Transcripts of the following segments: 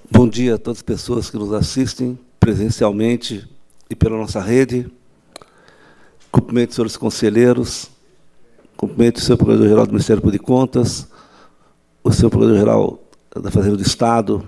Bom dia a todas as pessoas que nos assistem presencialmente e pela nossa rede. Cumprimento os senhores conselheiros, cumprimento o senhor Procurador-Geral do Ministério Público de Contas, o senhor Procurador-Geral da Fazenda do Estado,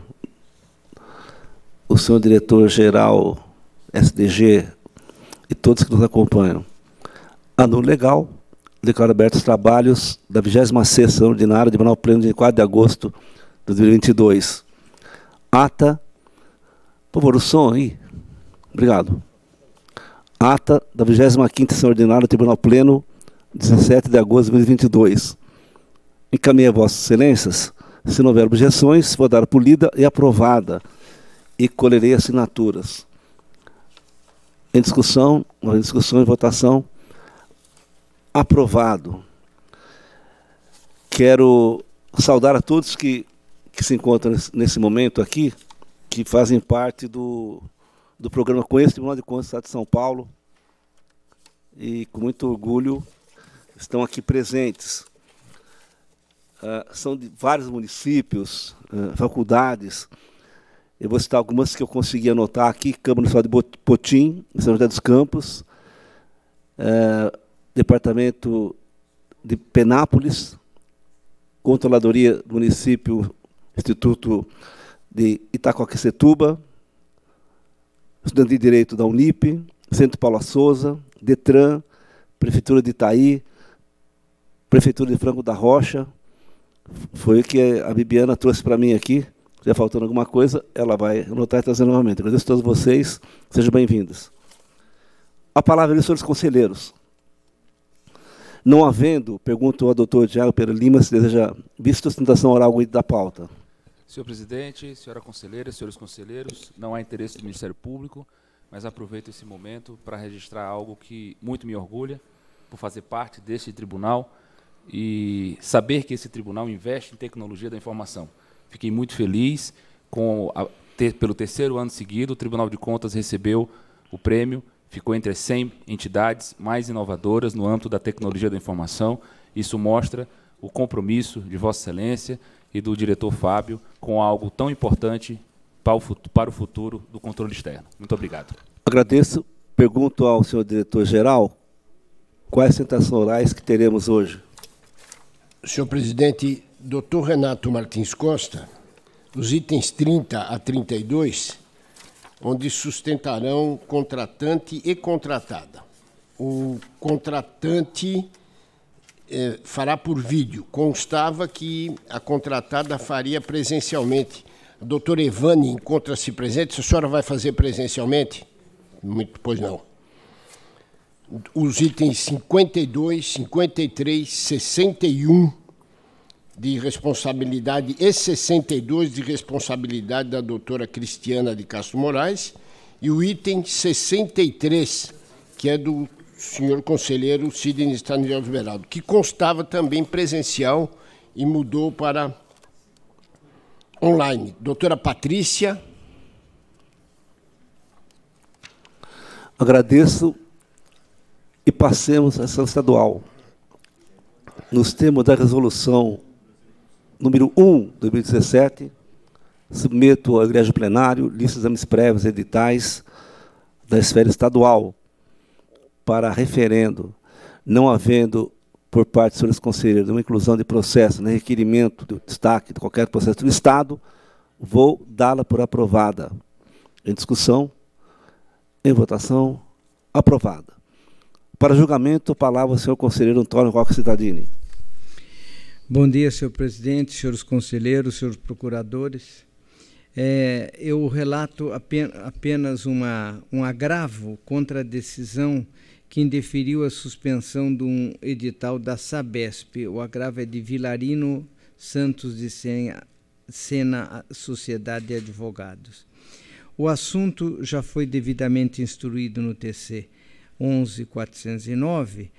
o senhor Diretor-Geral SDG e todos que nos acompanham. Ano legal, declaro abertos os trabalhos da 26ª Sessão Ordinária de Tribunal Pleno de 4 de agosto de 2022. Ata, por favor, o som aí. Obrigado. Ata da 25ª Sessão Ordinária do Tribunal Pleno, 17 de agosto de 2022. Encaminhei a Vossas Excelências. Se não houver objeções, vou dar por lida e aprovada. E colherei assinaturas. Em discussão e votação. Aprovado. Quero saudar a todos que se encontram nesse momento aqui, que fazem parte do programa Conheça o Tribunal de Contas do Estado de São Paulo, e com muito orgulho estão aqui presentes. São de vários municípios, faculdades. Eu vou citar algumas que eu consegui anotar aqui: Câmara Municipal de Potim, em São José dos Campos, Departamento de Penápolis, Controladoria do Município, Instituto de Itacoaquecetuba, Estudante de Direito da Unip, Centro Paula Souza, Detran, Prefeitura de Itaí, Prefeitura de Franco da Rocha. Foi o que a Bibiana trouxe para mim aqui. Se estiver faltando alguma coisa, ela vai anotar e trazer novamente. Agradeço a todos vocês. Sejam bem-vindos. A palavra é dos senhores conselheiros. Não havendo, pergunto ao doutor Tiago Pereira Lima se deseja vista a sustentação oral da pauta. Senhor presidente, senhora conselheira, senhores conselheiros, não há interesse do Ministério Público, mas aproveito esse momento para registrar algo que muito me orgulha, por fazer parte deste tribunal e saber que esse tribunal investe em tecnologia da informação. Fiquei muito feliz pelo terceiro ano seguido, o Tribunal de Contas recebeu o prêmio, ficou entre as 100 entidades mais inovadoras no âmbito da tecnologia da informação. Isso mostra o compromisso de Vossa Excelência e do diretor Fábio com algo tão importante para o futuro do controle externo. Muito obrigado. Agradeço. Pergunto ao senhor diretor-geral quais sustentações orais que teremos hoje. Senhor presidente, doutor Renato Martins Costa, os itens 30 a 32, onde sustentarão contratante e contratada. O contratante fará por vídeo. Constava que a contratada faria presencialmente. A doutora Evane encontra-se presente. A senhora vai fazer presencialmente? Pois não. Os itens 52, 53, 61 de responsabilidade e 62 de responsabilidade da doutora Cristiana de Castro Moraes, e o item 63, que é do senhor conselheiro Sidney Staniel Beraldo, que constava também presencial e mudou para online. Doutora Patrícia. Agradeço e passemos à sessão estadual. Nos termos da resolução número 1 de 2017, submeto ao Egrégio Plenário listas de exames prévios e editais da esfera estadual para referendo, não havendo, por parte dos senhores conselheiros, uma inclusão de processo, nem requerimento de destaque de qualquer processo do Estado, vou dá-la por aprovada. Em discussão, em votação, aprovada. Para julgamento, a palavra ao senhor conselheiro Antônio Roque Cittadini. Bom dia, senhor presidente, senhores conselheiros, senhores procuradores. Eu relato apenas um agravo contra a decisão que indeferiu a suspensão de um edital da Sabesp. O agravo é de Vilarino Santos de Sena Sociedade de Advogados. O assunto já foi devidamente instruído no TC 11.409,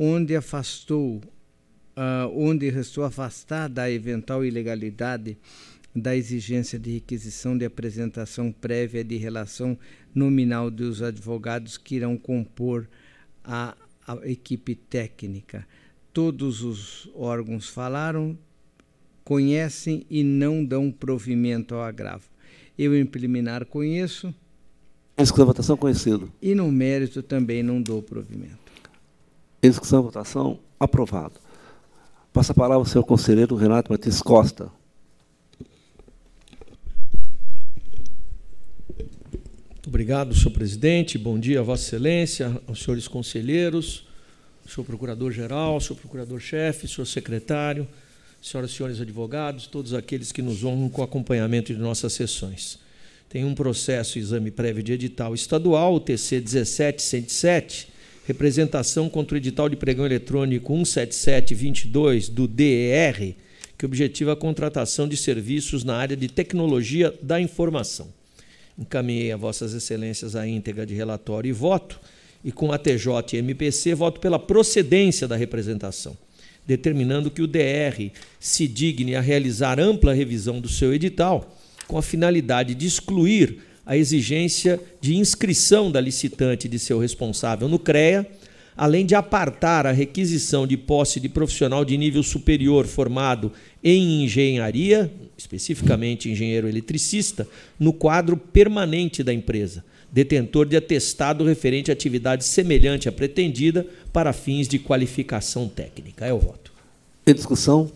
onde restou afastada a eventual ilegalidade da exigência de requisição de apresentação prévia de relação nominal dos advogados que irão compor a equipe técnica. Todos os órgãos falaram, conhecem e não dão provimento ao agravo. Eu, em preliminar, conheço. Em discussão e votação, conhecido. E no mérito também não dou provimento. Em discussão e votação, aprovado. Passa a palavra ao senhor conselheiro Renato Martins Costa. Muito obrigado, senhor presidente. Bom dia, Vossa Excelência, aos senhores conselheiros, senhor procurador-geral, senhor procurador-chefe, senhor secretário, senhoras e senhores advogados, todos aqueles que nos honram com o acompanhamento de nossas sessões. Tem um processo exame prévio de edital estadual, o TC 17107, representação contra o edital de pregão eletrônico 17722 do DER, que objetiva a contratação de serviços na área de tecnologia da informação. Encaminhei a Vossas Excelências a íntegra de relatório e voto, e com a TJ e MPC voto pela procedência da representação, determinando que o DR se digne a realizar ampla revisão do seu edital, com a finalidade de excluir a exigência de inscrição da licitante e de seu responsável no CREA, além de apartar a requisição de posse de profissional de nível superior formado em engenharia, especificamente engenheiro eletricista, no quadro permanente da empresa, detentor de atestado referente à atividade semelhante à pretendida para fins de qualificação técnica. É o voto. Em discussão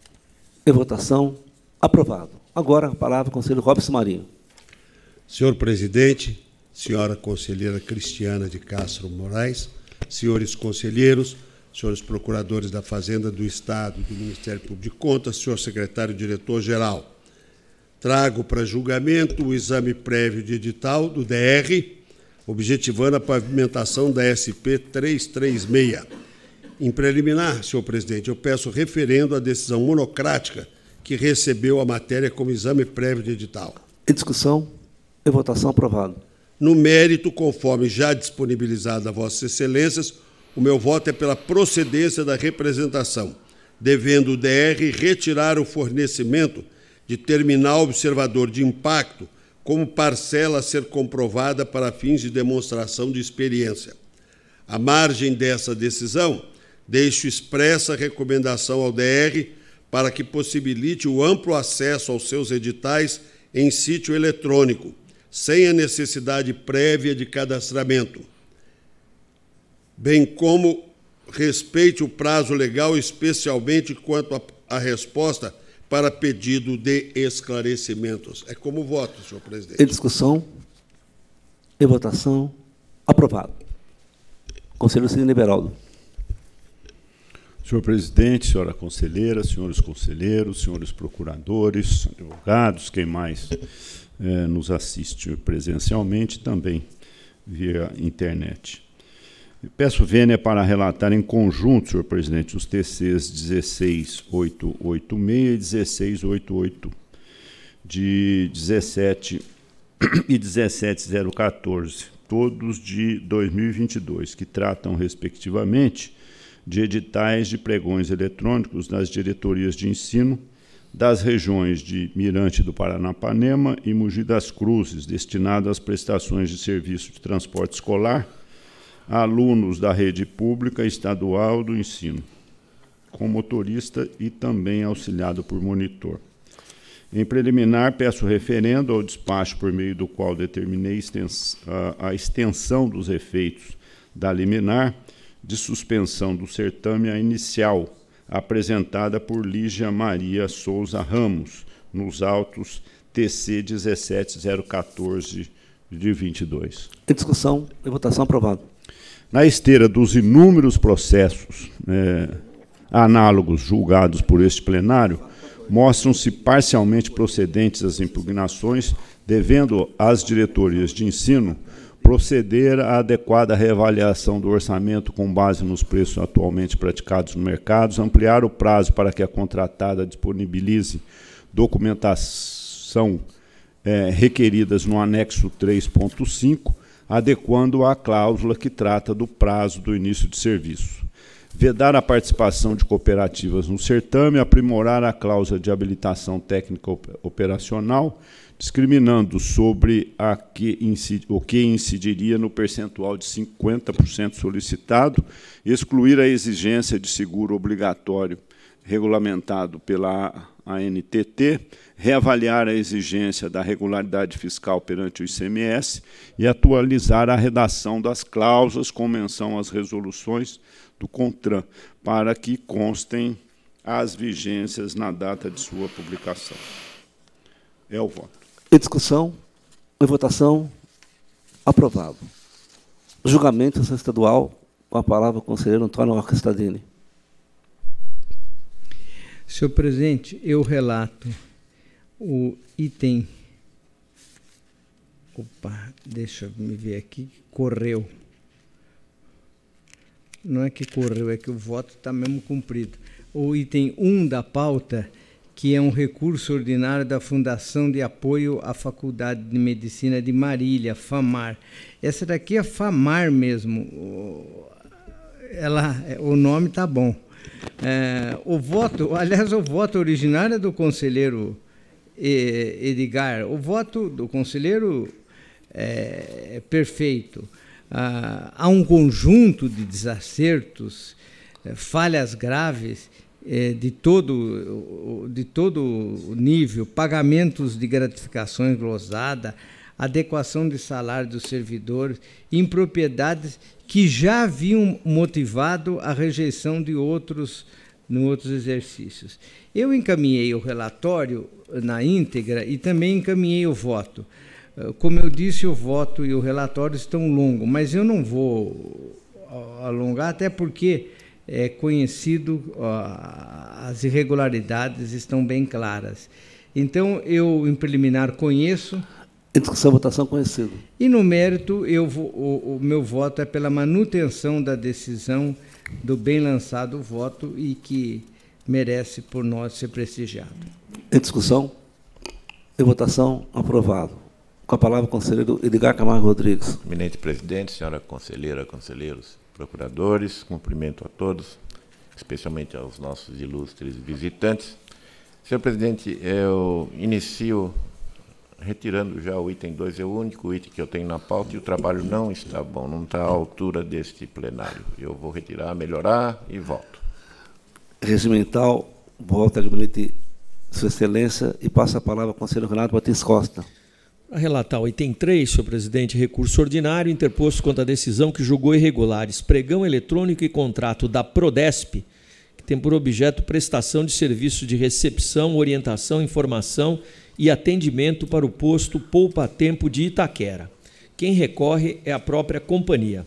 e votação, aprovado. Agora a palavra ao conselheiro Robson Marinho. Senhor presidente, senhora conselheira Cristiana de Castro Moraes, senhores conselheiros, senhores procuradores da Fazenda do Estado, do Ministério Público de Contas, senhor secretário-diretor-geral, trago para julgamento o exame prévio de edital do DR, objetivando a pavimentação da SP 336. Em preliminar, senhor presidente, eu peço referendo à decisão monocrática que recebeu a matéria como exame prévio de edital. Em discussão e votação, aprovado. No mérito, conforme já disponibilizado a Vossas Excelências, o meu voto é pela procedência da representação, devendo o DR retirar o fornecimento de terminal observador de impacto como parcela a ser comprovada para fins de demonstração de experiência. À margem dessa decisão, deixo expressa a recomendação ao DR para que possibilite o amplo acesso aos seus editais em sítio eletrônico, sem a necessidade prévia de cadastramento, bem como respeite o prazo legal, especialmente quanto à resposta para pedido de esclarecimentos. É como voto, senhor presidente. Em discussão e votação, aprovado. Conselheiro Sidney Beraldo. Senhor presidente, senhora conselheira, senhores conselheiros, senhores procuradores, advogados, quem mais nos assiste presencialmente, também via internet. Peço vênia para relatar em conjunto, senhor presidente, os TCs 16886 e 16888, de 17 e 17014, todos de 2022, que tratam, respectivamente, de editais de pregões eletrônicos das diretorias de ensino das regiões de Mirante do Paranapanema e Mogi das Cruzes, destinadas às prestações de serviço de transporte escolar a alunos da rede pública e estadual do ensino, com motorista e também auxiliado por monitor. Em preliminar, peço referendo ao despacho por meio do qual determinei a extensão dos efeitos da liminar de suspensão do certame à inicial, apresentada por Lígia Maria Souza Ramos, nos autos TC 17014 de 22. Em discussão e votação, aprovado. Na esteira dos inúmeros processos análogos julgados por este plenário, mostram-se parcialmente procedentes as impugnações, devendo às diretorias de ensino proceder à adequada reavaliação do orçamento com base nos preços atualmente praticados no mercado, ampliar o prazo para que a contratada disponibilize documentação requeridas no anexo 3.5, adequando a cláusula que trata do prazo do início de serviço. Vedar a participação de cooperativas no certame, aprimorar a cláusula de habilitação técnica operacional, discriminando sobre o que incidiria no percentual de 50% solicitado, excluir a exigência de seguro obrigatório regulamentado pela ANTT, reavaliar a exigência da regularidade fiscal perante o ICMS e atualizar a redação das cláusulas com menção às resoluções do CONTRAN, para que constem as vigências na data de sua publicação. É o voto. Em discussão, em votação, aprovado. Julgamento estadual, com a palavra o conselheiro Antônio Orquestadini. Senhor presidente, eu relato o item... Opa, deixa eu me ver aqui, correu. Não é que correu, é que o voto está mesmo cumprido. O item 1 da pauta, que é um recurso ordinário da Fundação de Apoio à Faculdade de Medicina de Marília, FAMAR. Essa daqui é FAMAR mesmo. O nome está bom. O voto originário é do conselheiro Edgar. O voto do conselheiro é perfeito. Há um conjunto de desacertos, falhas graves de todo o nível, pagamentos de gratificações glosadas, adequação de salário dos servidores, impropriedades que já haviam motivado a rejeição de outros exercícios. Eu encaminhei o relatório na íntegra e também encaminhei o voto. Como eu disse, o voto e o relatório estão longos, mas eu não vou alongar, até porque é conhecido, as irregularidades estão bem claras. Então, eu, em preliminar, conheço. Em discussão, votação, conhecido. E, no mérito, o meu voto é pela manutenção da decisão do bem lançado voto e que merece, por nós, ser prestigiado. Em discussão, em votação, aprovado. Com a palavra, o conselheiro Edgar Camargo Rodrigues. Eminente presidente, senhora conselheira, conselheiros, procuradores, cumprimento a todos, especialmente aos nossos ilustres visitantes. Senhor presidente, eu inicio retirando já o item 2, é o único item que eu tenho na pauta e o trabalho não está bom, não está à altura deste plenário. Eu vou retirar, melhorar e volto. Regimental, volta a gabinete Sua Excelência e passa a palavra ao conselheiro Renato Martins Costa. A relatar o item 3, senhor presidente, recurso ordinário interposto contra a decisão que julgou irregulares pregão eletrônico e contrato da Prodesp, que tem por objeto prestação de serviço de recepção, orientação, informação e atendimento para o posto Poupa Tempo de Itaquera. Quem recorre é a própria companhia.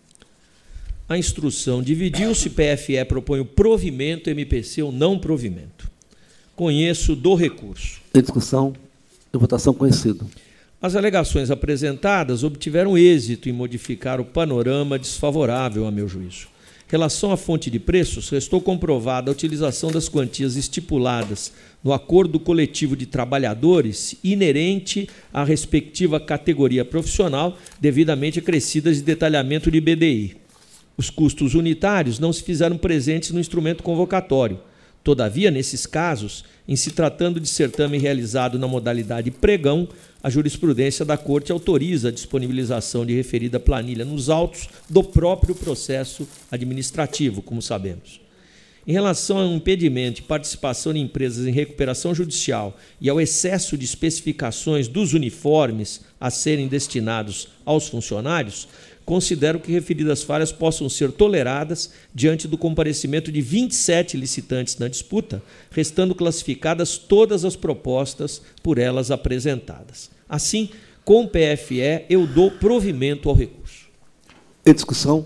A instrução dividiu-se, PFE propõe o provimento, MPC o não provimento. Conheço do recurso. Em discussão, em votação, conhecido. As alegações apresentadas obtiveram êxito em modificar o panorama desfavorável, a meu juízo. Em relação à fonte de preços, restou comprovada a utilização das quantias estipuladas no acordo coletivo de trabalhadores inerente à respectiva categoria profissional, devidamente acrescidas de detalhamento de BDI. Os custos unitários não se fizeram presentes no instrumento convocatório. Todavia, nesses casos, em se tratando de certame realizado na modalidade pregão, a jurisprudência da Corte autoriza a disponibilização de referida planilha nos autos do próprio processo administrativo, como sabemos. Em relação ao impedimento de participação de empresas em recuperação judicial e ao excesso de especificações dos uniformes a serem destinados aos funcionários, considero que referidas falhas possam ser toleradas diante do comparecimento de 27 licitantes na disputa, restando classificadas todas as propostas por elas apresentadas. Assim, com o PFE, eu dou provimento ao recurso. Em discussão,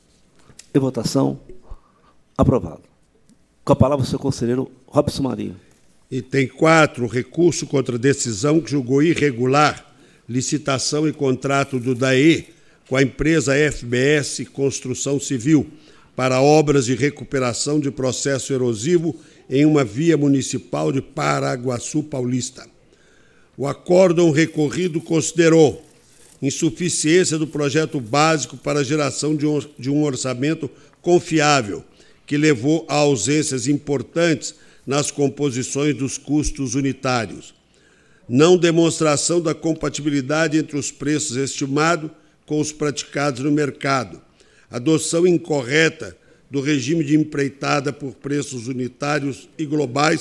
em votação, aprovado. Com a palavra, o senhor conselheiro Robson Marinho. Item 4, recurso contra decisão que julgou irregular licitação e contrato do DAE com a empresa FBS Construção Civil para obras de recuperação de processo erosivo em uma via municipal de Paraguaçu Paulista. O acórdão recorrido considerou insuficiência do projeto básico para a geração de um orçamento confiável, que levou a ausências importantes nas composições dos custos unitários. Não demonstração da compatibilidade entre os preços estimados com os praticados no mercado, adoção incorreta do regime de empreitada por preços unitários e globais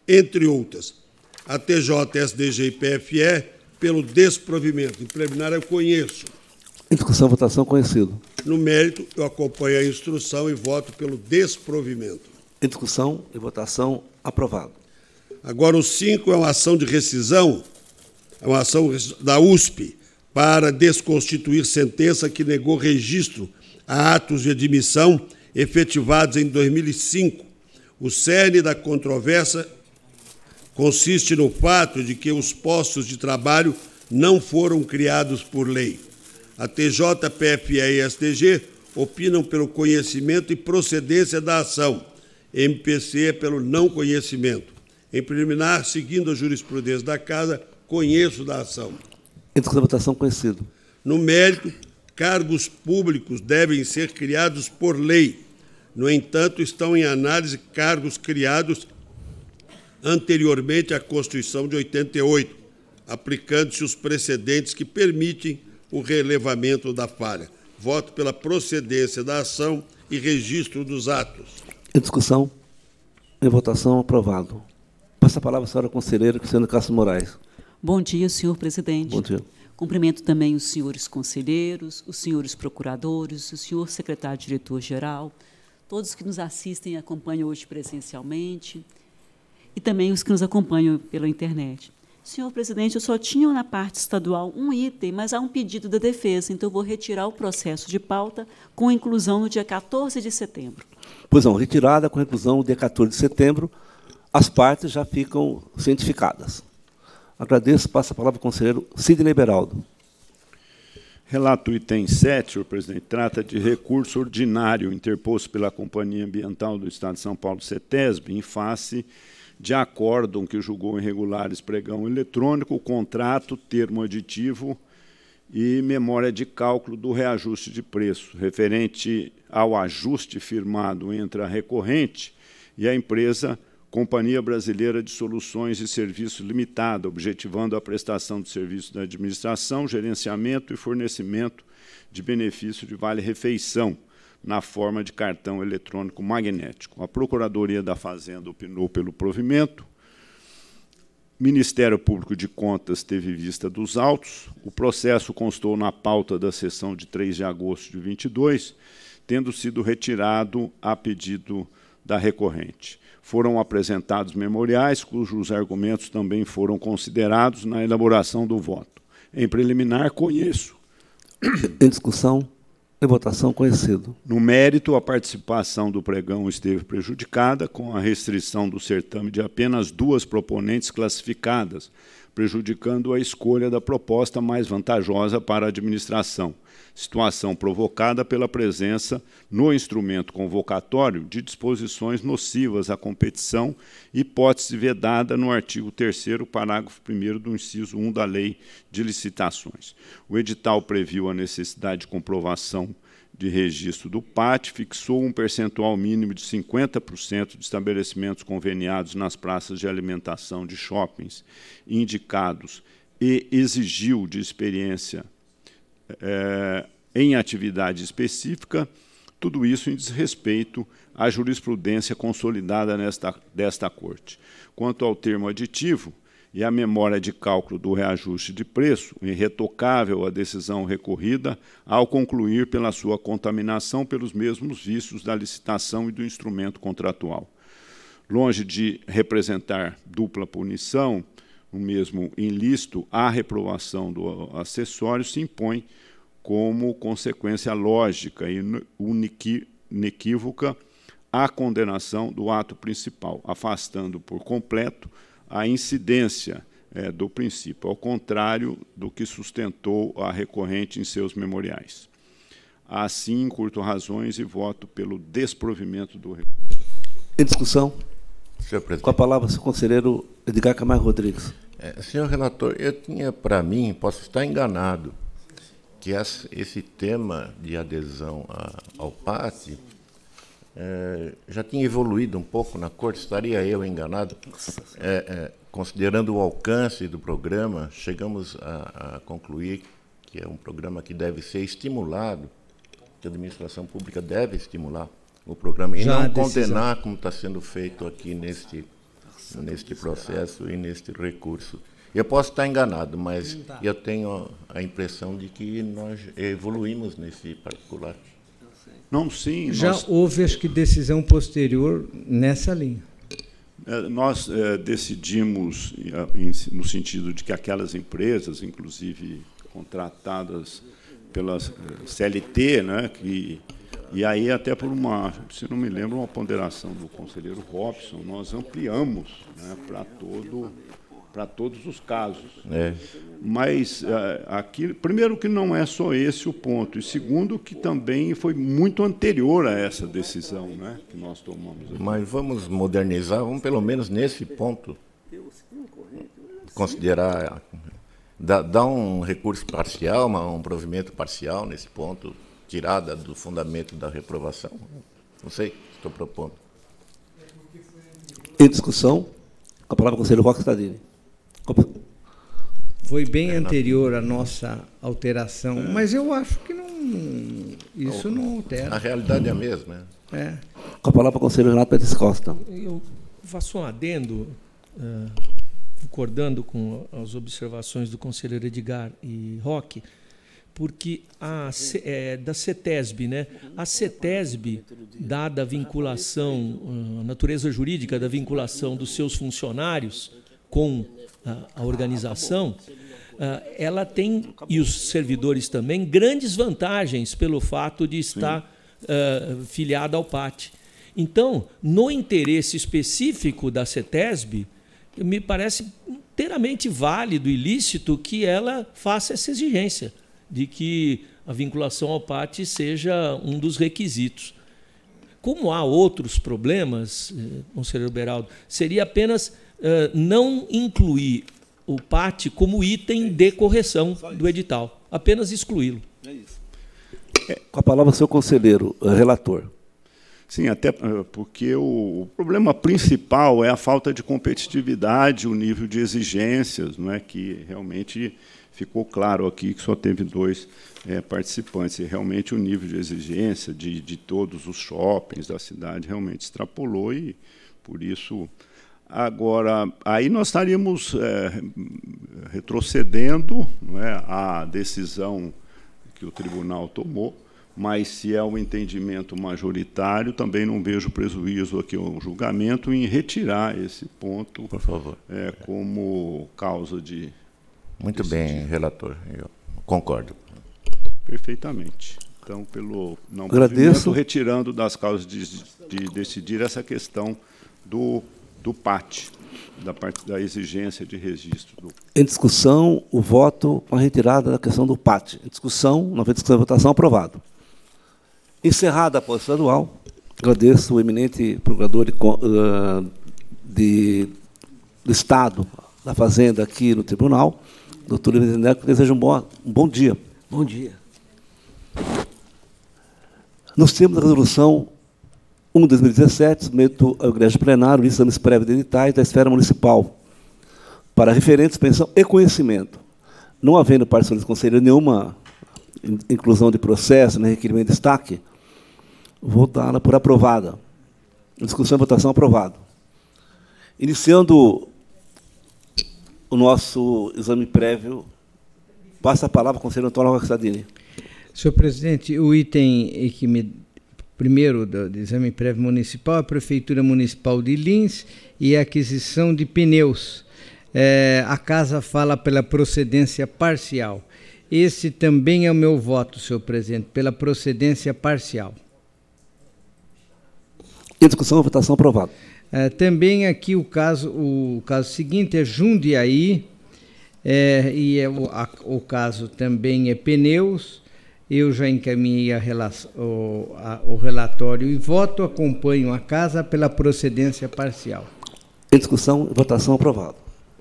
entre outras. A TJ, SDG e PFE, pelo desprovimento. Em plenário, eu conheço. Em discussão, votação, conhecido. No mérito, eu acompanho a instrução e voto pelo desprovimento. Em discussão e votação, aprovado. Agora, o 5 é uma ação de rescisão, é uma ação da USP para desconstituir sentença que negou registro a atos de admissão efetivados em 2005. O cerne da controvérsia consiste no fato de que os postos de trabalho não foram criados por lei. A TJ, PFE e STG opinam pelo conhecimento e procedência da ação. MPC pelo não conhecimento. Em preliminar, seguindo a jurisprudência da Casa, conheço da ação. Em discussão, votação, conhecido. No mérito, cargos públicos devem ser criados por lei. No entanto, estão em análise cargos criados anteriormente à Constituição de 88, aplicando-se os precedentes que permitem o relevamento da falha. Voto pela procedência da ação e registro dos atos. Em discussão, em votação, aprovado. Passa a palavra à senhora conselheira Cristiane Castro Moraes. Bom dia, senhor presidente. Bom dia. Cumprimento também os senhores conselheiros, os senhores procuradores, o senhor secretário-diretor-geral, todos que nos assistem e acompanham hoje presencialmente, e também os que nos acompanham pela internet. Senhor presidente, eu só tinha na parte estadual um item, mas há um pedido da defesa, então eu vou retirar o processo de pauta com inclusão no dia 14 de setembro. Pois não, retirada com inclusão no dia 14 de setembro, as partes já ficam cientificadas. Agradeço, passa a palavra ao conselheiro Sidney Beraldo. Relato item 7, senhor presidente, trata de recurso ordinário interposto pela Companhia Ambiental do Estado de São Paulo, CETESB, em face de acórdão que julgou irregulares pregão eletrônico, contrato, termo aditivo e memória de cálculo do reajuste de preço, referente ao ajuste firmado entre a recorrente e a empresa Companhia Brasileira de Soluções e Serviços Limitada, objetivando a prestação de serviços da administração, gerenciamento e fornecimento de benefício de vale-refeição, na forma de cartão eletrônico magnético. A Procuradoria da Fazenda opinou pelo provimento. O Ministério Público de Contas teve vista dos autos. O processo constou na pauta da sessão de 3 de agosto de 22, tendo sido retirado a pedido da recorrente. Foram apresentados memoriais, cujos argumentos também foram considerados na elaboração do voto. Em preliminar, conheço. Em discussão, em votação, conhecido. No mérito, a participação do pregão esteve prejudicada, com a restrição do certame de apenas 2 proponentes classificadas, prejudicando a escolha da proposta mais vantajosa para a administração, situação provocada pela presença no instrumento convocatório de disposições nocivas à competição, hipótese vedada no artigo 3º, parágrafo 1º do inciso 1 da Lei de Licitações. O edital previu a necessidade de comprovação de registro do PAT, fixou um percentual mínimo de 50% de estabelecimentos conveniados nas praças de alimentação de shoppings indicados e exigiu de experiência em atividade específica, tudo isso em desrespeito à jurisprudência consolidada desta Corte. Quanto ao termo aditivo e à memória de cálculo do reajuste de preço, irretocável a decisão recorrida ao concluir pela sua contaminação pelos mesmos vícios da licitação e do instrumento contratual. Longe de representar dupla punição, o mesmo ilícito, a reprovação do acessório se impõe como consequência lógica e inequívoca a condenação do ato principal, afastando por completo a incidência do princípio, ao contrário do que sustentou a recorrente em seus memoriais. Assim, encurto razões e voto pelo desprovimento do recurso. Em discussão, senhor presidente, com a palavra o conselheiro Edgar Camargo Rodrigues. Senhor relator, eu tinha para mim, posso estar enganado, que esse tema de adesão ao PAT já tinha evoluído um pouco na Corte, estaria eu enganado? Considerando o alcance do programa, chegamos a concluir que é um programa que deve ser estimulado, que a administração pública deve estimular o programa, e não condenar, como está sendo feito aqui neste processo e neste recurso. Eu posso estar enganado, mas eu tenho a impressão de que nós evoluímos nesse particular. Não, sim. Já houve, acho que, decisão posterior nessa linha. Nós decidimos, no sentido de que aquelas empresas, inclusive contratadas pelas CLT, né, e aí até por uma, se não me lembro, uma ponderação do conselheiro Robson, nós ampliamos, né, para todos os casos. Mas, aqui, primeiro, que não é só esse o ponto, e segundo, que também foi muito anterior a essa decisão, né, que nós tomamos aqui. Mas vamos modernizar, vamos pelo menos nesse ponto considerar, dar um recurso parcial, um provimento parcial nesse ponto, tirada do fundamento da reprovação. Não sei, estou propondo. Em discussão, a palavra ao conselheiro Roque Stadini. Foi bem anterior à nossa alteração, mas eu acho que isso não altera. A realidade é a mesma. Com a palavra ao conselheiro Renato Martins Costa. Eu faço um adendo, concordando com as observações do conselheiro Edgar e Roque, porque da CETESB, né? A CETESB, dada a vinculação, a natureza jurídica da vinculação dos seus funcionários com a organização, ela tem, e os servidores também, grandes vantagens pelo fato de estar filiada ao PAT. Então, no interesse específico da CETESB, me parece inteiramente válido e lícito que ela faça essa exigência de que a vinculação ao PAT seja um dos requisitos. Como há outros problemas, conselheiro Beraldo, seria apenas não incluir o PAT como item de correção do edital, apenas excluí-lo. É isso. Com a palavra, seu conselheiro, relator. Sim, até porque o problema principal é a falta de competitividade, o nível de exigências, não é, que realmente ficou claro aqui que só teve 2 participantes, e realmente o nível de exigência de todos os shoppings da cidade realmente extrapolou, e por isso... Agora, aí nós estaríamos retrocedendo, não é, a decisão que o tribunal tomou, mas se é um entendimento majoritário, também não vejo prejuízo aqui ao julgamento em retirar esse ponto, por favor, como causa de... Muito bem, relator, eu concordo. Perfeitamente. Então, pelo não agradeço, retirando das causas de decidir essa questão do PAT, da parte da exigência de registro. Em discussão, o voto com a retirada da questão do PAT. Em discussão, não havendo discussão, votação, aprovado. Encerrada a posição estadual, agradeço o eminente procurador do Estado da Fazenda aqui no tribunal, doutor Livre, que desejo um bom dia. Bom dia. Nós temos a resolução 1 de 2017, submeto ao egrégio plenário, exames prévios de editais da esfera municipal, para referentes, pensão e conhecimento. Não havendo participação do conselheiro nenhuma inclusão de processo, nem requerimento de destaque, vou dá-la por aprovada. Discussão e votação, aprovado. Iniciando o nosso exame prévio, passa a palavra ao conselheiro Antônio Roque Stadini. Senhor presidente, o item primeiro do exame prévio municipal, a Prefeitura Municipal de Lins e a aquisição de pneus. A casa fala pela procedência parcial. Esse também é o meu voto, senhor presidente, pela procedência parcial. Em discussão, votação, aprovado. Também aqui o caso seguinte é Jundiaí, o caso também é pneus. Eu já encaminhei o relatório e voto, acompanho a casa pela procedência parcial. Em discussão, votação, aprovado.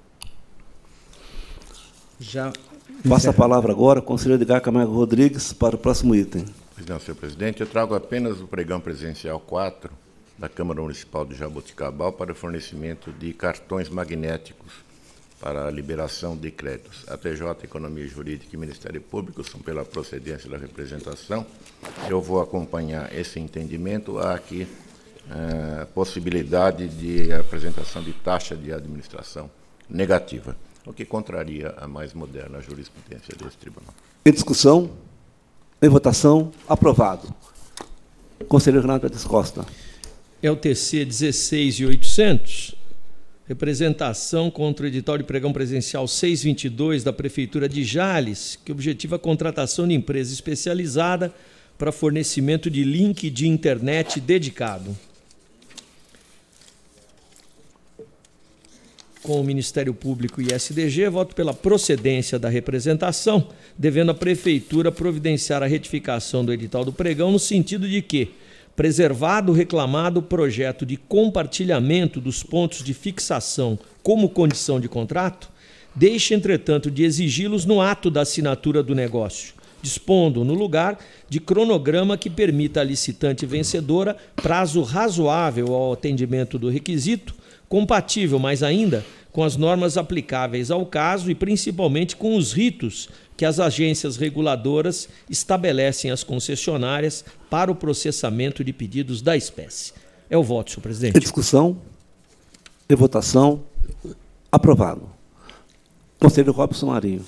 Já passa a palavra agora ao conselheiro Edgar Camargo Rodrigues para o próximo item. Pois não, senhor presidente, eu trago apenas o pregão presidencial 4 da Câmara Municipal de Jaboticabal para o fornecimento de cartões magnéticos para a liberação de créditos. A TJ, Economia Jurídica e Ministério Público são pela procedência da representação. Eu vou acompanhar esse entendimento. Há aqui possibilidade de apresentação de taxa de administração negativa, o que contraria a mais moderna jurisprudência desse tribunal. Em discussão, em votação, aprovado. Conselheiro Renato Martins Costa. É o TC 16.800, representação contra o edital de pregão presencial 622 da Prefeitura de Jales, que objetiva a contratação de empresa especializada para fornecimento de link de internet dedicado. Com o Ministério Público e SDG, voto pela procedência da representação, devendo a Prefeitura providenciar a retificação do edital do pregão no sentido de que, preservado o reclamado projeto de compartilhamento dos pontos de fixação como condição de contrato, deixe, entretanto, de exigi-los no ato da assinatura do negócio, dispondo, no lugar, de cronograma que permita à licitante vencedora prazo razoável ao atendimento do requisito, compatível, mais ainda, com as normas aplicáveis ao caso e principalmente com os ritos que as agências reguladoras estabelecem às concessionárias para o processamento de pedidos da espécie. É o voto, senhor presidente. Em discussão, em votação, aprovado. Conselheiro Robson Marinho.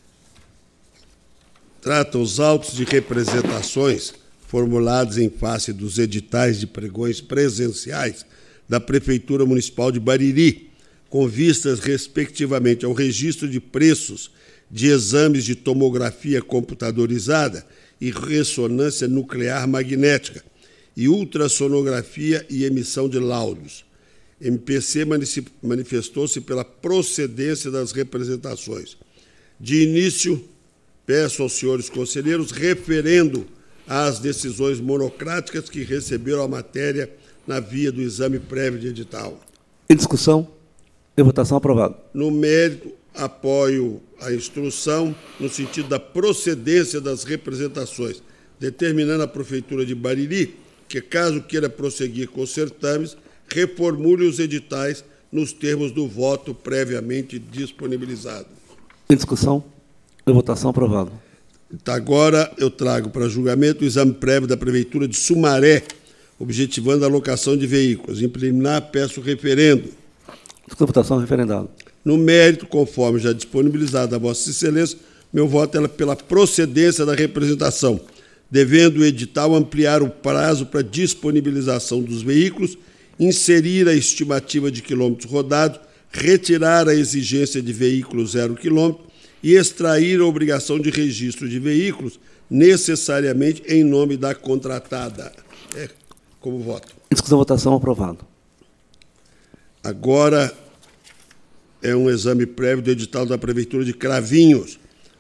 Trata os autos de representações formulados em face dos editais de pregões presenciais da Prefeitura Municipal de Bariri, com vistas, respectivamente, ao registro de preços de exames de tomografia computadorizada e ressonância nuclear magnética e ultrassonografia e emissão de laudos. MPC manifestou-se pela procedência das representações. De início, peço aos senhores conselheiros referendo às decisões monocráticas que receberam a matéria na via do exame prévio de edital. Em discussão, em votação, aprovado. No mérito, apoio a instrução no sentido da procedência das representações, determinando a Prefeitura de Bariri que, caso queira prosseguir com os certames, reformule os editais nos termos do voto previamente disponibilizado. Em discussão, em votação, aprovado. Agora eu trago para julgamento o exame prévio da Prefeitura de Sumaré, objetivando a alocação de veículos. Em preliminar, peço referendo. Discussão, votação, referendado. No mérito, conforme já disponibilizado a Vossa Excelência, meu voto é pela procedência da representação, devendo o edital ampliar o prazo para disponibilização dos veículos, inserir a estimativa de quilômetros rodados, retirar a exigência de veículo 0 km e extrair a obrigação de registro de veículos necessariamente em nome da contratada. Como voto. Discussão, votação, aprovado. Agora é um exame prévio do edital da Prefeitura de Cravinhos,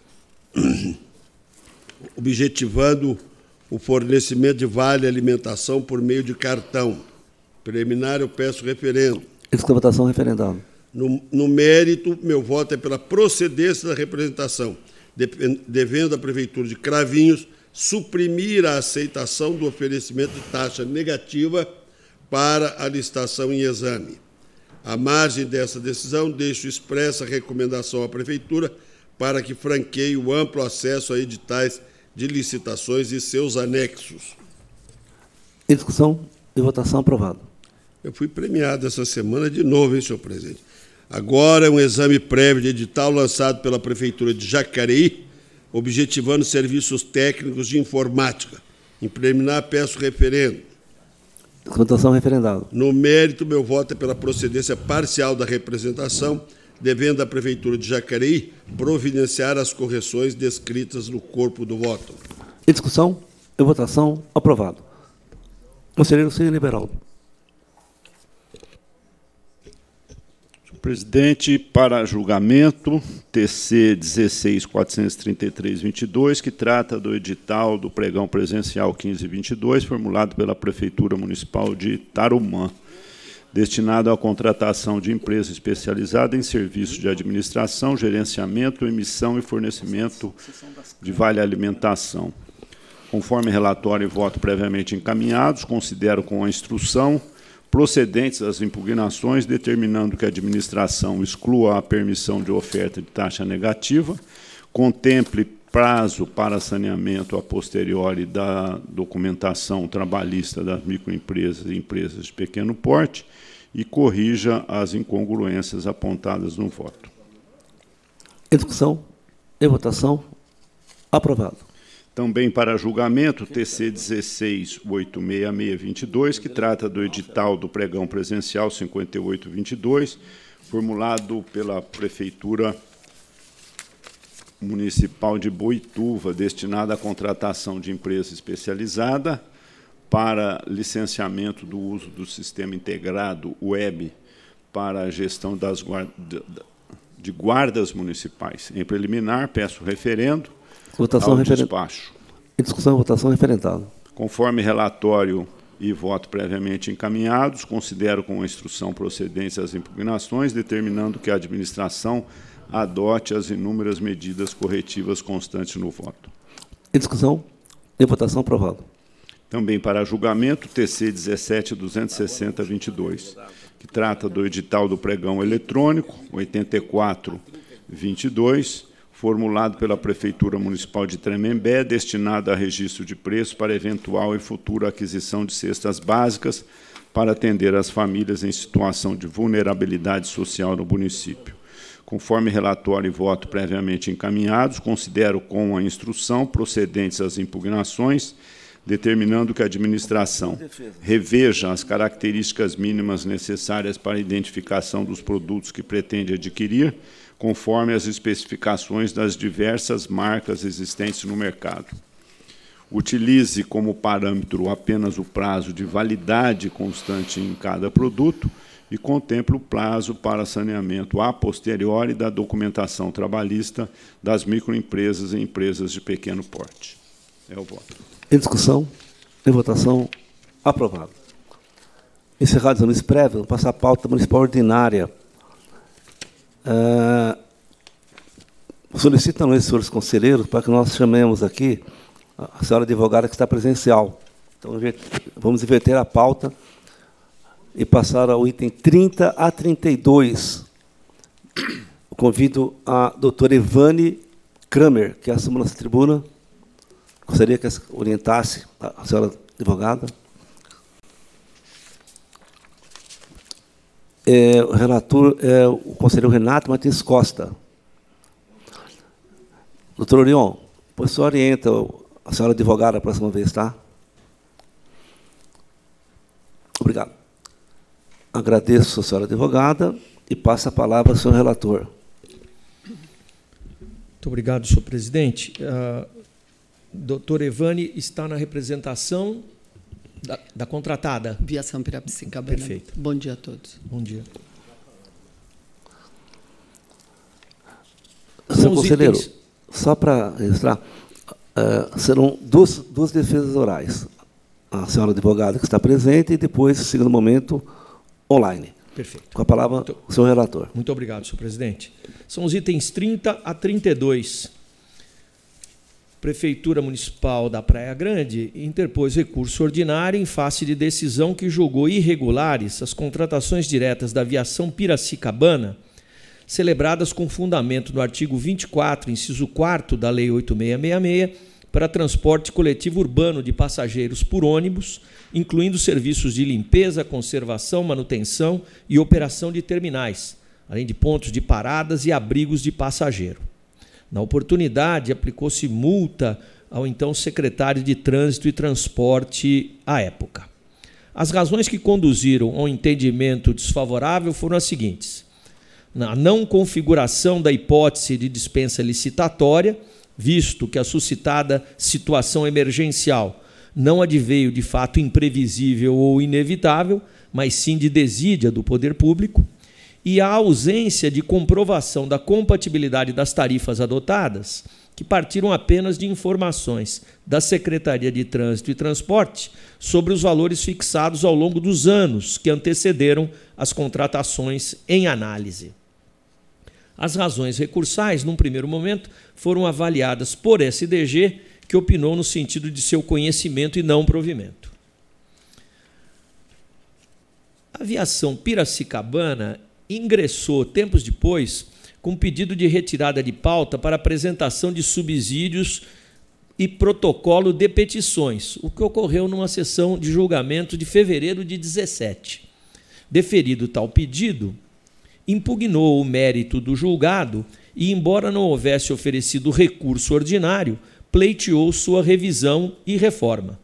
objetivando o fornecimento de vale alimentação por meio de cartão. Preliminar, eu peço referendo. Discussão, votação, referendado. No mérito, meu voto é pela procedência da representação, devendo a Prefeitura de Cravinhos suprimir a aceitação do oferecimento de taxa negativa para a licitação em exame. À margem dessa decisão, deixo expressa a recomendação à Prefeitura para que franqueie o amplo acesso a editais de licitações e seus anexos. Em discussão e votação, aprovado. Eu fui premiado essa semana de novo, hein, senhor presidente? Agora é um exame prévio de edital lançado pela Prefeitura de Jacareí, objetivando serviços técnicos de informática. Em preliminar, peço referendo. Votação, referendado. No mérito, meu voto é pela procedência parcial da representação, devendo a Prefeitura de Jacareí providenciar as correções descritas no corpo do voto. Em discussão, em votação, aprovado. Conselheiro Cid Liberal. Presidente, para julgamento, TC 16.433.22, que trata do edital do pregão presencial 1522, formulado pela Prefeitura Municipal de Tarumã, destinado à contratação de empresa especializada em serviços de administração, gerenciamento, emissão e fornecimento de vale alimentação. Conforme relatório e voto previamente encaminhados, considero com a instrução procedentes as impugnações, determinando que a administração exclua a permissão de oferta de taxa negativa, contemple prazo para saneamento a posteriori da documentação trabalhista das microempresas e empresas de pequeno porte e corrija as incongruências apontadas no voto. Em discussão e votação. Aprovado. Também para julgamento, TC 16.86622, que trata do edital do pregão presencial 5822, formulado pela Prefeitura Municipal de Boituva, destinada à contratação de empresa especializada para licenciamento do uso do sistema integrado web para a gestão de guardas municipais. Em preliminar, peço referendo ao despacho. Em discussão, votação referendada. Conforme relatório e voto previamente encaminhados, considero com a instrução procedentes as impugnações, determinando que a administração adote as inúmeras medidas corretivas constantes no voto. Em discussão e votação. Aprovado. Também para julgamento, TC 17.260.22, que trata do edital do pregão eletrônico 84.22, formulado pela Prefeitura Municipal de Tremembé, destinado a registro de preço para eventual e futura aquisição de cestas básicas para atender as famílias em situação de vulnerabilidade social no município. Conforme relatório e voto previamente encaminhados, considero com a instrução procedentes as impugnações, determinando que a administração reveja as características mínimas necessárias para a identificação dos produtos que pretende adquirir, conforme as especificações das diversas marcas existentes no mercado. Utilize como parâmetro apenas o prazo de validade constante em cada produto e contemple o prazo para saneamento a posteriori da documentação trabalhista das microempresas e empresas de pequeno porte. É o voto. Em discussão, em votação, aprovado. Encerrado o exame prévio, vamos passar a pauta municipal ordinária. Solicitam os senhores conselheiros para que nós chamemos aqui a senhora advogada que está presencial. Então, vamos inverter a pauta e passar ao item 30 a 32. Eu convido a doutora Evane Kramer, que assuma nossa tribuna. Gostaria que orientasse a senhora advogada. O relator é o conselheiro Renato Martins Costa. Doutor Orion, depois só orienta a senhora advogada a próxima vez, tá? Obrigado. Agradeço a senhora advogada e passo a palavra ao senhor relator. Muito obrigado, senhor presidente. Doutor Evane está na representação da contratada. Viação Piracicabana. Perfeito. Bom dia a todos. Bom dia. Senhor conselheiro, só para registrar, serão duas defesas orais. A senhora advogada que está presente e depois, no segundo momento, online. Perfeito. Com a palavra, o senhor relator. Muito obrigado, senhor presidente. São os itens 30 a 32. Prefeitura Municipal da Praia Grande interpôs recurso ordinário em face de decisão que julgou irregulares as contratações diretas da aviação Piracicabana, celebradas com fundamento no artigo 24, inciso 4 da Lei 8666, para transporte coletivo urbano de passageiros por ônibus, incluindo serviços de limpeza, conservação, manutenção e operação de terminais, além de pontos de paradas e abrigos de passageiro. Na oportunidade, aplicou-se multa ao então secretário de Trânsito e Transporte à época. As razões que conduziram ao entendimento desfavorável foram as seguintes: na não configuração da hipótese de dispensa licitatória, visto que a suscitada situação emergencial não adveio de fato imprevisível ou inevitável, mas sim de desídia do poder público, e a ausência de comprovação da compatibilidade das tarifas adotadas, que partiram apenas de informações da Secretaria de Trânsito e Transporte sobre os valores fixados ao longo dos anos que antecederam as contratações em análise. As razões recursais, num primeiro momento, foram avaliadas por SDG, que opinou no sentido de seu conhecimento e não provimento. A aviação Piracicabana ingressou, tempos depois, com pedido de retirada de pauta para apresentação de subsídios e protocolo de petições, o que ocorreu numa sessão de julgamento de fevereiro de 17. Deferido tal pedido, impugnou o mérito do julgado e, embora não houvesse oferecido recurso ordinário, pleiteou sua revisão e reforma.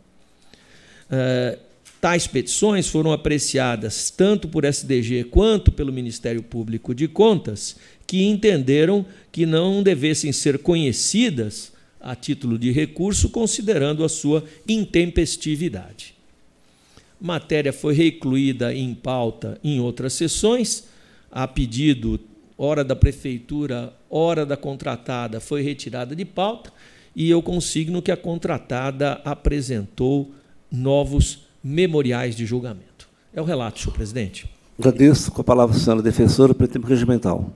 Tais petições foram apreciadas tanto por SDG quanto pelo Ministério Público de Contas, que entenderam que não devessem ser conhecidas a título de recurso, considerando a sua intempestividade. Matéria foi reincluída em pauta em outras sessões, a pedido, ora da Prefeitura, ora da contratada, foi retirada de pauta, e eu consigno que a contratada apresentou novos memoriais de julgamento. É o relato, senhor presidente. Agradeço. Com a palavra a senhora defensora, pelo tempo regimental.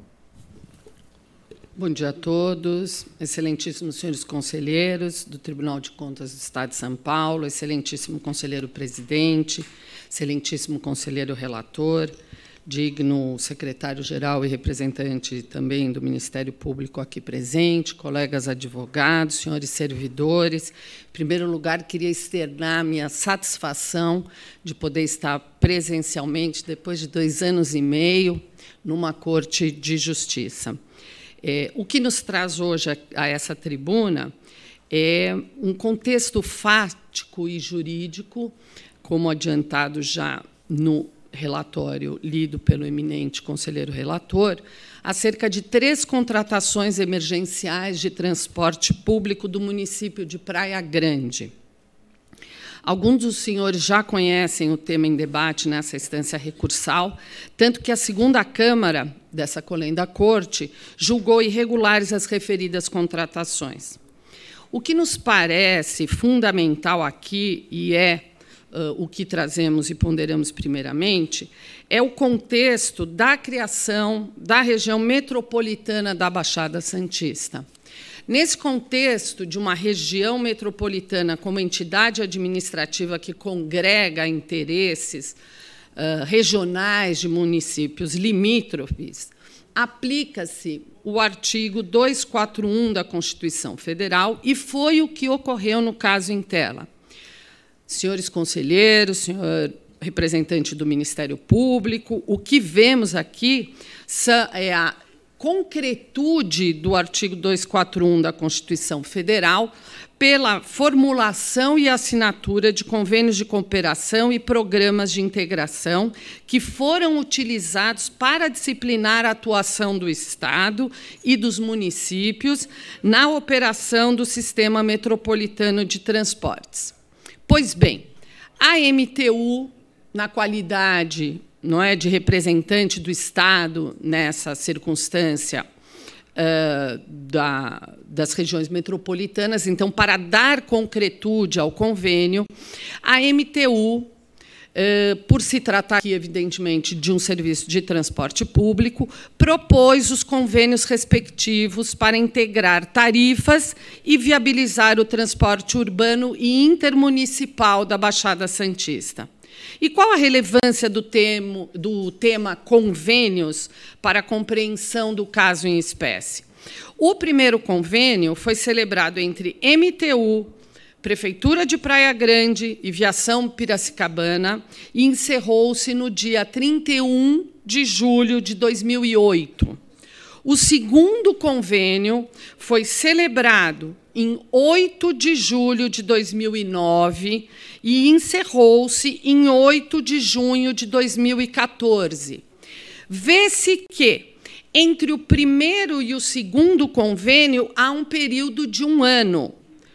Bom dia a todos, excelentíssimos senhores conselheiros do Tribunal de Contas do Estado de São Paulo, excelentíssimo conselheiro presidente, excelentíssimo conselheiro relator, digno secretário-geral e representante também do Ministério Público aqui presente, colegas advogados, senhores servidores. Em primeiro lugar, queria externar minha satisfação de poder estar presencialmente, depois de 2 anos e meio, numa Corte de Justiça. O que nos traz hoje a essa tribuna é um contexto fático e jurídico, como adiantado já no relatório lido pelo eminente conselheiro relator, acerca de 3 contratações emergenciais de transporte público do município de Praia Grande. Alguns dos senhores já conhecem o tema em debate nessa instância recursal, tanto que a segunda Câmara dessa colenda Corte julgou irregulares as referidas contratações. O que nos parece fundamental aqui, e o que trazemos e ponderamos primeiramente, é o contexto da criação da região metropolitana da Baixada Santista. Nesse contexto de uma região metropolitana como entidade administrativa que congrega interesses regionais de municípios limítrofes, aplica-se o artigo 241 da Constituição Federal, e foi o que ocorreu no caso em tela. Senhores conselheiros, senhor representante do Ministério Público, o que vemos aqui é a concretude do artigo 241 da Constituição Federal pela formulação e assinatura de convênios de cooperação e programas de integração que foram utilizados para disciplinar a atuação do Estado e dos municípios na operação do Sistema Metropolitano de Transportes. Pois bem, a MTU, na qualidade de representante do Estado nessa circunstância das regiões metropolitanas, então, para dar concretude ao convênio, a MTU, por se tratar aqui, evidentemente, de um serviço de transporte público, propôs os convênios respectivos para integrar tarifas e viabilizar o transporte urbano e intermunicipal da Baixada Santista. E qual a relevância do tema convênios para a compreensão do caso em espécie? O primeiro convênio foi celebrado entre MTU, Prefeitura de Praia Grande e Viação Piracicabana e encerrou-se no dia 31 de julho de 2008. O segundo convênio foi celebrado em 8 de julho de 2009 e encerrou-se em 8 de junho de 2014. Vê-se que, entre o primeiro e o segundo convênio, há um período de 1 ano.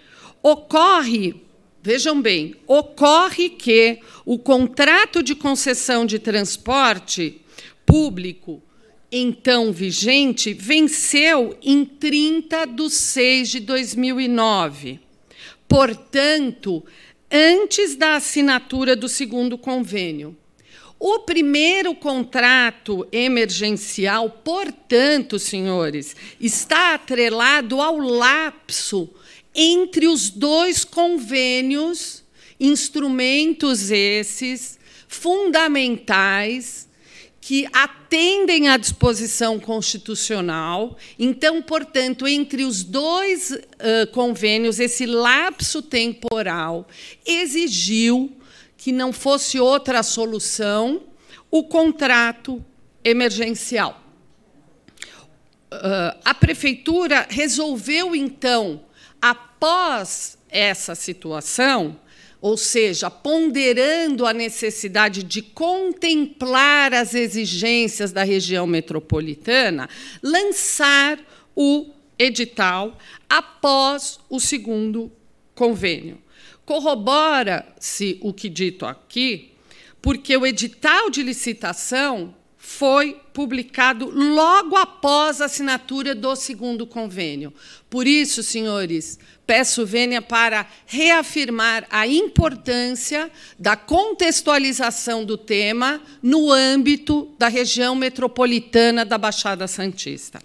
Vejam bem, ocorre que o contrato de concessão de transporte público, então vigente, venceu em 30 de 6 de 2009. Portanto, antes da assinatura do segundo convênio. O primeiro contrato emergencial, portanto, senhores, está atrelado ao lapso entre os 2 convênios, instrumentos esses fundamentais que atendem à disposição constitucional. Então, portanto, entre os dois convênios, esse lapso temporal exigiu que não fosse outra solução o contrato emergencial. A prefeitura resolveu, então, após essa situação, ou seja, ponderando a necessidade de contemplar as exigências da região metropolitana, lançar o edital após o segundo convênio. Corrobora-se o que dito aqui, porque o edital de licitação foi publicado logo após a assinatura do segundo convênio. Por isso, senhores, peço vênia para reafirmar a importância da contextualização do tema no âmbito da região metropolitana da Baixada Santista.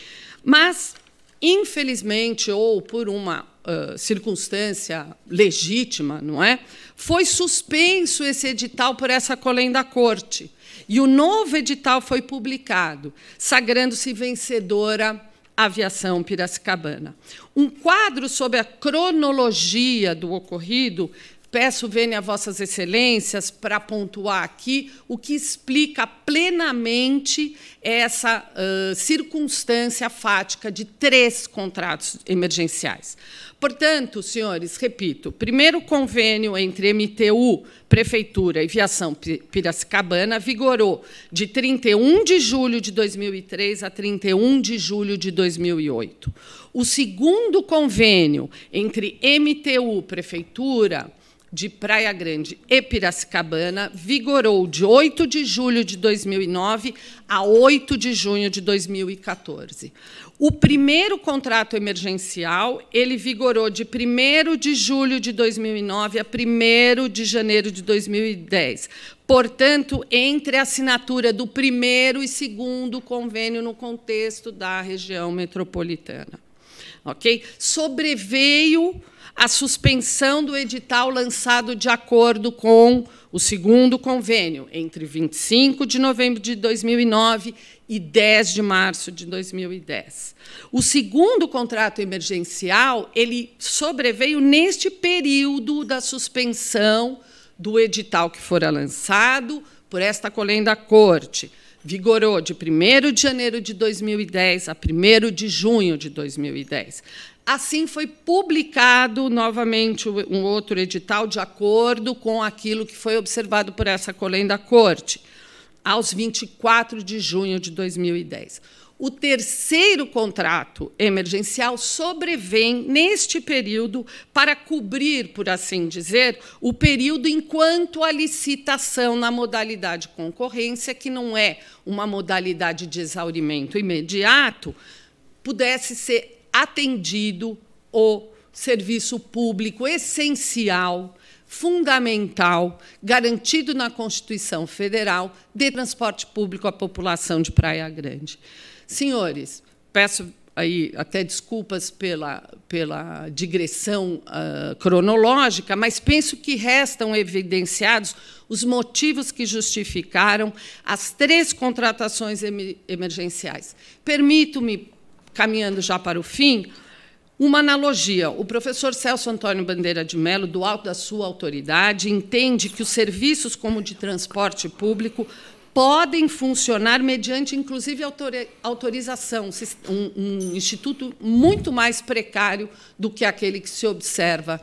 Mas, infelizmente, ou por uma circunstância legítima, não é? Foi suspenso esse edital por essa Colém da Corte. E o novo edital foi publicado, sagrando-se vencedora a Aviação Piracicabana. Um quadro sobre a cronologia do ocorrido, peço vênia a Vossas Excelências para pontuar aqui o que explica plenamente essa circunstância fática de 3 contratos emergenciais. Portanto, senhores, repito, primeiro convênio entre MTU, Prefeitura e Viação Piracicabana vigorou de 31 de julho de 2003 a 31 de julho de 2008. O segundo convênio entre MTU, Prefeitura de Praia Grande e Piracicabana vigorou de 8 de julho de 2009 a 8 de junho de 2014. O primeiro contrato emergencial ele vigorou de 1º de julho de 2009 a 1º de janeiro de 2010. Portanto, entre a assinatura do primeiro e segundo convênio no contexto da região metropolitana. Ok? Sobreveio a suspensão do edital lançado de acordo com o segundo convênio, entre 25 de novembro de 2009 e 10 de março de 2010. O segundo contrato emergencial ele sobreveio neste período da suspensão do edital que fora lançado por esta Colém da Corte. Vigorou de 1º de janeiro de 2010 a 1º de junho de 2010. Assim, foi publicado novamente um outro edital de acordo com aquilo que foi observado por essa Colém da Corte, aos 24 de junho de 2010. O terceiro contrato emergencial sobrevém neste período para cobrir, por assim dizer, o período enquanto a licitação na modalidade concorrência, que não é uma modalidade de exaurimento imediato, pudesse ser atendido o serviço público essencial, fundamental, garantido na Constituição Federal, de transporte público à população de Praia Grande. Senhores, peço aí até desculpas pela digressão cronológica, mas penso que restam evidenciados os motivos que justificaram as 3 contratações emergenciais. Permito-me, caminhando já para o fim, uma analogia. O professor Celso Antônio Bandeira de Mello, do alto da sua autoridade, entende que os serviços como de transporte público podem funcionar mediante, inclusive, autorização, um instituto muito mais precário do que aquele que se observa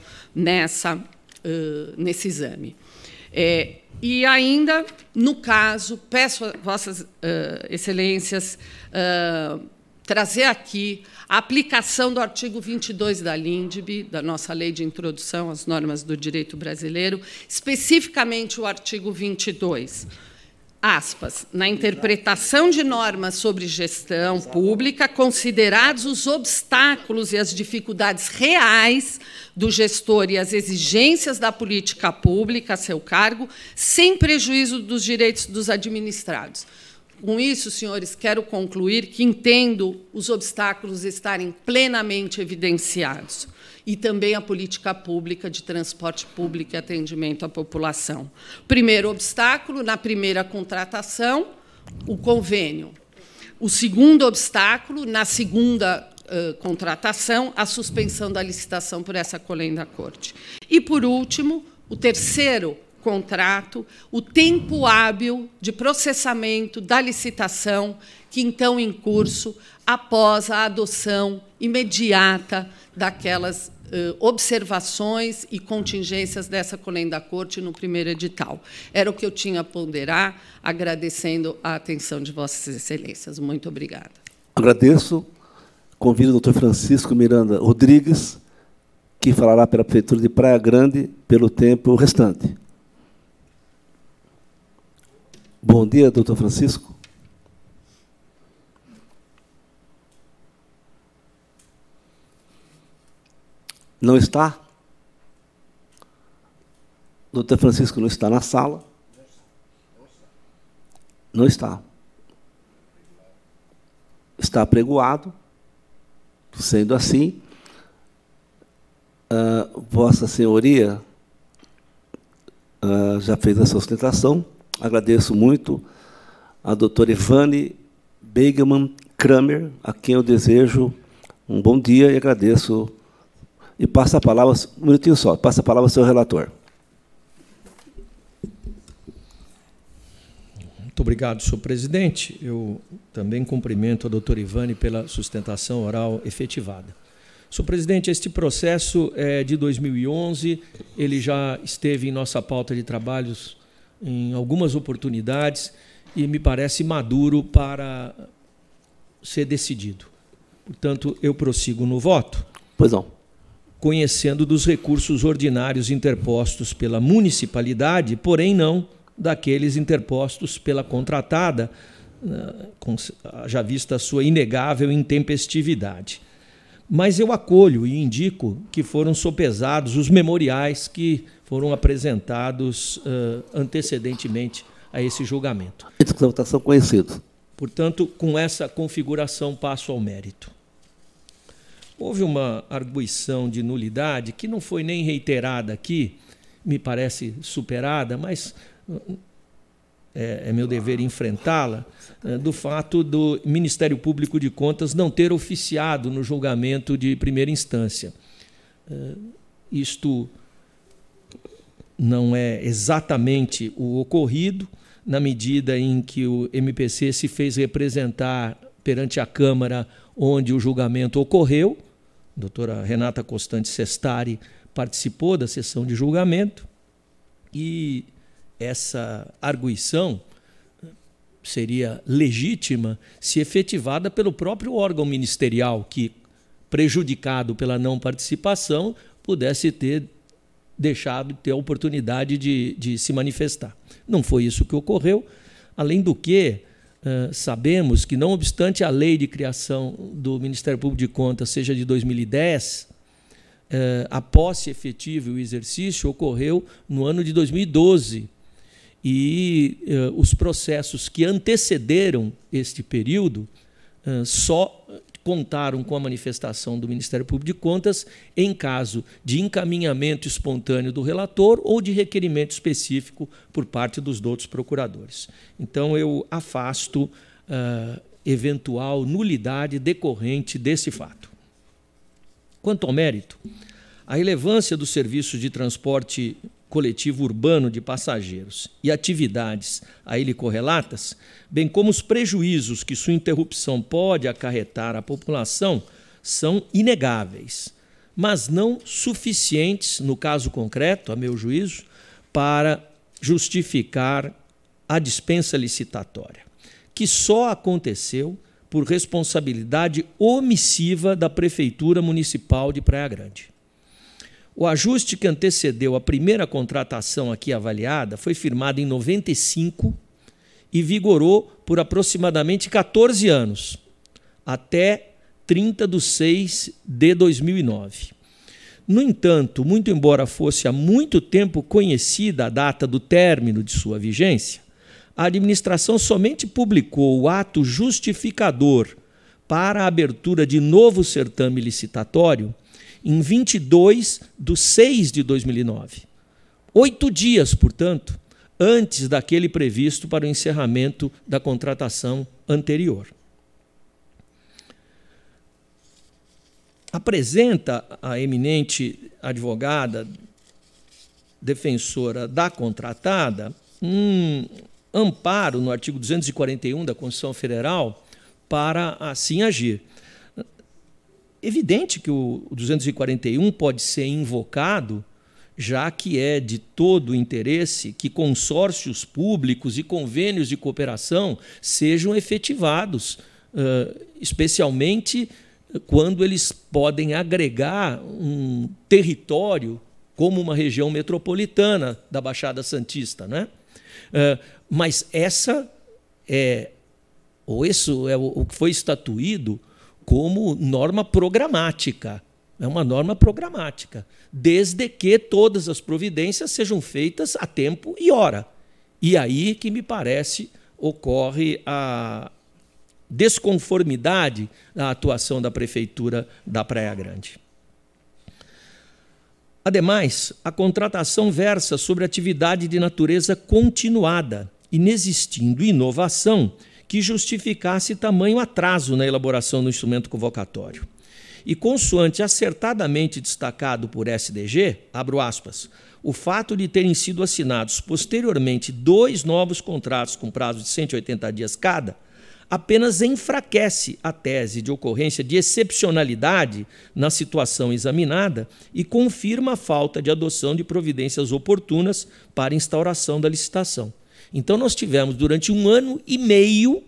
nesse exame. E ainda, no caso, peço a Vossas Excelências trazer aqui a aplicação do artigo 22 da LINDB, da nossa Lei de Introdução às Normas do Direito Brasileiro, especificamente o artigo 22. Aspas, na interpretação de normas sobre gestão pública, considerados os obstáculos e as dificuldades reais do gestor e as exigências da política pública a seu cargo, sem prejuízo dos direitos dos administrados. Com isso, senhores, quero concluir que entendo os obstáculos estarem plenamente evidenciados e também a política pública de transporte público e atendimento à população. Primeiro obstáculo, na primeira contratação, o convênio. O segundo obstáculo, na segunda contratação, a suspensão da licitação por essa colenda à corte. E, por último, o terceiro contrato, o tempo hábil de processamento da licitação, que então em curso, após a adoção imediata daquelas observações e contingências dessa colenda à corte no primeiro edital. Era o que eu tinha a ponderar, agradecendo a atenção de Vossas Excelências. Muito obrigada. Agradeço. Convido o doutor Francisco Miranda Rodrigues, que falará pela Prefeitura de Praia Grande pelo tempo restante. Bom dia, doutor Francisco. Não está? Doutor Francisco não está na sala? Não está. Está apregoado. Sendo assim, Vossa Senhoria já fez a sua sustentação. Agradeço muito a doutora Ivane Beigemann Kramer, a quem eu desejo um bom dia e agradeço. E passa a palavra, um minutinho só, passa a palavra ao seu relator. Muito obrigado, senhor presidente. Eu também cumprimento a doutora Ivane pela sustentação oral efetivada. Senhor presidente, este processo é de 2011, ele já esteve em nossa pauta de trabalhos em algumas oportunidades e me parece maduro para ser decidido. Portanto, eu prossigo no voto. Pois não. Conhecendo dos recursos ordinários interpostos pela municipalidade, porém não daqueles interpostos pela contratada, já vista a sua inegável intempestividade. Mas eu acolho e indico que foram sopesados os memoriais que foram apresentados antecedentemente a esse julgamento. Votação conhecido. Portanto, com essa configuração, passo ao mérito. Houve uma arguição de nulidade que não foi nem reiterada aqui, me parece superada, mas é meu dever enfrentá-la, do fato do Ministério Público de Contas não ter oficiado no julgamento de primeira instância. Isto não é exatamente o ocorrido, na medida em que o MPC se fez representar perante a Câmara onde o julgamento ocorreu. A doutora Renata Costante Sestari participou da sessão de julgamento e essa arguição seria legítima se efetivada pelo próprio órgão ministerial que, prejudicado pela não participação, pudesse ter deixado de ter a oportunidade de se manifestar. Não foi isso que ocorreu, além do que sabemos que, não obstante a lei de criação do Ministério Público de Contas seja de 2010, a posse efetiva e o exercício ocorreu no ano de 2012, e os processos que antecederam este período só contaram com a manifestação do Ministério Público de Contas em caso de encaminhamento espontâneo do relator ou de requerimento específico por parte dos outros procuradores. Então, eu afasto eventual nulidade decorrente desse fato. Quanto ao mérito, a relevância dos serviços de transporte coletivo urbano de passageiros e atividades a ele correlatas, bem como os prejuízos que sua interrupção pode acarretar à população, são inegáveis, mas não suficientes, no caso concreto, a meu juízo, para justificar a dispensa licitatória, que só aconteceu por responsabilidade omissiva da Prefeitura Municipal de Praia Grande. O ajuste que antecedeu a primeira contratação aqui avaliada foi firmado em 95 e vigorou por aproximadamente 14 anos, até 30/6 de 2009. No entanto, muito embora fosse há muito tempo conhecida a data do término de sua vigência, a administração somente publicou o ato justificador para a abertura de novo certame licitatório em 22/6 de 2009. 8 dias, portanto, antes daquele previsto para o encerramento da contratação anterior. Apresenta a eminente advogada defensora da contratada um amparo no artigo 241 da Constituição Federal para assim agir. Evidente que o 241 pode ser invocado, já que é de todo interesse que consórcios públicos e convênios de cooperação sejam efetivados, especialmente quando eles podem agregar um território como uma região metropolitana da Baixada Santista, né? Mas isso é o que foi estatuído como norma programática. É uma norma programática, desde que todas as providências sejam feitas a tempo e hora. E aí que me parece ocorre a desconformidade da atuação da Prefeitura da Praia Grande. Ademais, a contratação versa sobre atividade de natureza continuada, inexistindo inovação que justificasse tamanho atraso na elaboração do instrumento convocatório. E consoante acertadamente destacado por SDG, abro aspas, o fato de terem sido assinados posteriormente 2 novos contratos com prazo de 180 dias cada, apenas enfraquece a tese de ocorrência de excepcionalidade na situação examinada e confirma a falta de adoção de providências oportunas para instauração da licitação. Então, nós tivemos, durante 1 ano e meio,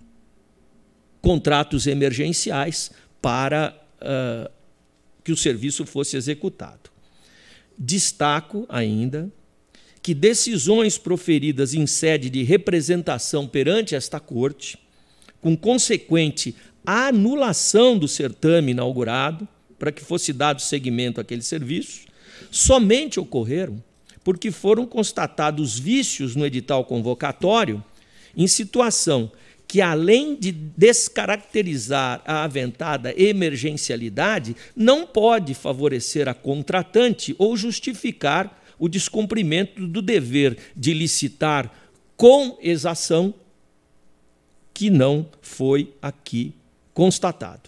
contratos emergenciais para que o serviço fosse executado. Destaco ainda que decisões proferidas em sede de representação perante esta Corte, com consequente anulação do certame inaugurado, para que fosse dado seguimento àquele serviço, somente ocorreram porque foram constatados vícios no edital convocatório em situação que, além de descaracterizar a aventada emergencialidade, não pode favorecer a contratante ou justificar o descumprimento do dever de licitar com exação, que não foi aqui constatado.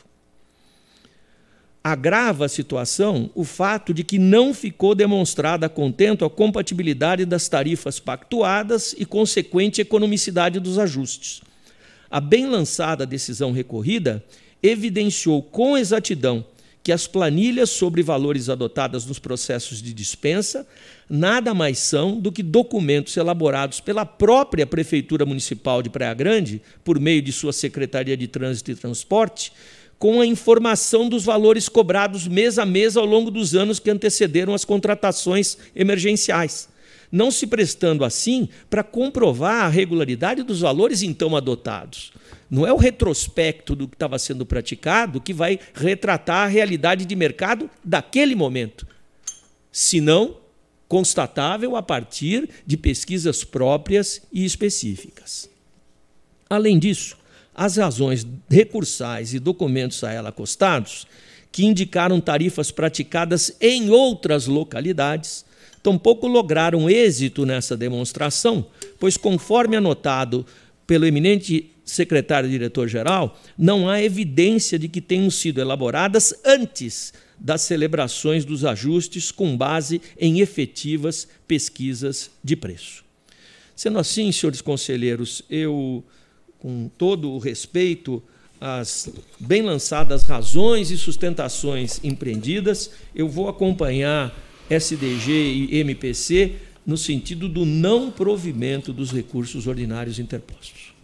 Agrava a situação o fato de que não ficou demonstrada a contento a compatibilidade das tarifas pactuadas e consequente economicidade dos ajustes. A bem lançada decisão recorrida evidenciou com exatidão que as planilhas sobre valores adotadas nos processos de dispensa nada mais são do que documentos elaborados pela própria Prefeitura Municipal de Praia Grande, por meio de sua Secretaria de Trânsito e Transporte, com a informação dos valores cobrados mês a mês ao longo dos anos que antecederam as contratações emergenciais, não se prestando assim para comprovar a regularidade dos valores então adotados. Não é o retrospecto do que estava sendo praticado que vai retratar a realidade de mercado daquele momento, senão constatável a partir de pesquisas próprias e específicas. Além disso, as razões recursais e documentos a ela acostados, que indicaram tarifas praticadas em outras localidades, tampouco lograram êxito nessa demonstração, pois, conforme anotado pelo eminente secretário-diretor-geral, não há evidência de que tenham sido elaboradas antes das celebrações dos ajustes com base em efetivas pesquisas de preço. Sendo assim, senhores conselheiros, eu, com todo o respeito às bem lançadas razões e sustentações empreendidas, eu vou acompanhar SDG e MPC no sentido do não provimento dos recursos ordinários interpostos.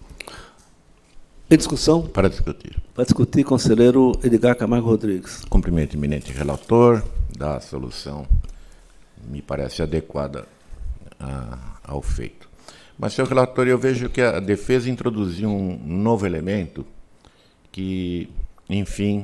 Em discussão? Para discutir. Para discutir, conselheiro Edgar Camargo Rodrigues. Cumprimento o eminente relator da solução, me parece adequada ao feito. Mas, senhor relator, eu vejo que a defesa introduziu um novo elemento que, enfim,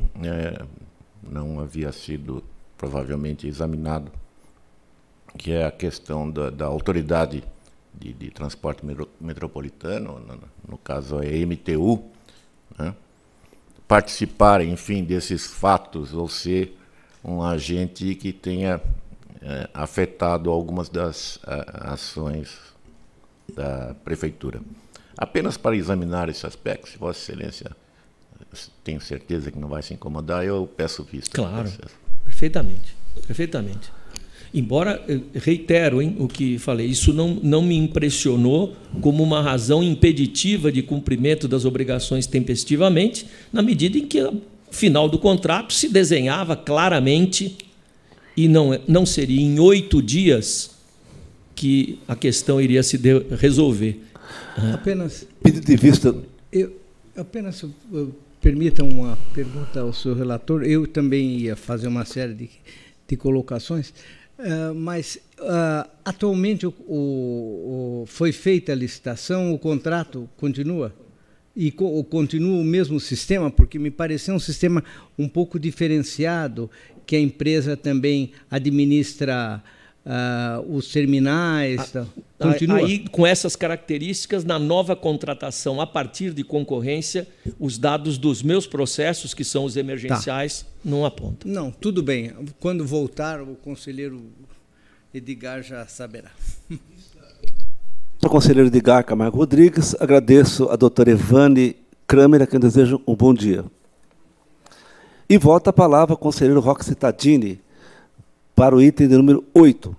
não havia sido provavelmente examinado, que é a questão da autoridade de transporte metropolitano, no caso a MTU, né, participar, enfim, desses fatos, ou ser um agente que tenha afetado algumas das ações da Prefeitura. Apenas para examinar esse aspecto, se Vossa Excelência tenho certeza que não vai se incomodar, eu peço vista. Claro, perfeitamente, perfeitamente. Embora, reitero o que falei, isso não me impressionou como uma razão impeditiva de cumprimento das obrigações tempestivamente, na medida em que, ao final do contrato, se desenhava claramente, e não seria em 8 dias que a questão iria se resolver. Apenas pedido de vista. Apenas permita uma pergunta ao senhor relator. Eu também ia fazer uma série de colocações, mas atualmente foi feita a licitação, o contrato continua? E continua o mesmo sistema? Porque me pareceu um sistema um pouco diferenciado, que a empresa também administra os terminais. Continua? Aí, com essas características, na nova contratação, a partir de concorrência, os dados dos meus processos, que são os emergenciais, não apontam. Não, tudo bem. Quando voltar, o conselheiro Edgar já saberá. Para o conselheiro Edgar Camargo Rodrigues, agradeço a doutora Evane Kramer, a quem desejo um bom dia. E volta a palavra ao conselheiro Roque Tadini, para o item de número 8.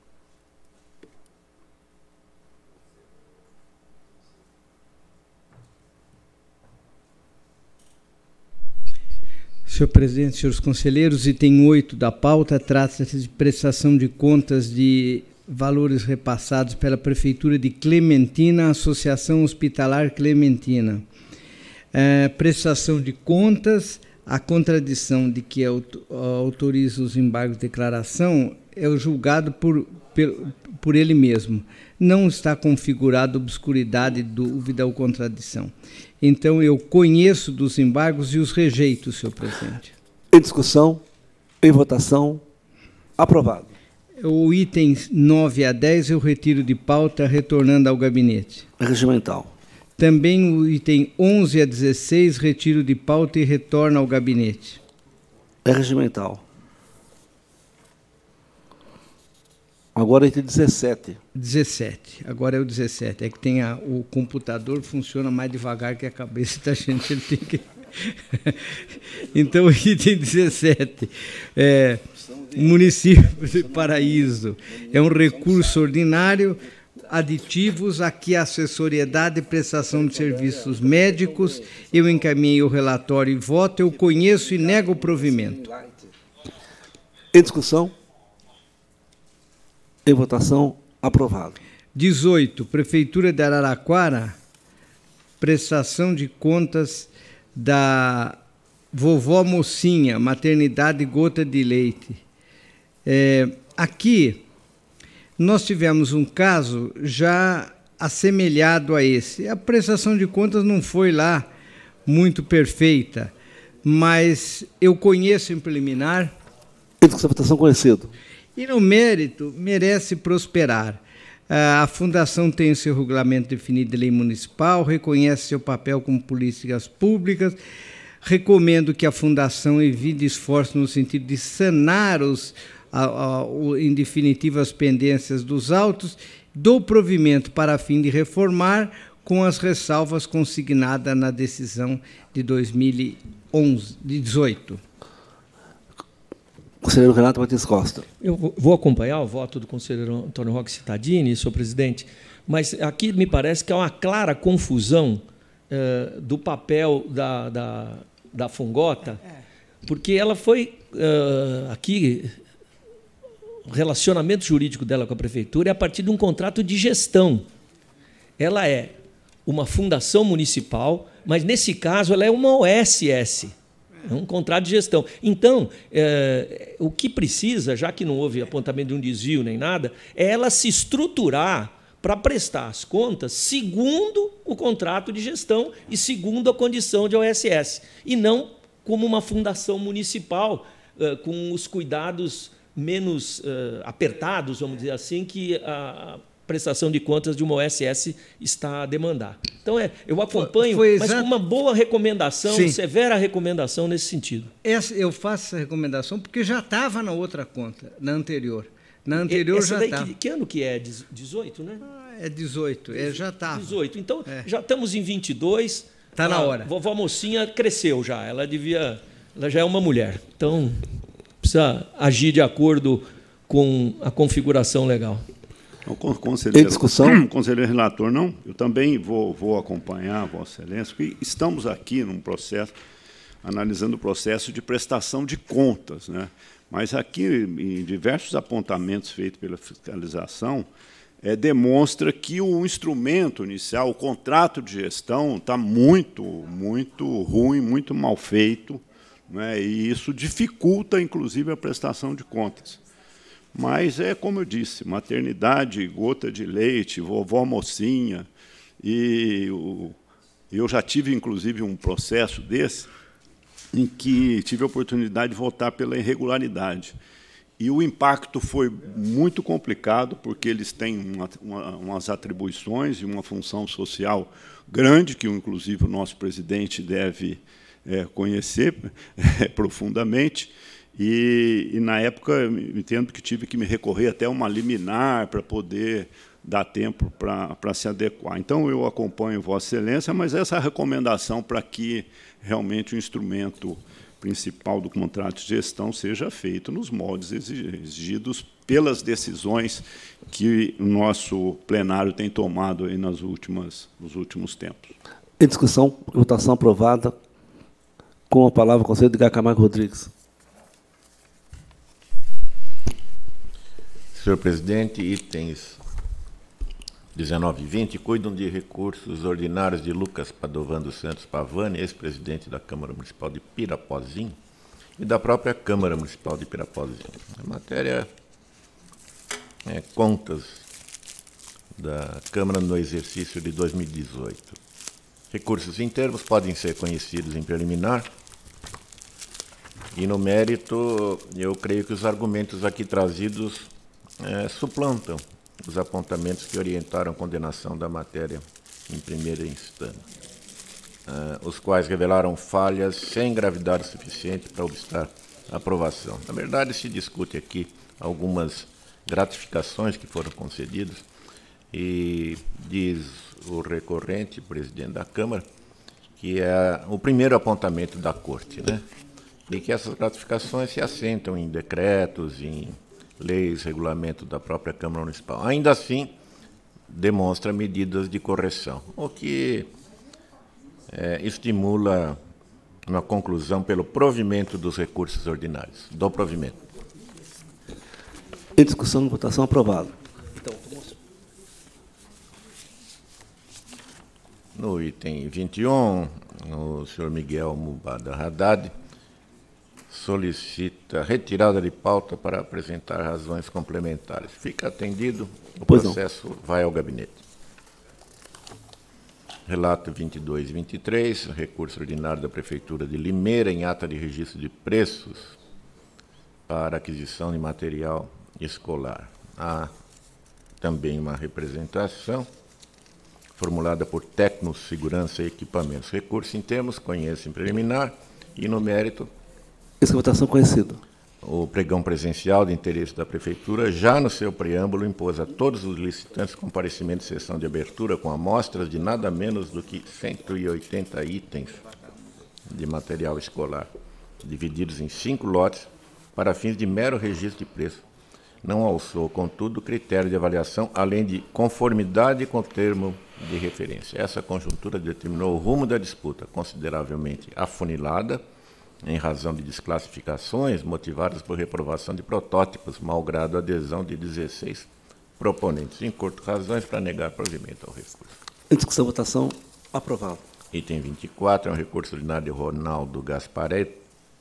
Senhor presidente, senhores conselheiros, item 8 da pauta trata-se de prestação de contas de valores repassados pela Prefeitura de Clementina, Associação Hospitalar Clementina. Prestação de contas. A contradição de que autoriza os embargos de declaração é o julgado por ele mesmo. Não está configurada obscuridade, dúvida ou contradição. Então, eu conheço dos embargos e os rejeito, senhor presidente. Em discussão, em votação, aprovado. O item 9 a 10 eu retiro de pauta, retornando ao gabinete. Regimental. Também o item 11 a 16, retiro de pauta e retorna ao gabinete. É regimental. Agora item 17. 17. Agora é o 17. É que tem o computador funciona mais devagar que a cabeça da gente. Ele tem que... Então, o item 17. Município de Paraíso. É um recurso ordinário, aditivos, aqui a assessoriedade e prestação de serviços médicos. Eu encaminhei o relatório e voto, eu conheço e nego o provimento. Em discussão, em votação, aprovado. 18, Prefeitura de Araraquara, prestação de contas da vovó Mocinha, maternidade Gota de Leite. Aqui, nós tivemos um caso já assemelhado a esse. A prestação de contas não foi lá muito perfeita, mas eu conheço em preliminar. Essa votação conhecido. E no mérito, merece prosperar. A Fundação tem seu regulamento definido de lei municipal, reconhece seu papel como políticas públicas. Recomendo que a Fundação evite esforços no sentido de sanar em definitiva, as pendências dos autos, dou provimento para fim de reformar, com as ressalvas consignadas na decisão de 2018. Conselheiro Renato Martins Costa. Eu vou acompanhar o voto do conselheiro Antônio Roque Cittadini, senhor presidente, mas aqui me parece que há uma clara confusão do papel da Fungota, porque ela foi aqui... O relacionamento jurídico dela com a prefeitura é a partir de um contrato de gestão. Ela é uma fundação municipal, mas, nesse caso, ela é uma OSS, é um contrato de gestão. Então, o que precisa, já que não houve apontamento de um desvio nem nada, é ela se estruturar para prestar as contas segundo o contrato de gestão e segundo a condição de OSS, e não como uma fundação municipal, com os cuidados menos apertados, vamos dizer assim, que a prestação de contas de uma OSS está a demandar. Então, eu acompanho, mas com uma boa recomendação, sim, severa recomendação nesse sentido. Eu faço essa recomendação porque já estava na outra conta, na anterior. Na anterior essa já daí, estava. que ano que é? 18, né? É 18, já estava. 18. Então, já estamos em 22. Está na hora. Vovó Mocinha cresceu já. Ela já é uma mulher. Então, precisa agir de acordo com a configuração legal. Conselheiro, em discussão? Conselheiro relator, não. Eu também vou acompanhar, Vossa Excelência, porque estamos aqui num processo, analisando o processo de prestação de contas, né? Mas aqui, em diversos apontamentos feitos pela fiscalização, demonstra que o instrumento inicial, o contrato de gestão, está muito ruim, muito mal feito, né? E isso dificulta, inclusive, a prestação de contas. Mas é como eu disse, maternidade, gota de leite, vovó Mocinha, e eu já tive, inclusive, um processo desse, em que tive a oportunidade de votar pela irregularidade. E o impacto foi muito complicado, porque eles têm umas atribuições e uma função social grande, que, inclusive, o nosso presidente deve conhecer profundamente. E, na época, eu entendo que tive que me recorrer até uma liminar para poder dar tempo para se adequar. Então, eu acompanho Vossa Excelência, mas essa é a recomendação para que realmente o instrumento principal do contrato de gestão seja feito nos moldes exigidos pelas decisões que o nosso plenário tem tomado aí nos últimos tempos. Em discussão, votação aprovada. Com a palavra, o conselheiro Edgar Camargo Rodrigues. Senhor presidente, itens 19 e 20 cuidam de recursos ordinários de Lucas Padovan dos Santos Pavani, ex-presidente da Câmara Municipal de Pirapozinho, e da própria Câmara Municipal de Pirapozinho. A matéria é contas da Câmara no exercício de 2018. Recursos em termos podem ser conhecidos em preliminar, e no mérito, eu creio que os argumentos aqui trazidos suplantam os apontamentos que orientaram a condenação da matéria em primeira instância, os quais revelaram falhas sem gravidade suficiente para obstar a aprovação. Na verdade, se discute aqui algumas gratificações que foram concedidas e diz o recorrente, presidente da Câmara, que é o primeiro apontamento da Corte, né? E que essas gratificações se assentam em decretos, em leis, regulamento da própria Câmara Municipal. Ainda assim, demonstra medidas de correção, o que estimula uma conclusão pelo provimento dos recursos ordinários, do provimento. Em discussão, votação aprovada. No item 21, o senhor Miguel Mubada Haddad solicita retirada de pauta para apresentar razões complementares. Fica atendido, o processo vai ao gabinete. Relato 22 e 23, recurso ordinário da Prefeitura de Limeira em ata de registro de preços para aquisição de material escolar. Há também uma representação formulada por técnicos, segurança e equipamentos. Recurso em termos, conhece em preliminar e no mérito. Essa votação conhecida. O pregão presencial de interesse da Prefeitura, já no seu preâmbulo, impôs a todos os licitantes comparecimento de sessão de abertura com amostras de nada menos do que 180 itens de material escolar, divididos em 5 lotes, para fins de mero registro de preço. Não alçou, contudo, critério de avaliação, além de conformidade com o termo de referência. Essa conjuntura determinou o rumo da disputa, consideravelmente afunilada, em razão de desclassificações motivadas por reprovação de protótipos, malgrado a adesão de 16 proponentes. Em curto, razões para negar provimento ao recurso. Em discussão, votação aprovada. Item 24 é um recurso ordinário de Ronaldo Gasparello,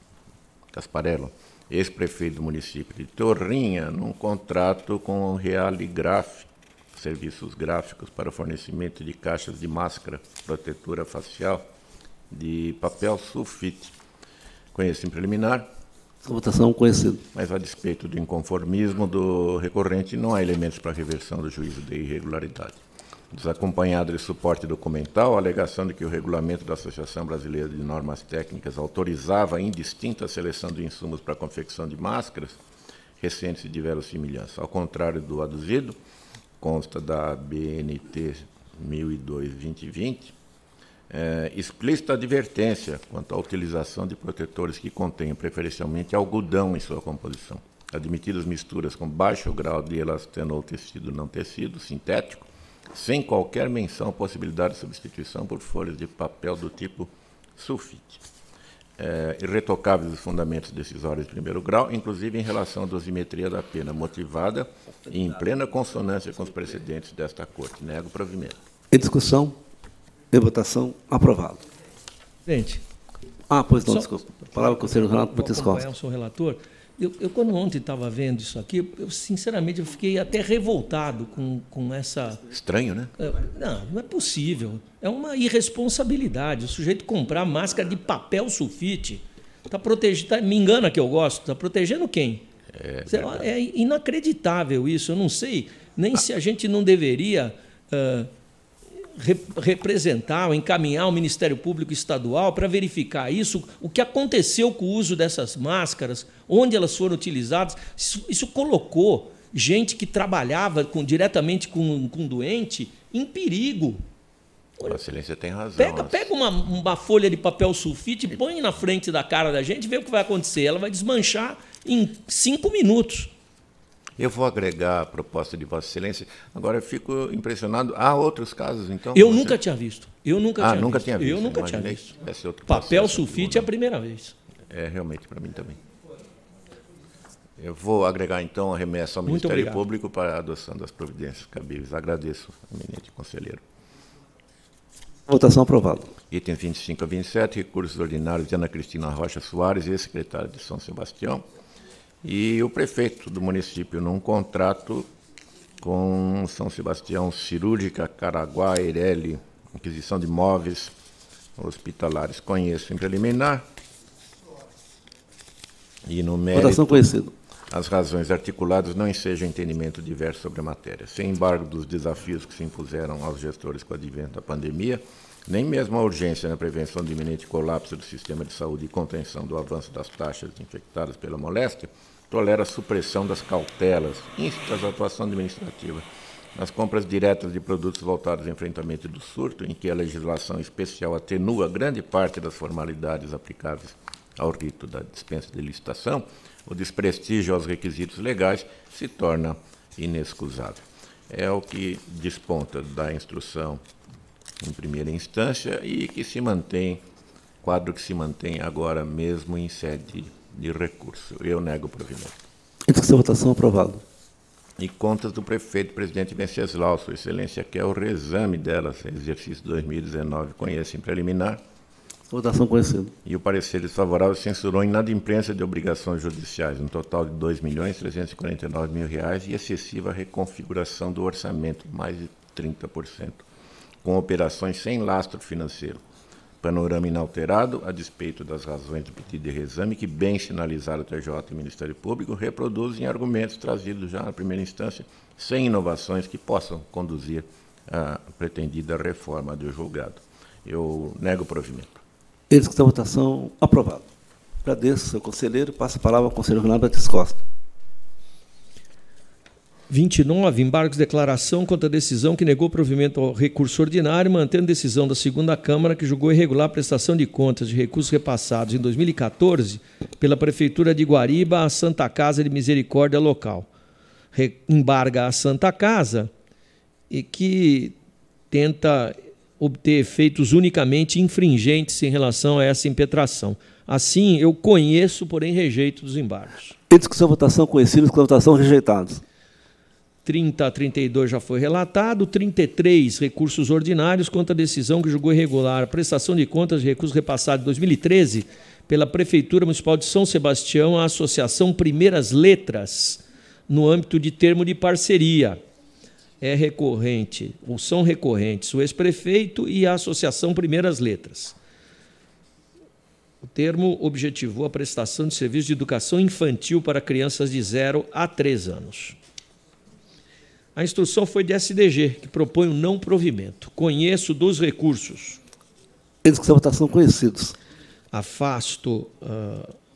ex-prefeito do município de Torrinha, num contrato com o Realigraf, serviços gráficos para o fornecimento de caixas de máscara, protetora facial, de papel sulfite. Conheço em preliminar. Votação conhecida. Mas, a despeito do inconformismo do recorrente, não há elementos para reversão do juízo de irregularidade. Desacompanhado de suporte documental, a alegação de que o regulamento da Associação Brasileira de Normas Técnicas autorizava a indistinta seleção de insumos para a confecção de máscaras recentes e de verossimilhança. Ao contrário do aduzido, consta da BNT 1002-2020, explícita advertência quanto à utilização de protetores que contenham preferencialmente algodão em sua composição, admitidas misturas com baixo grau de elastano ou tecido não tecido, sintético, sem qualquer menção à possibilidade de substituição por folhas de papel do tipo sulfite. Irretocáveis os fundamentos decisórios de primeiro grau, inclusive em relação à dosimetria da pena, motivada e em plena consonância com os precedentes desta Corte. Nego provimento. Em discussão, em votação, aprovado. Presidente. Pois não, desculpa. Palavra com o senhor Renato Martins Costa. O senhor relator. Eu, quando ontem estava vendo isso aqui, sinceramente, eu fiquei até revoltado com essa... Estranho, né? Não é possível. É uma irresponsabilidade. O sujeito comprar máscara de papel sulfite. Está protegendo... me engana que eu gosto. Está protegendo quem? É inacreditável isso. Eu não sei nem se a gente não deveria... representar ou encaminhar o Ministério Público Estadual para verificar isso, o que aconteceu com o uso dessas máscaras, onde elas foram utilizadas. Isso colocou gente que trabalhava diretamente com doente em perigo. Vossa Excelência tem razão. Pega uma folha de papel sulfite, põe na frente da cara da gente e vê o que vai acontecer. Ela vai desmanchar em 5 minutos. Eu vou agregar a proposta de Vossa Excelência. Agora, eu fico impressionado. Há outros casos, então? Eu nunca tinha visto. Eu nunca tinha visto. Eu nunca tinha visto. Papel sulfite é a primeira vez. Realmente, para mim também. Eu vou agregar, então, a remessa ao Ministério Público para a adoção das providências cabíveis. Agradeço, eminente conselheiro. Votação aprovada. Item 25 a 27, recursos ordinários de Ana Cristina Rocha Soares, ex-secretária de São Sebastião, e o prefeito do município, num contrato com São Sebastião Cirúrgica, Caraguá, Eireli, aquisição de móveis hospitalares. Conheço em preliminar. E no mérito, votação conhecida. As razões articuladas não ensejam entendimento diverso sobre a matéria. Sem embargo dos desafios que se impuseram aos gestores com o advento da pandemia, nem mesmo a urgência na prevenção do iminente colapso do sistema de saúde e contenção do avanço das taxas de infectados pela moléstia, tolera a supressão das cautelas, instas à atuação administrativa, nas compras diretas de produtos voltados ao enfrentamento do surto, em que a legislação especial atenua grande parte das formalidades aplicáveis ao rito da dispensa de licitação, o desprestígio aos requisitos legais se torna inexcusável. É o que desponta da instrução em primeira instância e que se mantém, quadro que se mantém agora mesmo em sede de recurso. Eu nego o provimento. Em discussão, votação aprovado. E contas do prefeito presidente Venceslau, Sua Excelência, que é o reexame delas, exercício 2019, conhece em preliminar. Votação conhecida. E o parecer desfavorável censurou inadimplência de obrigações judiciais, no total de R$ 2.349.000 e excessiva reconfiguração do orçamento, mais de 30%, com operações sem lastro financeiro. Panorama inalterado, a despeito das razões do pedido de reexame, que, bem sinalizado ao TJ e Ministério Público, reproduzem argumentos trazidos já na primeira instância, sem inovações que possam conduzir à pretendida reforma do julgado. Eu nego o provimento. Em discussão, votação aprovado. Agradeço, senhor conselheiro. Passa a palavra ao conselheiro Renato Martins Costa. 29, embargos de declaração contra a decisão que negou provimento ao recurso ordinário, mantendo decisão da segunda Câmara que julgou irregular a prestação de contas de recursos repassados em 2014 pela Prefeitura de Guariba à Santa Casa de Misericórdia Local. Embarga a Santa Casa e que tenta obter efeitos unicamente infringentes em relação a essa impetração. Assim, eu conheço, porém rejeito dos embargos. Em discussão, votação conhecidos, com votação rejeitados. 30 a 32 já foi relatado. 33, recursos ordinários contra a decisão que julgou irregular a prestação de contas de recursos repassados em 2013 pela Prefeitura Municipal de São Sebastião à Associação Primeiras Letras, no âmbito de termo de parceria. É recorrente, ou são recorrentes, o ex-prefeito e a Associação Primeiras Letras. O termo objetivou a prestação de serviços de educação infantil para crianças de 0 a 3 anos. A instrução foi de SDG, que propõe o não provimento. Conheço dos recursos. Em discussão, votação conhecidos. Afasto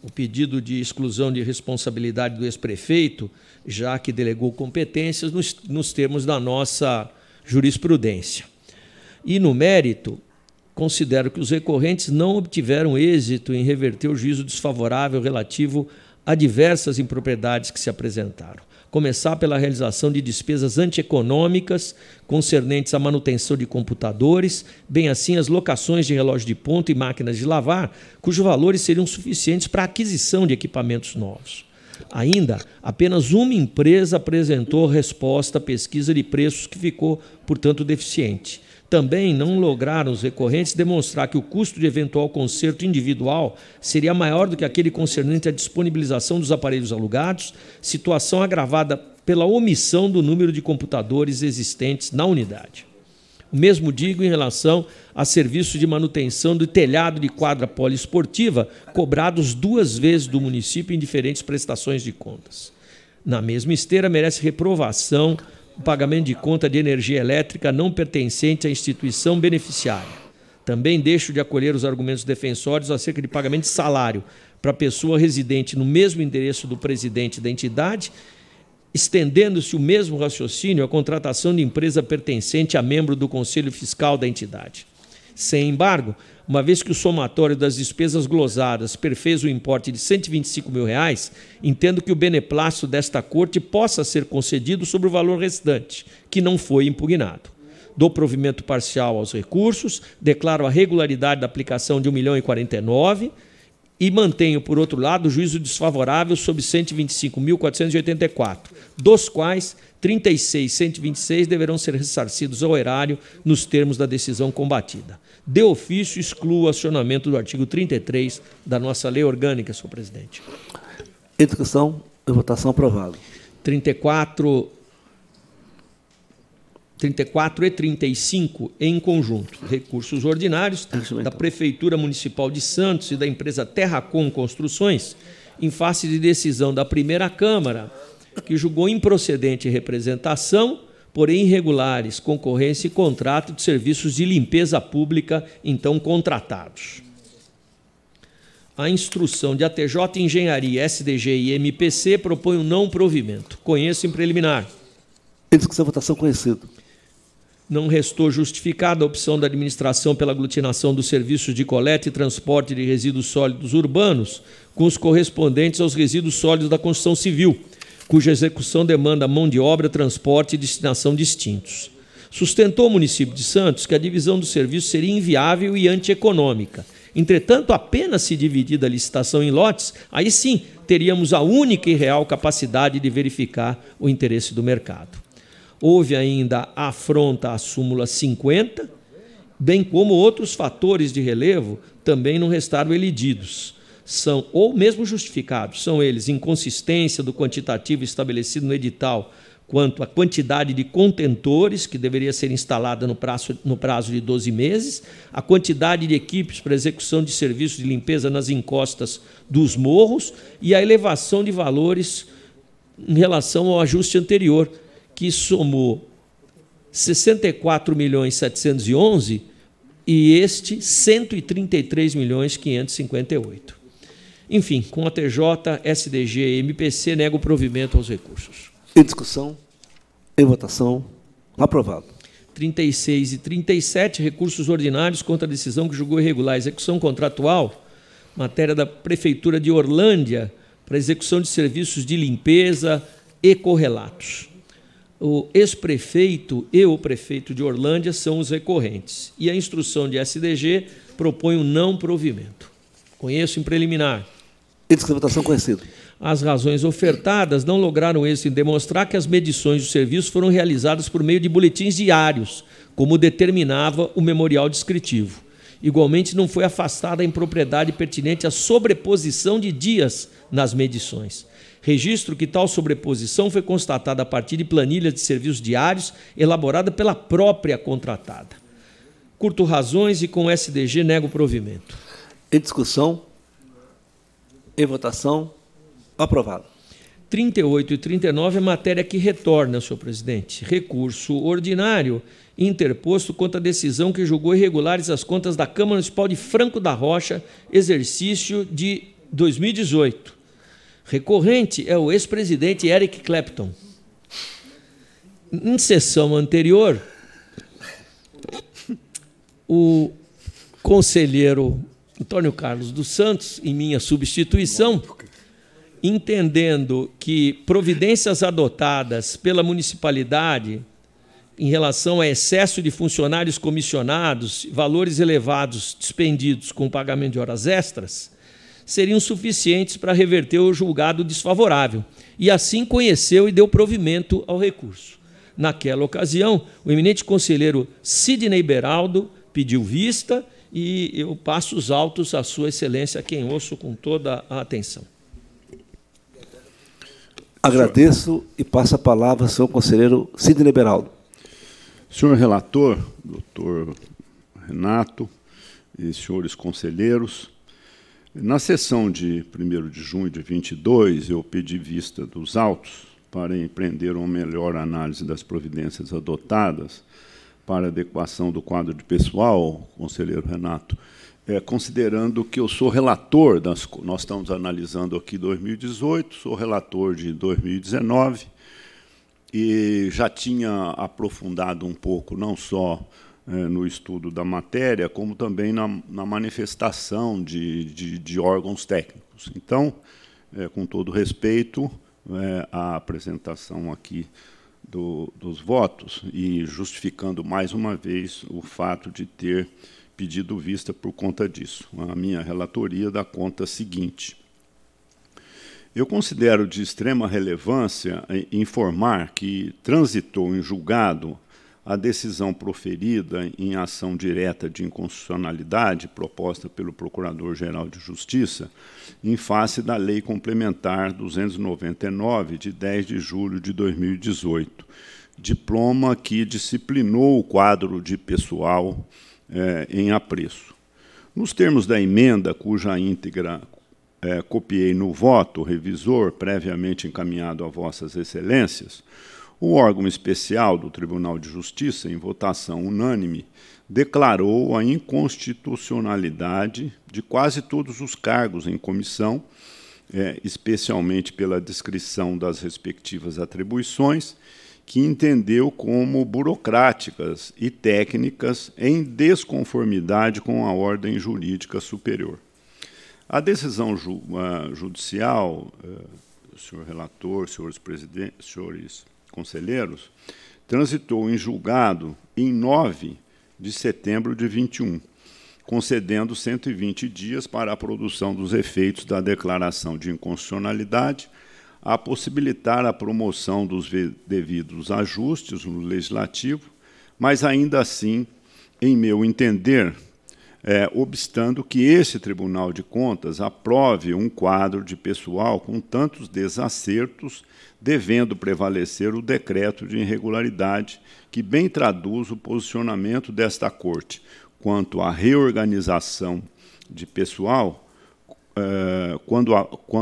o pedido de exclusão de responsabilidade do ex-prefeito, já que delegou competências nos termos da nossa jurisprudência. E, no mérito, considero que os recorrentes não obtiveram êxito em reverter o juízo desfavorável relativo a diversas impropriedades que se apresentaram. Começar pela realização de despesas antieconômicas concernentes à manutenção de computadores, bem assim as locações de relógio de ponto e máquinas de lavar, cujos valores seriam suficientes para a aquisição de equipamentos novos. Ainda, apenas uma empresa apresentou resposta à pesquisa de preços que ficou, portanto, deficiente. Também não lograram os recorrentes demonstrar que o custo de eventual conserto individual seria maior do que aquele concernente à disponibilização dos aparelhos alugados, situação agravada pela omissão do número de computadores existentes na unidade. O mesmo digo em relação a serviços de manutenção do telhado de quadra poliesportiva, cobrados 2 vezes do município em diferentes prestações de contas. Na mesma esteira, merece reprovação o pagamento de conta de energia elétrica não pertencente à instituição beneficiária. Também deixo de acolher os argumentos defensórios acerca de pagamento de salário para pessoa residente no mesmo endereço do presidente da entidade, estendendo-se o mesmo raciocínio à contratação de empresa pertencente a membro do Conselho Fiscal da entidade. Sem embargo, uma vez que o somatório das despesas glosadas perfez o importe de R$ 125 mil, entendo que o beneplácito desta Corte possa ser concedido sobre o valor restante, que não foi impugnado. Dou provimento parcial aos recursos, declaro a regularidade da aplicação de R$ 1.049.000 e mantenho, por outro lado, o juízo desfavorável sobre R$ 125.484, dos quais 36.126 deverão ser ressarcidos ao erário nos termos da decisão combatida. De ofício, excluo o acionamento do artigo 33 da nossa lei orgânica, senhor presidente. Em discussão e votação aprovado. 34 e 35 em conjunto. Recursos ordinários da Prefeitura Municipal de Santos e da empresa Terracom Construções, em face de decisão da primeira Câmara, que julgou improcedente representação, porém irregulares, concorrência e contrato de serviços de limpeza pública, então contratados. A instrução de ATJ, Engenharia, SDG e MPC propõe um não provimento. Conheço em preliminar. Em discussão, votação conhecido. Não restou justificada a opção da administração pela aglutinação dos serviços de coleta e transporte de resíduos sólidos urbanos com os correspondentes aos resíduos sólidos da construção civil, cuja execução demanda mão de obra, transporte e destinação distintos. Sustentou o município de Santos que a divisão do serviço seria inviável e antieconômica. Entretanto, apenas se dividida a licitação em lotes, aí sim teríamos a única e real capacidade de verificar o interesse do mercado. Houve ainda a afronta à súmula 50, bem como outros fatores de relevo também não restaram elididos. São, ou mesmo justificados, são eles inconsistência do quantitativo estabelecido no edital quanto à quantidade de contentores que deveria ser instalada no prazo de 12 meses, a quantidade de equipes para execução de serviços de limpeza nas encostas dos morros e a elevação de valores em relação ao ajuste anterior, que somou 64.711.000 e este 133.558.000. Enfim, com a TJ, SDG e MPC, nego o provimento aos recursos. Em discussão, em votação, aprovado. 36 e 37, recursos ordinários contra a decisão que julgou irregular a execução contratual, matéria da Prefeitura de Orlândia, para execução de serviços de limpeza e correlatos. O ex-prefeito e o prefeito de Orlândia são os recorrentes. E a instrução de SDG propõe um não provimento. Conheço em preliminar. Em discussão, votação conhecido. As razões ofertadas não lograram êxito em demonstrar que as medições do serviço foram realizadas por meio de boletins diários, como determinava o memorial descritivo. Igualmente, não foi afastada a impropriedade pertinente à sobreposição de dias nas medições. Registro que tal sobreposição foi constatada a partir de planilhas de serviços diários elaborada pela própria contratada. Curto razões e com SDG nego provimento. Em discussão, em votação, aprovado. 38 e 39 é matéria que retorna, senhor presidente. Recurso ordinário interposto contra a decisão que julgou irregulares as contas da Câmara Municipal de Franco da Rocha, exercício de 2018. Recorrente é o ex-presidente Eric Clapton. Em sessão anterior, o conselheiro Antônio Carlos dos Santos, em minha substituição, entendendo que providências adotadas pela municipalidade em relação a excesso de funcionários comissionados, valores elevados dispendidos com pagamento de horas extras, seriam suficientes para reverter o julgado desfavorável. E assim conheceu e deu provimento ao recurso. Naquela ocasião, o eminente conselheiro Sidney Beraldo pediu vista e eu passo os autos à Sua Excelência, a quem ouço com toda a atenção. Agradeço e passo a palavra ao senhor conselheiro Sidney Beraldo. Senhor relator, doutor Renato e senhores conselheiros, na sessão de 1º de junho de 22, eu pedi vista dos autos para empreender uma melhor análise das providências adotadas para adequação do quadro de pessoal, conselheiro Renato, considerando que eu sou relator, nós estamos analisando aqui 2018, sou relator de 2019, e já tinha aprofundado um pouco, não só no estudo da matéria, como também na manifestação de órgãos técnicos. Então, com todo respeito, a apresentação aqui dos votos e justificando mais uma vez o fato de ter pedido vista por conta disso. A minha relatoria dá conta seguinte. Eu considero de extrema relevância informar que transitou em julgado a decisão proferida em ação direta de inconstitucionalidade proposta pelo Procurador-Geral de Justiça em face da Lei Complementar 299, de 10 de julho de 2018, diploma que disciplinou o quadro de pessoal em apreço. Nos termos da emenda, cuja íntegra copiei no voto revisor previamente encaminhado a Vossas Excelências, o órgão especial do Tribunal de Justiça, em votação unânime, declarou a inconstitucionalidade de quase todos os cargos em comissão, especialmente pela descrição das respectivas atribuições, que entendeu como burocráticas e técnicas em desconformidade com a ordem jurídica superior. A decisão judicial, senhor relator, senhores conselheiros, transitou em julgado em 9 de setembro de 21, concedendo 120 dias para a produção dos efeitos da declaração de inconstitucionalidade, a possibilitar a promoção dos devidos ajustes no Legislativo, mas ainda assim, em meu entender, obstando que esse Tribunal de Contas aprove um quadro de pessoal com tantos desacertos, devendo prevalecer o decreto de irregularidade, que bem traduz o posicionamento desta Corte quanto à reorganização de pessoal, quando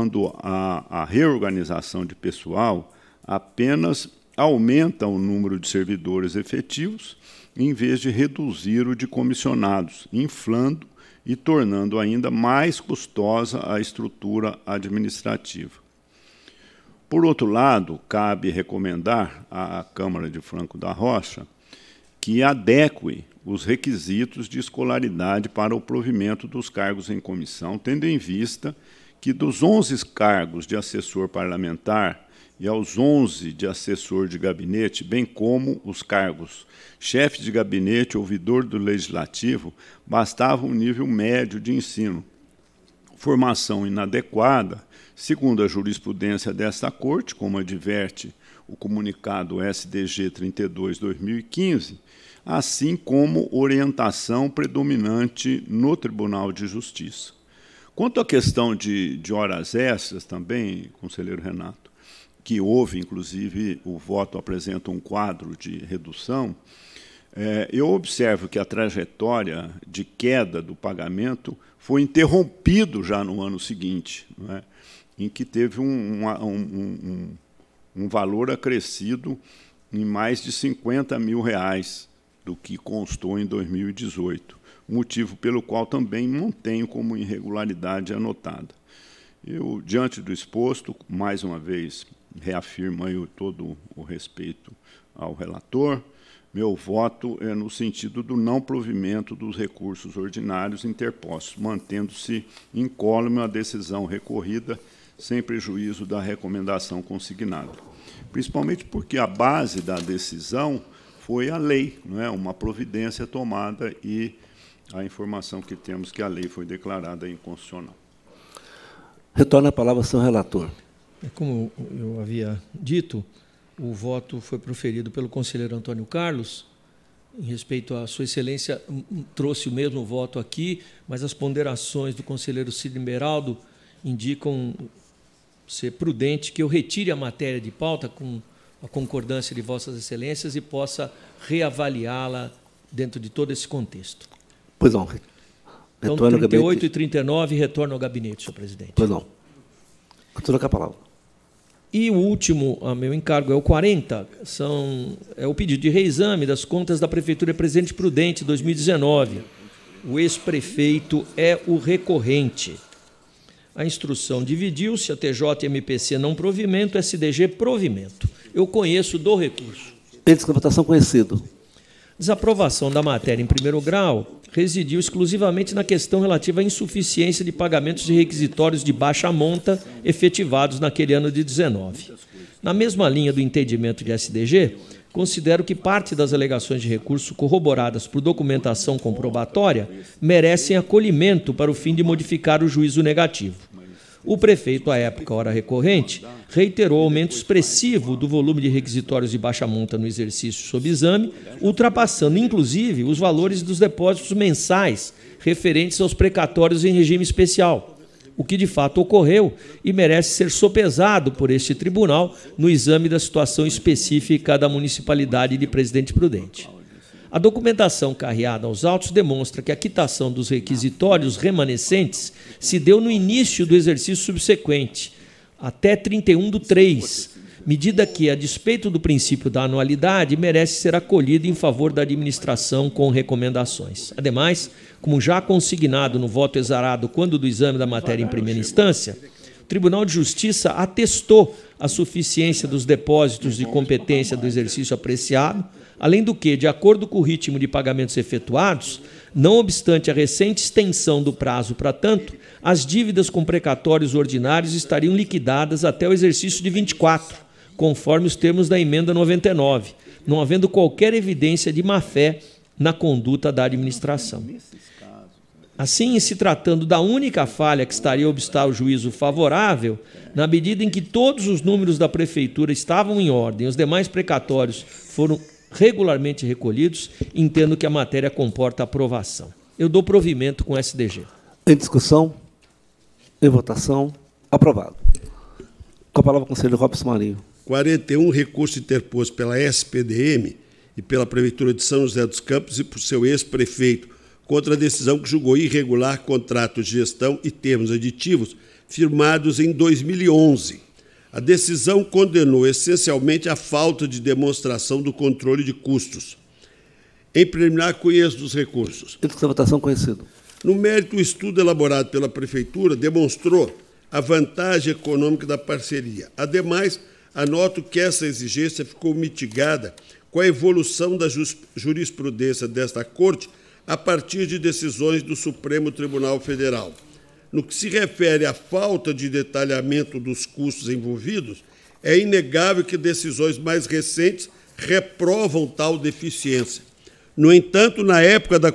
a reorganização de pessoal apenas aumenta o número de servidores efetivos, em vez de reduzir o de comissionados, inflando e tornando ainda mais custosa a estrutura administrativa. Por outro lado, cabe recomendar à Câmara de Franco da Rocha que adeque os requisitos de escolaridade para o provimento dos cargos em comissão, tendo em vista que dos 11 cargos de assessor parlamentar e aos 11 de assessor de gabinete, bem como os cargos chefe de gabinete, ouvidor do Legislativo, bastava um nível médio de ensino. Formação inadequada, segundo a jurisprudência desta Corte, como adverte o comunicado SDG 32/2015, assim como orientação predominante no Tribunal de Justiça. Quanto à questão de horas extras também, conselheiro Renato, que houve, inclusive, o voto apresenta um quadro de redução, eu observo que a trajetória de queda do pagamento foi interrompido já no ano seguinte, não é? Em que teve um valor acrescido em mais de R$50 mil do que constou em 2018, motivo pelo qual também não tenho como irregularidade anotada. Eu, diante do exposto, mais uma vez, reafirmo aí todo o respeito ao relator. Meu voto é no sentido do não provimento dos recursos ordinários interpostos, mantendo-se incólume a decisão recorrida, sem prejuízo da recomendação consignada. Principalmente porque a base da decisão foi a lei, não é? Uma providência tomada e a informação que temos que a lei foi declarada inconstitucional. Retorna a palavra ao senhor relator. Como eu havia dito, o voto foi proferido pelo conselheiro Antônio Carlos. Em respeito à sua excelência, trouxe o mesmo voto aqui, mas as ponderações do conselheiro Sidney Beraldo indicam ser prudente que eu retire a matéria de pauta com a concordância de vossas excelências e possa reavaliá-la dentro de todo esse contexto. Pois não. Então, 38 e 39, retorno ao gabinete, senhor presidente. Pois não. Continua com a palavra. E o último a meu encargo é o 40, é o pedido de reexame das contas da Prefeitura Presidente Prudente 2019. O ex-prefeito é o recorrente. A instrução dividiu-se, a TJ e MPC não provimento, SDG provimento. Eu conheço do recurso. Índice de votação conhecido. Desaprovação da matéria em primeiro grau residiu exclusivamente na questão relativa à insuficiência de pagamentos de requisitórios de baixa monta efetivados naquele ano de 19. Na mesma linha do entendimento de SDG, considero que parte das alegações de recurso corroboradas por documentação comprobatória merecem acolhimento para o fim de modificar o juízo negativo. O prefeito, à época, ora recorrente, reiterou o aumento expressivo do volume de requisitórios de baixa monta no exercício sob exame, ultrapassando, inclusive, os valores dos depósitos mensais referentes aos precatórios em regime especial, o que de fato ocorreu e merece ser sopesado por este tribunal no exame da situação específica da municipalidade de Presidente Prudente. A documentação carreada aos autos demonstra que a quitação dos requisitórios remanescentes se deu no início do exercício subsequente, até 31/3, medida que, a despeito do princípio da anualidade, merece ser acolhida em favor da administração com recomendações. Ademais, como já consignado no voto exarado quando do exame da matéria em primeira instância, o Tribunal de Justiça atestou a suficiência dos depósitos de competência do exercício apreciado, além do que, de acordo com o ritmo de pagamentos efetuados, não obstante a recente extensão do prazo para tanto, as dívidas com precatórios ordinários estariam liquidadas até o exercício de 24, conforme os termos da emenda 99, não havendo qualquer evidência de má-fé na conduta da administração. Assim, em se tratando da única falha que estaria a obstar o juízo favorável, na medida em que todos os números da Prefeitura estavam em ordem, os demais precatórios foram regularmente recolhidos, entendo que a matéria comporta aprovação. Eu dou provimento com SDG. Em discussão, em votação, aprovado. Com a palavra o conselheiro Robson Marinho. 41, recurso interposto pela SPDM e pela Prefeitura de São José dos Campos e por seu ex-prefeito, contra a decisão que julgou irregular contrato de gestão e termos aditivos firmados em 2011. A decisão condenou essencialmente a falta de demonstração do controle de custos. Em preliminar, conheço dos recursos. Índice de votação conhecido. No mérito, o estudo elaborado pela Prefeitura demonstrou a vantagem econômica da parceria. Ademais, anoto que essa exigência ficou mitigada com a evolução da jurisprudência desta Corte a partir de decisões do Supremo Tribunal Federal. No que se refere à falta de detalhamento dos custos envolvidos, é inegável que decisões mais recentes reprovam tal deficiência. No entanto, na época da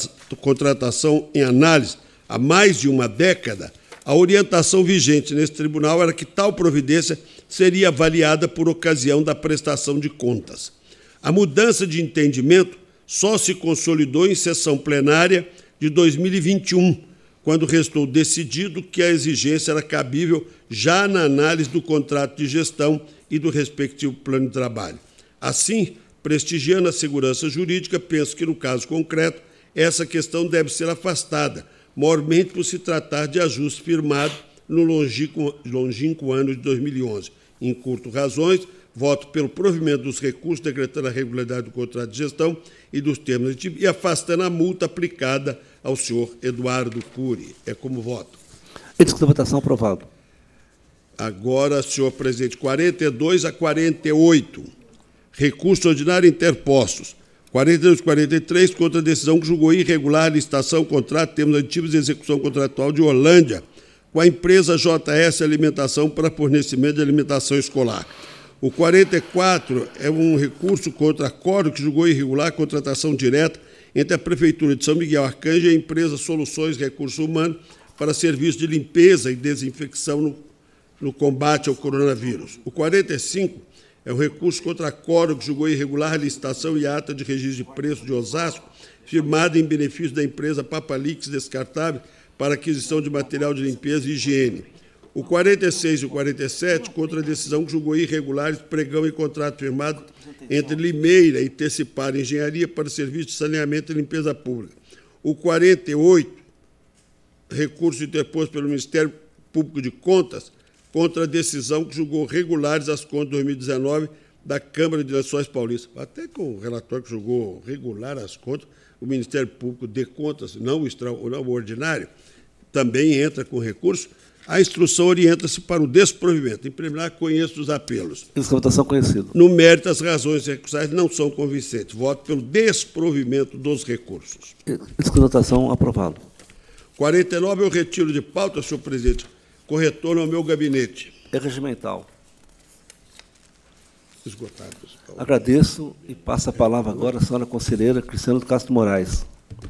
contratação em análise, há mais de uma década, a orientação vigente nesse tribunal era que tal providência seria avaliada por ocasião da prestação de contas. A mudança de entendimento só se consolidou em sessão plenária de 2021, quando restou decidido que a exigência era cabível já na análise do contrato de gestão e do respectivo plano de trabalho. Assim, prestigiando a segurança jurídica, penso que, no caso concreto, essa questão deve ser afastada, maiormente por se tratar de ajuste firmado no longínquo ano de 2011. Encurto razões, voto pelo provimento dos recursos, decretando a regularidade do contrato de gestão e dos termos aditivos e afastando a multa aplicada ao senhor Eduardo Cury. É como voto. Índice de votação aprovado. Agora, senhor presidente, 42 a 48. Recurso ordinário interpostos. 42 e 43, contra a decisão que julgou irregular a licitação, contrato, termos aditivos de execução contratual de Horlândia com a empresa JS Alimentação para fornecimento de alimentação escolar. O 44 é um recurso contra acordo que julgou irregular a contratação direta entre a Prefeitura de São Miguel Arcanjo e a empresa Soluções Recursos Humanos para serviço de limpeza e desinfecção no combate ao coronavírus. O 45 é um recurso contra acordo que julgou irregular a licitação e ata de registro de preço de Osasco, firmada em benefício da empresa Papalix Descartável para aquisição de material de limpeza e higiene. O 46 e o 47, contra a decisão que julgou irregulares pregão e contrato firmado entre Limeira e Tecipar Engenharia para serviço de saneamento e limpeza pública. O 48, recurso interposto pelo Ministério Público de Contas contra a decisão que julgou regulares as contas de 2019 da Câmara de Lençóis Paulistas. Até com o relatório que julgou regular as contas, o Ministério Público de Contas, não o ordinário, também entra com recurso. A instrução orienta-se para o desprovimento. Em primeiro lugar, conheço os apelos. Votação conhecida. No mérito, as razões recursais não são convincentes. Voto pelo desprovimento dos recursos. Votação aprovado. 49, eu retiro de pauta, senhor presidente. Corretor ao meu gabinete. É regimental. Esgotado. Agradeço e passo a palavra agora à senhora conselheira Cristiana do Castro Moraes.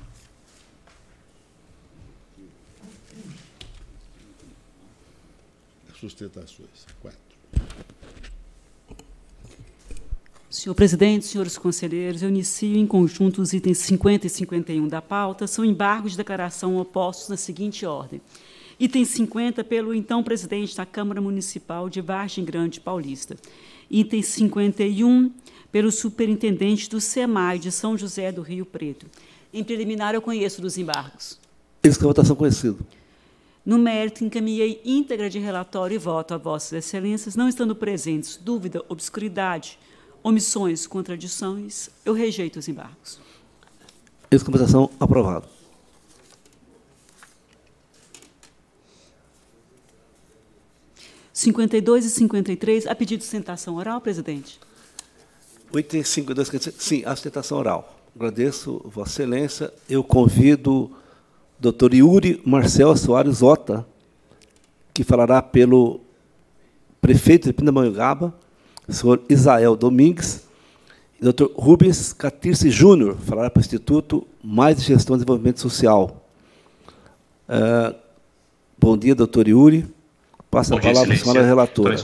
Sustentações. 4. Senhor presidente, senhores conselheiros, eu inicio em conjunto os itens 50 e 51 da pauta. São embargos de declaração opostos na seguinte ordem. Item 50, pelo então presidente da Câmara Municipal de Vargem Grande Paulista. Item 51, pelo superintendente do SEMAI de São José do Rio Preto. Em preliminar, eu conheço dos embargos. Votação conhecida. No mérito, encaminhei íntegra de relatório e voto a vossas excelências, não estando presentes dúvida, obscuridade, omissões, contradições, eu rejeito os embargos. Votação aprovado. 52 e 53, a pedido de sustentação oral, presidente. O item 52, sim, a sustentação oral. Agradeço, Vossa Excelência. Eu convido o Dr. Yuri Marcel Soares Ota, que falará pelo prefeito de Pindamonhangaba, senhor Isael Domingues, e o Dr. Rubens Catirce Júnior, falará para o Instituto Mais de Gestão e Desenvolvimento Social. Bom dia, doutor Yuri. Passa a palavra à senhora relatora.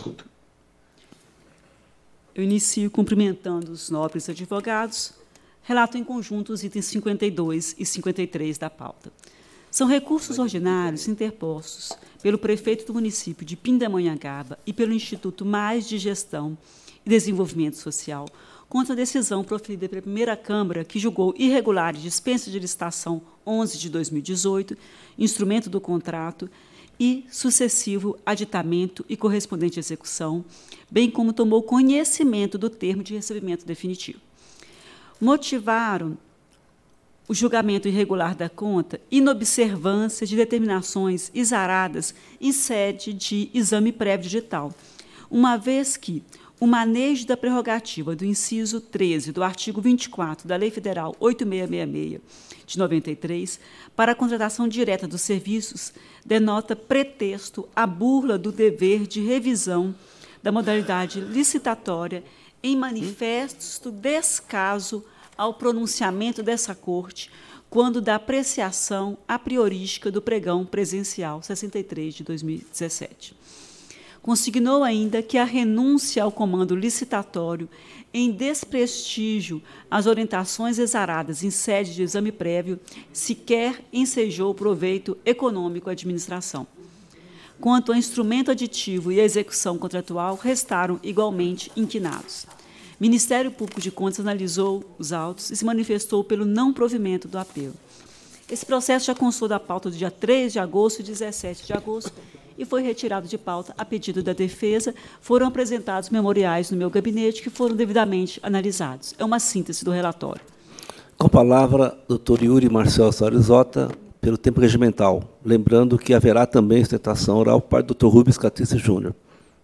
Eu inicio cumprimentando os nobres advogados. Relato em conjunto os itens 52 e 53 da pauta. São recursos ordinários interpostos pelo prefeito do município de Pindamonhangaba e pelo Instituto Mais de Gestão e Desenvolvimento Social contra a decisão proferida pela primeira Câmara que julgou irregular dispensa de licitação 11 de 2018, instrumento do contrato e sucessivo aditamento e correspondente execução, bem como tomou conhecimento do termo de recebimento definitivo. Motivaram o julgamento irregular da conta inobservância de determinações exaradas em sede de exame prévio digital, uma vez que o manejo da prerrogativa do inciso 13 do artigo 24 da Lei Federal 8666, de 93, para a contratação direta dos serviços, denota pretexto à burla do dever de revisão da modalidade licitatória em manifesto descaso ao pronunciamento dessa Corte, quando da apreciação a priorística do pregão presencial 63 de 2017. Consignou ainda que a renúncia ao comando licitatório em desprestígio às orientações exaradas em sede de exame prévio sequer ensejou proveito econômico à administração. Quanto ao instrumento aditivo e à execução contratual, restaram igualmente inquinados. O Ministério Público de Contas analisou os autos e se manifestou pelo não provimento do apelo. Esse processo já constou da pauta do dia 3 de agosto e 17 de agosto e foi retirado de pauta a pedido da defesa. Foram apresentados memoriais no meu gabinete que foram devidamente analisados. É uma síntese do relatório. Com a palavra, doutor Yuri Marcel Soares Ota, pelo tempo regimental. Lembrando que haverá também sustentação oral por parte do doutor Rubens Catirce Júnior.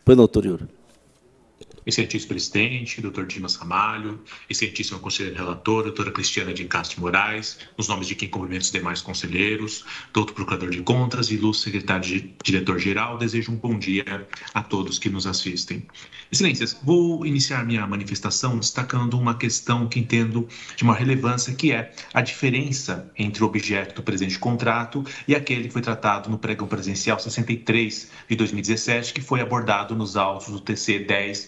Pois não, doutor Yuri. Excelentíssimo presidente, doutor Dimas Ramalho, excelentíssimo conselheiro relator, doutora Cristiana de Castro Moraes, nos nomes de quem cumprimento os demais conselheiros, doutor procurador de contas e ilustre secretário diretor-geral, desejo um bom dia a todos que nos assistem. Excelências, vou iniciar minha manifestação destacando uma questão que entendo de maior relevância, que é a diferença entre o objeto do presente contrato e aquele que foi tratado no pregão presencial 63 de 2017, que foi abordado nos autos do TC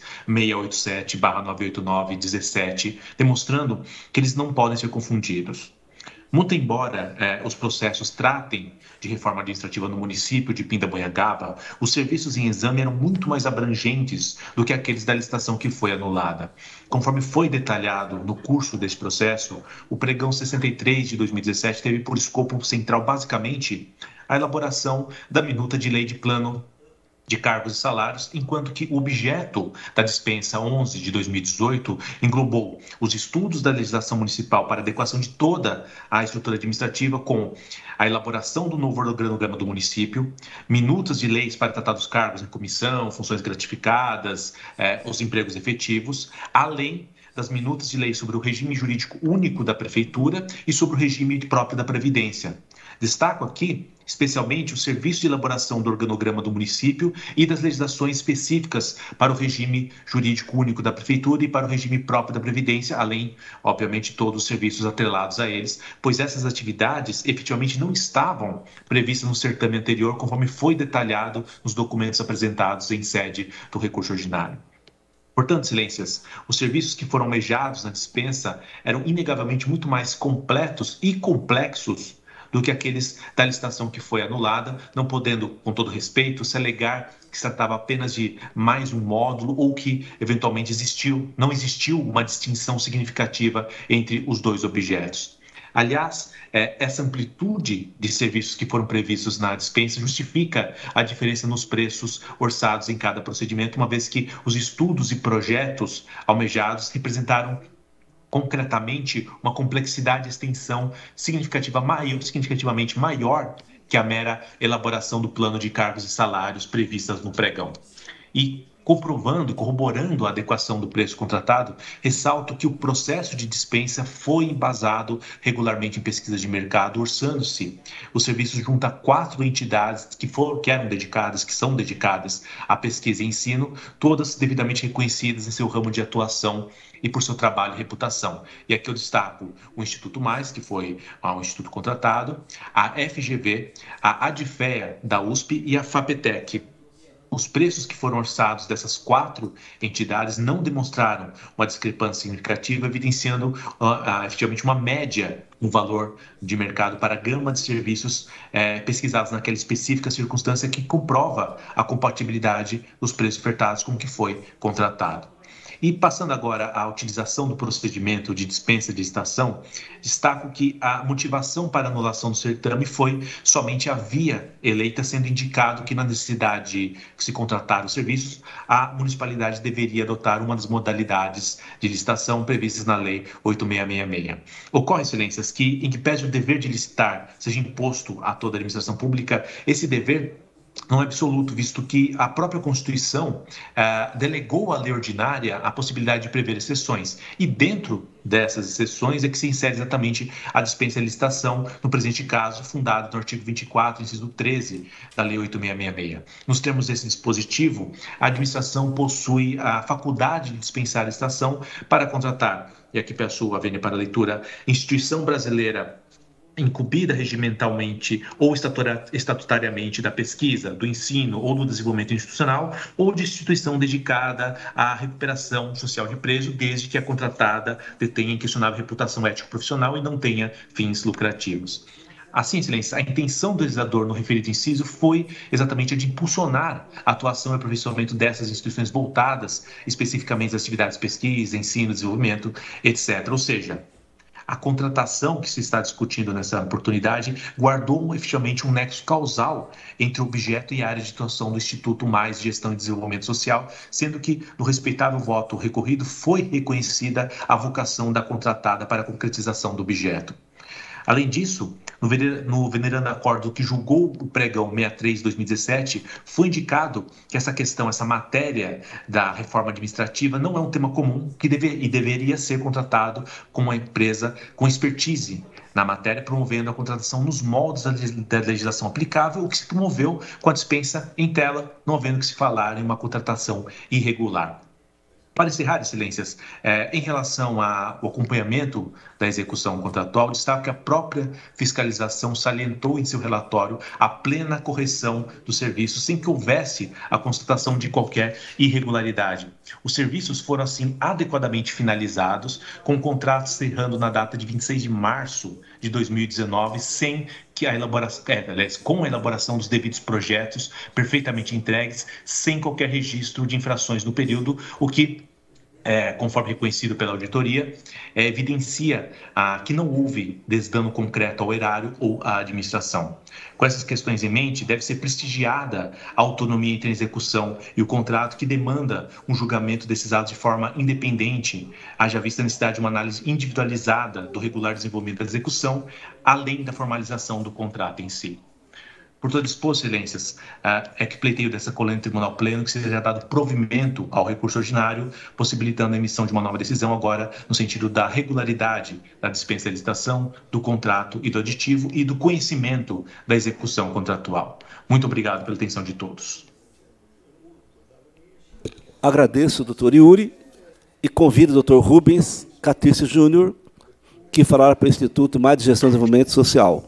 10.687/989-17, demonstrando que eles não podem ser confundidos. Muito embora os processos tratem de reforma administrativa no município de Pindamonhangaba, os serviços em exame eram muito mais abrangentes do que aqueles da licitação que foi anulada. Conforme foi detalhado no curso desse processo, o pregão 63 de 2017 teve por escopo central, basicamente, a elaboração da minuta de lei de plano de cargos e salários, enquanto que o objeto da dispensa 11 de 2018 englobou os estudos da legislação municipal para adequação de toda a estrutura administrativa com a elaboração do novo organograma do município, minutas de leis para tratar dos cargos em comissão, funções gratificadas, os empregos efetivos, além das minutas de lei sobre o regime jurídico único da prefeitura e sobre o regime próprio da Previdência. Destaco aqui, especialmente, o serviço de elaboração do organograma do município e das legislações específicas para o regime jurídico único da prefeitura e para o regime próprio da Previdência, além, obviamente, todos os serviços atrelados a eles, pois essas atividades efetivamente não estavam previstas no certame anterior, conforme foi detalhado nos documentos apresentados em sede do recurso ordinário. Portanto, excelências, os serviços que foram almejados na dispensa eram inegavelmente muito mais completos e complexos do que aqueles da licitação que foi anulada, não podendo, com todo respeito, se alegar que se tratava apenas de mais um módulo ou que, eventualmente, não existiu uma distinção significativa entre os dois objetos. Aliás, essa amplitude de serviços que foram previstos na dispensa justifica a diferença nos preços orçados em cada procedimento, uma vez que os estudos e projetos almejados representaram concretamente uma complexidade e extensão significativamente maior que a mera elaboração do plano de cargos e salários previstas no pregão. E comprovando e corroborando a adequação do preço contratado, ressalto que o processo de dispensa foi embasado regularmente em pesquisas de mercado, orçando-se os serviços junto a 4 entidades que são dedicadas à pesquisa e ensino, todas devidamente reconhecidas em seu ramo de atuação e por seu trabalho e reputação. E aqui eu destaco o Instituto Mais, que foi um instituto contratado, a FGV, a Adfea da USP e a FAPETEC. Os preços que foram orçados dessas 4 entidades não demonstraram uma discrepância significativa, evidenciando efetivamente uma média no valor de mercado para a gama de serviços pesquisados naquela específica circunstância que comprova a compatibilidade dos preços ofertados com o que foi contratado. E passando agora à utilização do procedimento de dispensa de licitação, destaco que a motivação para a anulação do certame foi somente a via eleita, sendo indicado que na necessidade de se contratar os serviços, a municipalidade deveria adotar uma das modalidades de licitação previstas na Lei 8.666. Ocorre, excelências, que em que pese o dever de licitar seja imposto a toda a administração pública, esse dever não é absoluto, visto que a própria Constituição delegou à lei ordinária a possibilidade de prever exceções. E dentro dessas exceções é que se insere exatamente a dispensa de licitação, no presente caso, fundado no artigo 24, inciso 13 da Lei 8.666. Nos termos desse dispositivo, a administração possui a faculdade de dispensar a licitação para contratar, e aqui peço a vênia para a leitura, instituição brasileira incumbida regimentalmente ou estatutariamente da pesquisa, do ensino ou do desenvolvimento institucional, ou de instituição dedicada à recuperação social de preso, desde que a contratada detenha inquestionável reputação ético-profissional e não tenha fins lucrativos. Assim, excelência, a intenção do legislador no referido inciso foi exatamente a de impulsionar a atuação e aperfeiçoamento dessas instituições voltadas especificamente às atividades de pesquisa, ensino, desenvolvimento, etc. Ou seja, a contratação que se está discutindo nessa oportunidade guardou efetivamente um nexo causal entre o objeto e a área de atuação do Instituto Mais Gestão e Desenvolvimento Social, sendo que, no respeitável voto recorrido, foi reconhecida a vocação da contratada para a concretização do objeto. Além disso, no venerando acordo que julgou o pregão 63 de 2017, foi indicado que essa matéria da reforma administrativa não é um tema comum e deveria ser contratado com uma empresa com expertise na matéria, promovendo a contratação nos moldes da legislação aplicável, o que se promoveu com a dispensa em tela, não havendo que se falar em uma contratação irregular. Para encerrar, excelências, em relação ao acompanhamento da execução contratual, destaco que a própria fiscalização salientou em seu relatório a plena correção do serviço, sem que houvesse a constatação de qualquer irregularidade. Os serviços foram, assim, adequadamente finalizados, com o contrato encerrando na data de 26 de março de 2019, sem que com a elaboração dos devidos projetos perfeitamente entregues, sem qualquer registro de infrações no período, o que, conforme reconhecido pela auditoria, evidencia que não houve desdano concreto ao erário ou à administração. Com essas questões em mente, deve ser prestigiada a autonomia entre a execução e o contrato, que demanda um julgamento desses atos de forma independente, haja vista a necessidade de uma análise individualizada do regular desenvolvimento da execução, além da formalização do contrato em si. Por todo disposto, excelências, é que pleiteio dessa colônia no Tribunal Pleno que seja dado provimento ao recurso ordinário, possibilitando a emissão de uma nova decisão agora no sentido da regularidade da dispensa da licitação, do contrato e do aditivo e do conhecimento da execução contratual. Muito obrigado pela atenção de todos. Agradeço, doutor Yuri, e convido o doutor Rubens Catício Júnior, que falará para o Instituto Mais de Gestão e Desenvolvimento Social.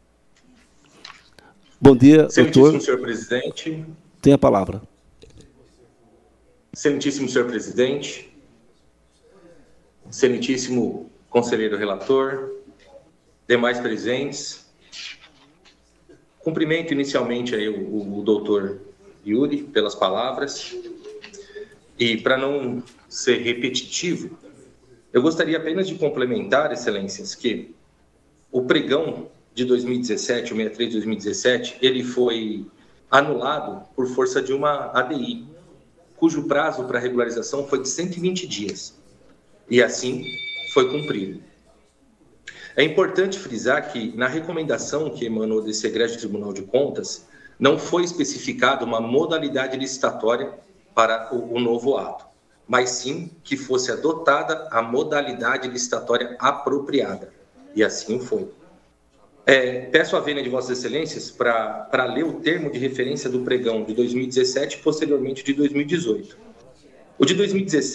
Bom dia, doutor. Excelentíssimo senhor presidente. Tem a palavra. Excelentíssimo senhor presidente. Excelentíssimo conselheiro relator. Demais presentes. Cumprimento inicialmente aí o doutor Yuri pelas palavras. E para não ser repetitivo, eu gostaria apenas de complementar, excelências, que o pregão de 2017, o 63 de 2017, ele foi anulado por força de uma ADI, cujo prazo para regularização foi de 120 dias. E assim foi cumprido. É importante frisar que, na recomendação que emanou desse egrégio Tribunal de Contas, não foi especificada uma modalidade licitatória para o novo ato, mas sim que fosse adotada a modalidade licitatória apropriada. E assim foi. Peço a vênia de Vossas Excelências para ler o termo de referência do pregão de 2017 e posteriormente de 2018. O de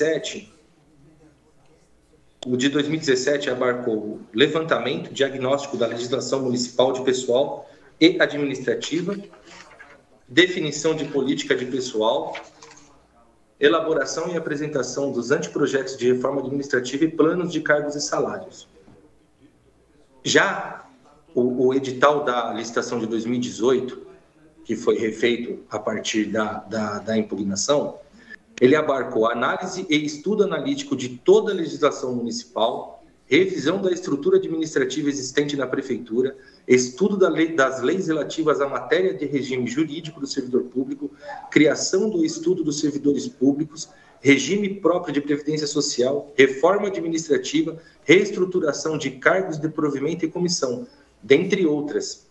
2017 abarcou o levantamento, diagnóstico da legislação municipal de pessoal e administrativa, definição de política de pessoal, elaboração e apresentação dos anteprojetos de reforma administrativa e planos de cargos e salários. Já o edital da licitação de 2018, que foi refeito a partir da impugnação, ele abarcou análise e estudo analítico de toda a legislação municipal, revisão da estrutura administrativa existente na prefeitura, estudo das leis relativas à matéria de regime jurídico do servidor público, criação do estudo dos servidores públicos, regime próprio de previdência social, reforma administrativa, reestruturação de cargos de provimento e comissão, dentre outras.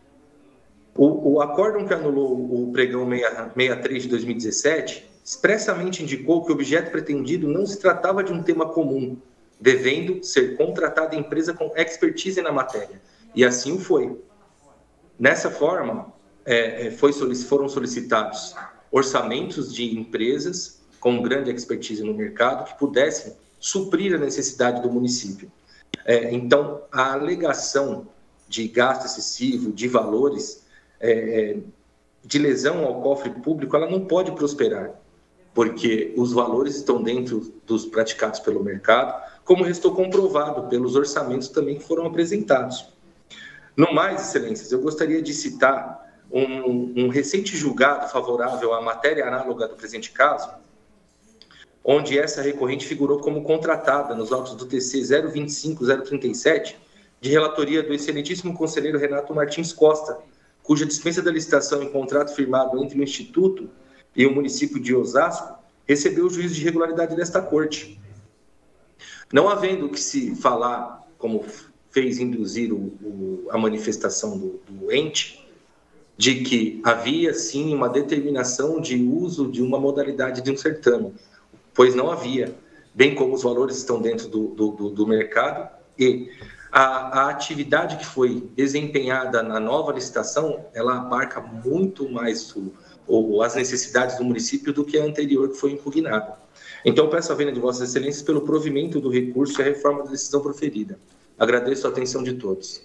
O acórdão que anulou o pregão 63 de 2017 expressamente indicou que o objeto pretendido não se tratava de um tema comum, devendo ser contratada empresa com expertise na matéria. E assim foi. Nessa forma, foram solicitados orçamentos de empresas com grande expertise no mercado que pudessem suprir a necessidade do município. Então, a alegação de gasto excessivo, de valores, de lesão ao cofre público, ela não pode prosperar, porque os valores estão dentro dos praticados pelo mercado, como restou comprovado pelos orçamentos também que foram apresentados. No mais, excelências, eu gostaria de citar um recente julgado favorável à matéria análoga do presente caso, onde essa recorrente figurou como contratada nos autos do TC 025-037, de relatoria do excelentíssimo conselheiro Renato Martins Costa, cuja dispensa da licitação em contrato firmado entre o Instituto e o município de Osasco recebeu o juízo de regularidade desta corte. Não havendo que se falar, como fez induzir a manifestação do ente, de que havia, sim, uma determinação de uso de uma modalidade de um certame, pois não havia, bem como os valores estão dentro do mercado, e a atividade que foi desempenhada na nova licitação, ela abarca muito mais as necessidades do município do que a anterior que foi impugnada. Então, peço a vênia de Vossas Excelências pelo provimento do recurso e a reforma da decisão proferida. Agradeço a atenção de todos.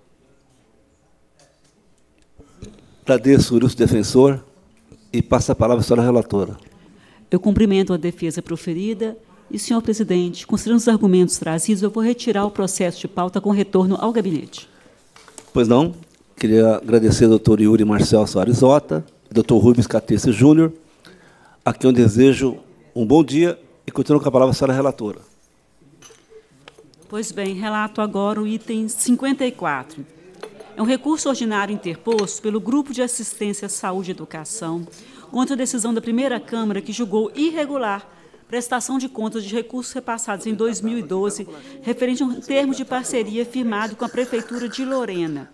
Agradeço o ilustre defensor e passo a palavra à senhora relatora. Eu cumprimento a defesa proferida e, senhor presidente, considerando os argumentos trazidos, eu vou retirar o processo de pauta com retorno ao gabinete. Pois não. Queria agradecer ao doutor Yuri Marcel Soares Ota, doutor Rubens Catesse Júnior, a quem eu desejo um bom dia e continuo com a palavra à senhora relatora. Pois bem, relato agora o item 54. É um recurso ordinário interposto pelo Grupo de Assistência à Saúde e Educação contra a decisão da primeira Câmara que julgou irregular prestação de contas de recursos repassados em 2012, referente a um termo de parceria firmado com a Prefeitura de Lorena.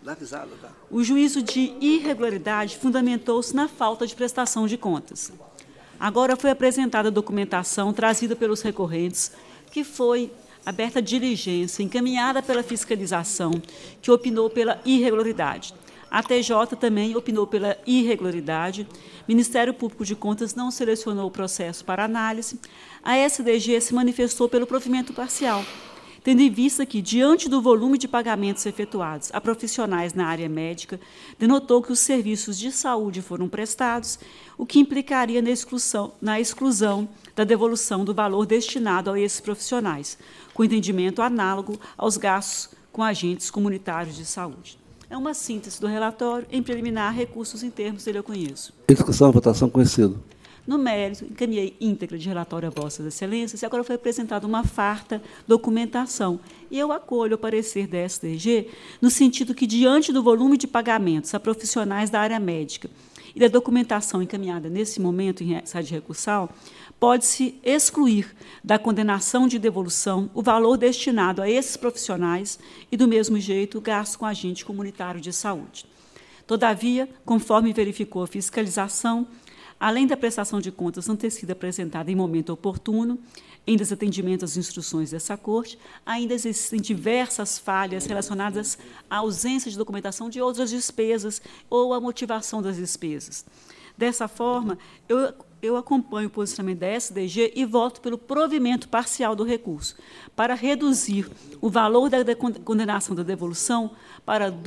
O juízo de irregularidade fundamentou-se na falta de prestação de contas. Agora foi apresentada a documentação trazida pelos recorrentes, que foi aberta diligência, encaminhada pela fiscalização, que opinou pela irregularidade. A TJ também opinou pela irregularidade. O Ministério Público de Contas não selecionou o processo para análise. A SDG se manifestou pelo provimento parcial, tendo em vista que, diante do volume de pagamentos efetuados a profissionais na área médica, denotou que os serviços de saúde foram prestados, o que implicaria na exclusão da devolução do valor destinado a esses profissionais, com entendimento análogo aos gastos com agentes comunitários de saúde. É uma síntese do relatório. Em preliminar, recursos em termos dele eu conheço. Em discussão, votação, conhecido. No mérito, encaminhei íntegra de relatório a Vossas Excelências e agora foi apresentada uma farta documentação. E eu acolho o parecer da SDG no sentido que, diante do volume de pagamentos a profissionais da área médica e da documentação encaminhada nesse momento em sede recursal, pode-se excluir da condenação de devolução o valor destinado a esses profissionais e, do mesmo jeito, o gasto com agente comunitário de saúde. Todavia, conforme verificou a fiscalização, além da prestação de contas não ter sido apresentada em momento oportuno, em desatendimento às instruções dessa Corte, ainda existem diversas falhas relacionadas à ausência de documentação de outras despesas ou à motivação das despesas. Dessa forma, eu acompanho o posicionamento da SDG e voto pelo provimento parcial do recurso, para reduzir o valor da condenação da devolução para R$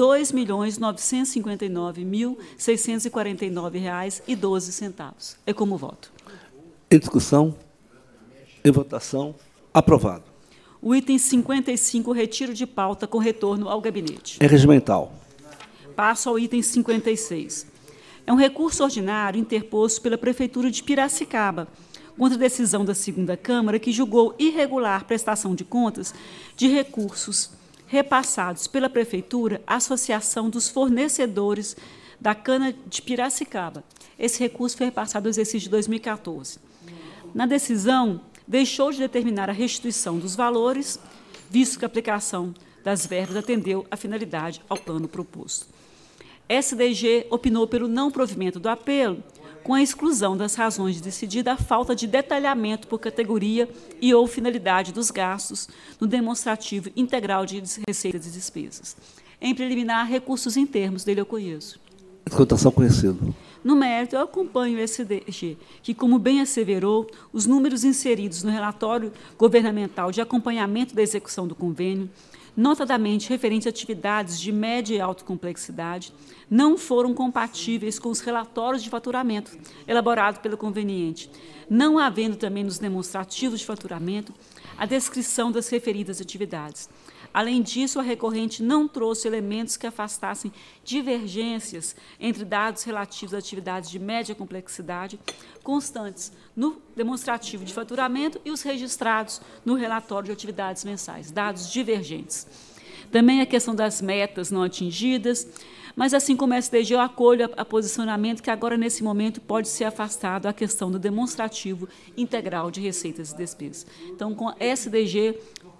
2.959.649,12. É como voto. Em discussão, em votação, aprovado. O item 55, retiro de pauta com retorno ao gabinete. É regimental. Passo ao item 56. É um recurso ordinário interposto pela Prefeitura de Piracicaba contra a decisão da segunda Câmara que julgou irregular prestação de contas de recursos repassados pela Prefeitura à Associação dos Fornecedores da Cana de Piracicaba. Esse recurso foi repassado no exercício de 2014. Na decisão, deixou de determinar a restituição dos valores, visto que a aplicação das verbas atendeu a finalidade ao plano proposto. SDG opinou pelo não provimento do apelo, com a exclusão das razões de decidir da falta de detalhamento por categoria e ou finalidade dos gastos no demonstrativo integral de receitas e despesas. Em preliminar, recursos em termos dele eu conheço. Votação conhecido. No mérito, eu acompanho o SDG, que, como bem asseverou, os números inseridos no relatório governamental de acompanhamento da execução do convênio, notadamente referente a atividades de média e alta complexidade, não foram compatíveis com os relatórios de faturamento elaborados pelo conveniente, não havendo também nos demonstrativos de faturamento a descrição das referidas atividades. Além disso, a recorrente não trouxe elementos que afastassem divergências entre dados relativos a atividades de média complexidade constantes no demonstrativo de faturamento e os registrados no relatório de atividades mensais, dados divergentes. Também a questão das metas não atingidas, mas, assim como a SDG, eu acolho a posicionamento que agora, nesse momento, pode ser afastado a questão do demonstrativo integral de receitas e despesas. Então, com a SDG,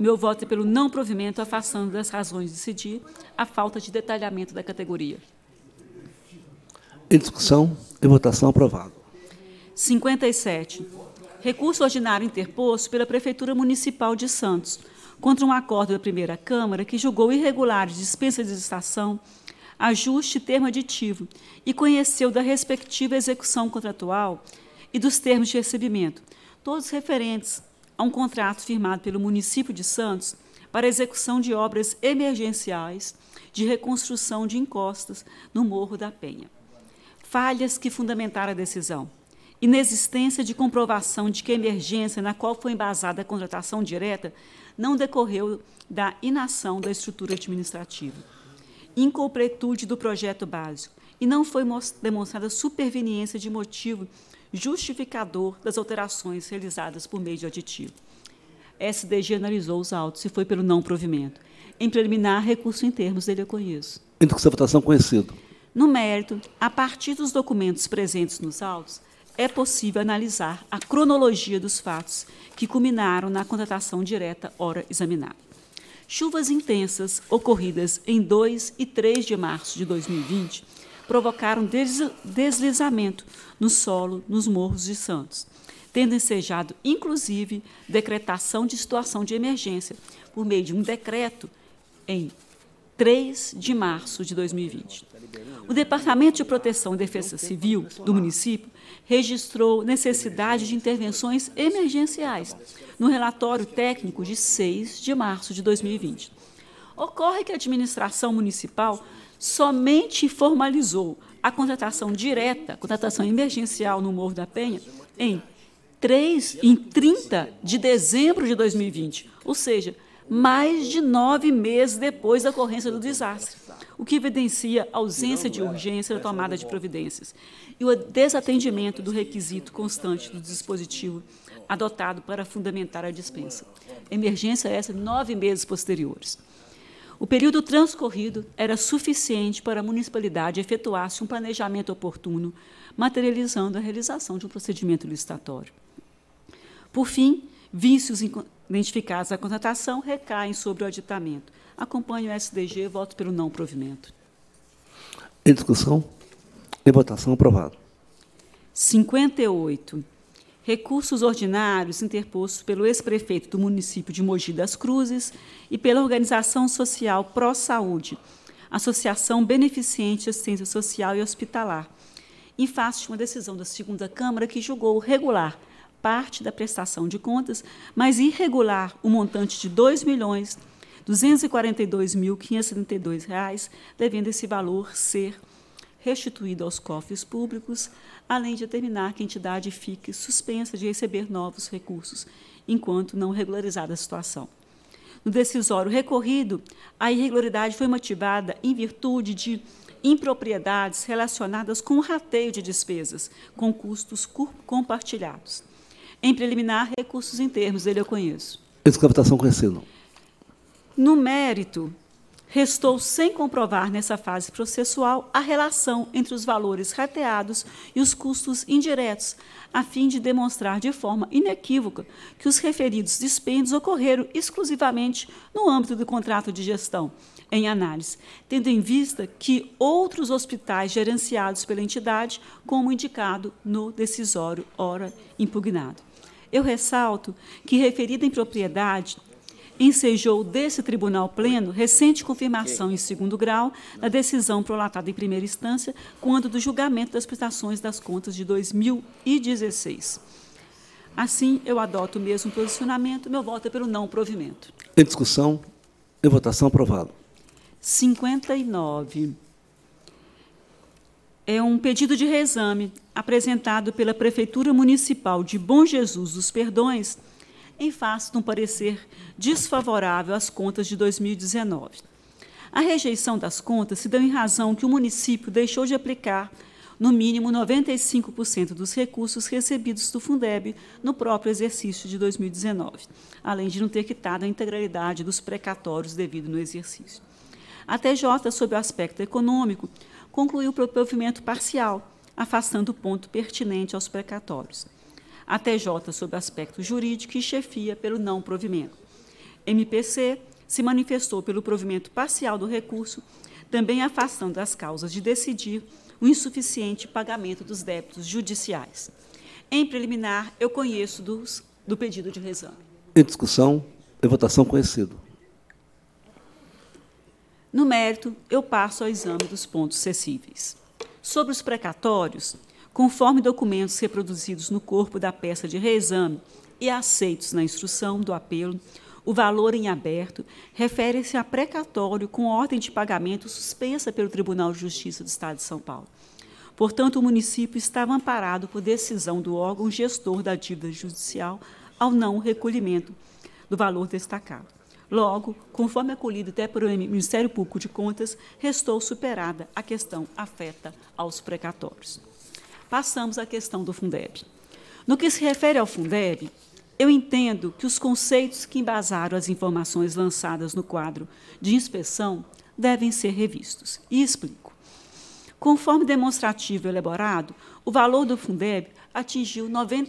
Meu voto é pelo não provimento, afastando das razões de decidir a falta de detalhamento da categoria. Em discussão e votação, aprovado. 57. Recurso ordinário interposto pela Prefeitura Municipal de Santos contra um acordo da primeira Câmara que julgou irregulares dispensa de licitação, ajuste e termo aditivo e conheceu da respectiva execução contratual e dos termos de recebimento, todos referentes a um contrato firmado pelo município de Santos para execução de obras emergenciais de reconstrução de encostas no Morro da Penha. Falhas que fundamentaram a decisão. Inexistência de comprovação de que a emergência na qual foi embasada a contratação direta não decorreu da inação da estrutura administrativa. Incompletude do projeto básico e não foi demonstrada superveniência de motivo justificador das alterações realizadas por meio de aditivo. SDG analisou os autos e foi pelo não provimento. Em preliminar, recurso em termos dele eu conheço. Em discussão e votação, conhecido. No mérito, a partir dos documentos presentes nos autos, é possível analisar a cronologia dos fatos que culminaram na contratação direta ora examinada. Chuvas intensas ocorridas em 2 e 3 de março de 2020 provocaram deslizamento no solo nos morros de Santos, tendo ensejado, inclusive, decretação de situação de emergência por meio de um decreto em 3 de março de 2020. O Departamento de Proteção e Defesa Civil do município registrou necessidade de intervenções emergenciais no relatório técnico de 6 de março de 2020. Ocorre que a administração municipal somente formalizou a contratação direta, contratação emergencial no Morro da Penha, em 30 de dezembro de 2020, ou seja, mais de 9 meses depois da ocorrência do desastre, o que evidencia a ausência de urgência na tomada de providências e o desatendimento do requisito constante do dispositivo adotado para fundamentar a dispensa. Emergência essa 9 meses posteriores. O período transcorrido era suficiente para a municipalidade efetuar-se um planejamento oportuno, materializando a realização de um procedimento licitatório. Por fim, vícios identificados na contratação recaem sobre o aditamento. Acompanho o SDG, voto pelo não provimento. Em discussão e votação, aprovado. 58. Recursos ordinários interpostos pelo ex-prefeito do município de Mogi das Cruzes e pela Organização Social Pró-Saúde, Associação Beneficente de Assistência Social e Hospitalar, em face de uma decisão da segunda Câmara que julgou regular parte da prestação de contas, mas irregular o montante de R$ 2.242.572, devendo esse valor ser restituído aos cofres públicos, além de determinar que a entidade fique suspensa de receber novos recursos, enquanto não regularizada a situação. No decisório recorrido, a irregularidade foi motivada em virtude de impropriedades relacionadas com o rateio de despesas, com custos compartilhados. Em preliminar, recursos em termos dele eu conheço. Em discussão e votação, conhecido. No mérito, restou sem comprovar nessa fase processual a relação entre os valores rateados e os custos indiretos, a fim de demonstrar de forma inequívoca que os referidos dispêndios ocorreram exclusivamente no âmbito do contrato de gestão, em análise, tendo em vista que outros hospitais gerenciados pela entidade, como indicado no decisório ora impugnado. Eu ressalto que referida impropriedade ensejou desse Tribunal Pleno recente confirmação em segundo grau da decisão prolatada em primeira instância quando do julgamento das prestações das contas de 2016. Assim, eu adoto o mesmo posicionamento, meu voto é pelo não provimento. Em discussão e votação, aprovado. 59. É um pedido de reexame apresentado pela Prefeitura Municipal de Bom Jesus dos Perdões, em face de um parecer desfavorável às contas de 2019. A rejeição das contas se deu em razão que o município deixou de aplicar, no mínimo, 95% dos recursos recebidos do Fundeb no próprio exercício de 2019, além de não ter quitado a integralidade dos precatórios devido no exercício. A TJ, sob o aspecto econômico, concluiu pelo provimento parcial, afastando o ponto pertinente aos precatórios. A TJ, sob o aspecto jurídico, e chefia pelo não provimento. MPC se manifestou pelo provimento parcial do recurso, também afastando das causas de decidir o insuficiente pagamento dos débitos judiciais. Em preliminar, eu conheço do pedido de reexame. Em discussão e votação conhecido. No mérito, eu passo ao exame dos pontos cessíveis. Sobre os precatórios, conforme documentos reproduzidos no corpo da peça de reexame e aceitos na instrução do apelo, o valor em aberto refere-se a precatório com ordem de pagamento suspensa pelo Tribunal de Justiça do Estado de São Paulo. Portanto, o município estava amparado por decisão do órgão gestor da dívida judicial ao não recolhimento do valor destacado. Logo, conforme acolhido até pelo Ministério Público de Contas, restou superada a questão afeta aos precatórios. Passamos à questão do Fundeb. No que se refere ao Fundeb, eu entendo que os conceitos que embasaram as informações lançadas no quadro de inspeção devem ser revistos. E explico. Conforme demonstrativo elaborado, o valor do Fundeb atingiu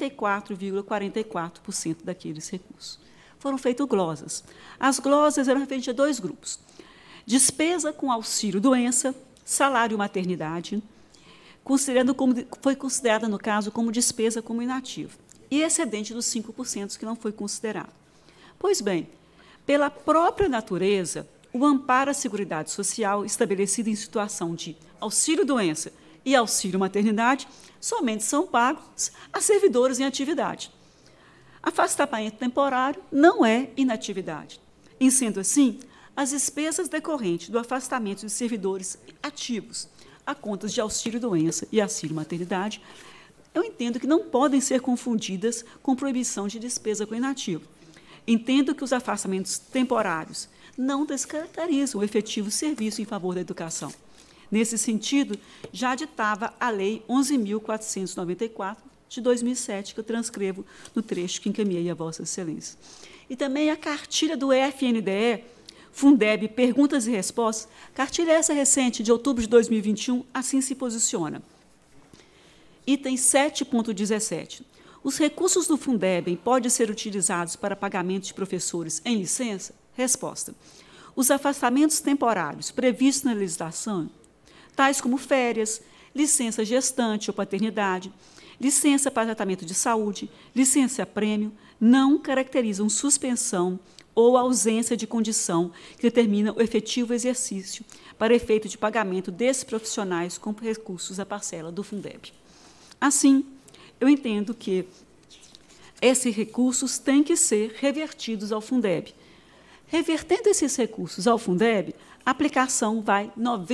94,44% daqueles recursos. Foram feitas glosas. As glosas eram referentes a dois grupos. Despesa com auxílio-doença, salário-maternidade, foi considerada, no caso, como despesa como inativa, e excedente dos 5% que não foi considerado. Pois bem, pela própria natureza, o amparo à Seguridade Social, estabelecido em situação de auxílio-doença e auxílio-maternidade, somente são pagos a servidores em atividade. Afastamento temporário não é inatividade. Em sendo assim, as despesas decorrentes do afastamento de servidores ativos a contas de auxílio-doença e auxílio-maternidade, eu entendo que não podem ser confundidas com proibição de despesa com inativo. Entendo que os afastamentos temporários não descaracterizam o efetivo serviço em favor da educação. Nesse sentido, já ditava a Lei 11.494, de 2007, que eu transcrevo no trecho que encaminhei a Vossa Excelência. E também a cartilha do FNDE, Fundeb, Perguntas e Respostas, cartilha essa recente, de outubro de 2021, assim se posiciona. Item 7.17. Os recursos do Fundeb podem ser utilizados para pagamento de professores em licença? Resposta. Os afastamentos temporários previstos na legislação, tais como férias, licença gestante ou paternidade, licença para tratamento de saúde, licença-prêmio, não caracterizam suspensão ou ausência de condição que determina o efetivo exercício para efeito de pagamento desses profissionais com recursos à parcela do Fundeb. Assim, eu entendo que esses recursos têm que ser revertidos ao Fundeb. Revertendo esses recursos ao Fundeb, a aplicação vai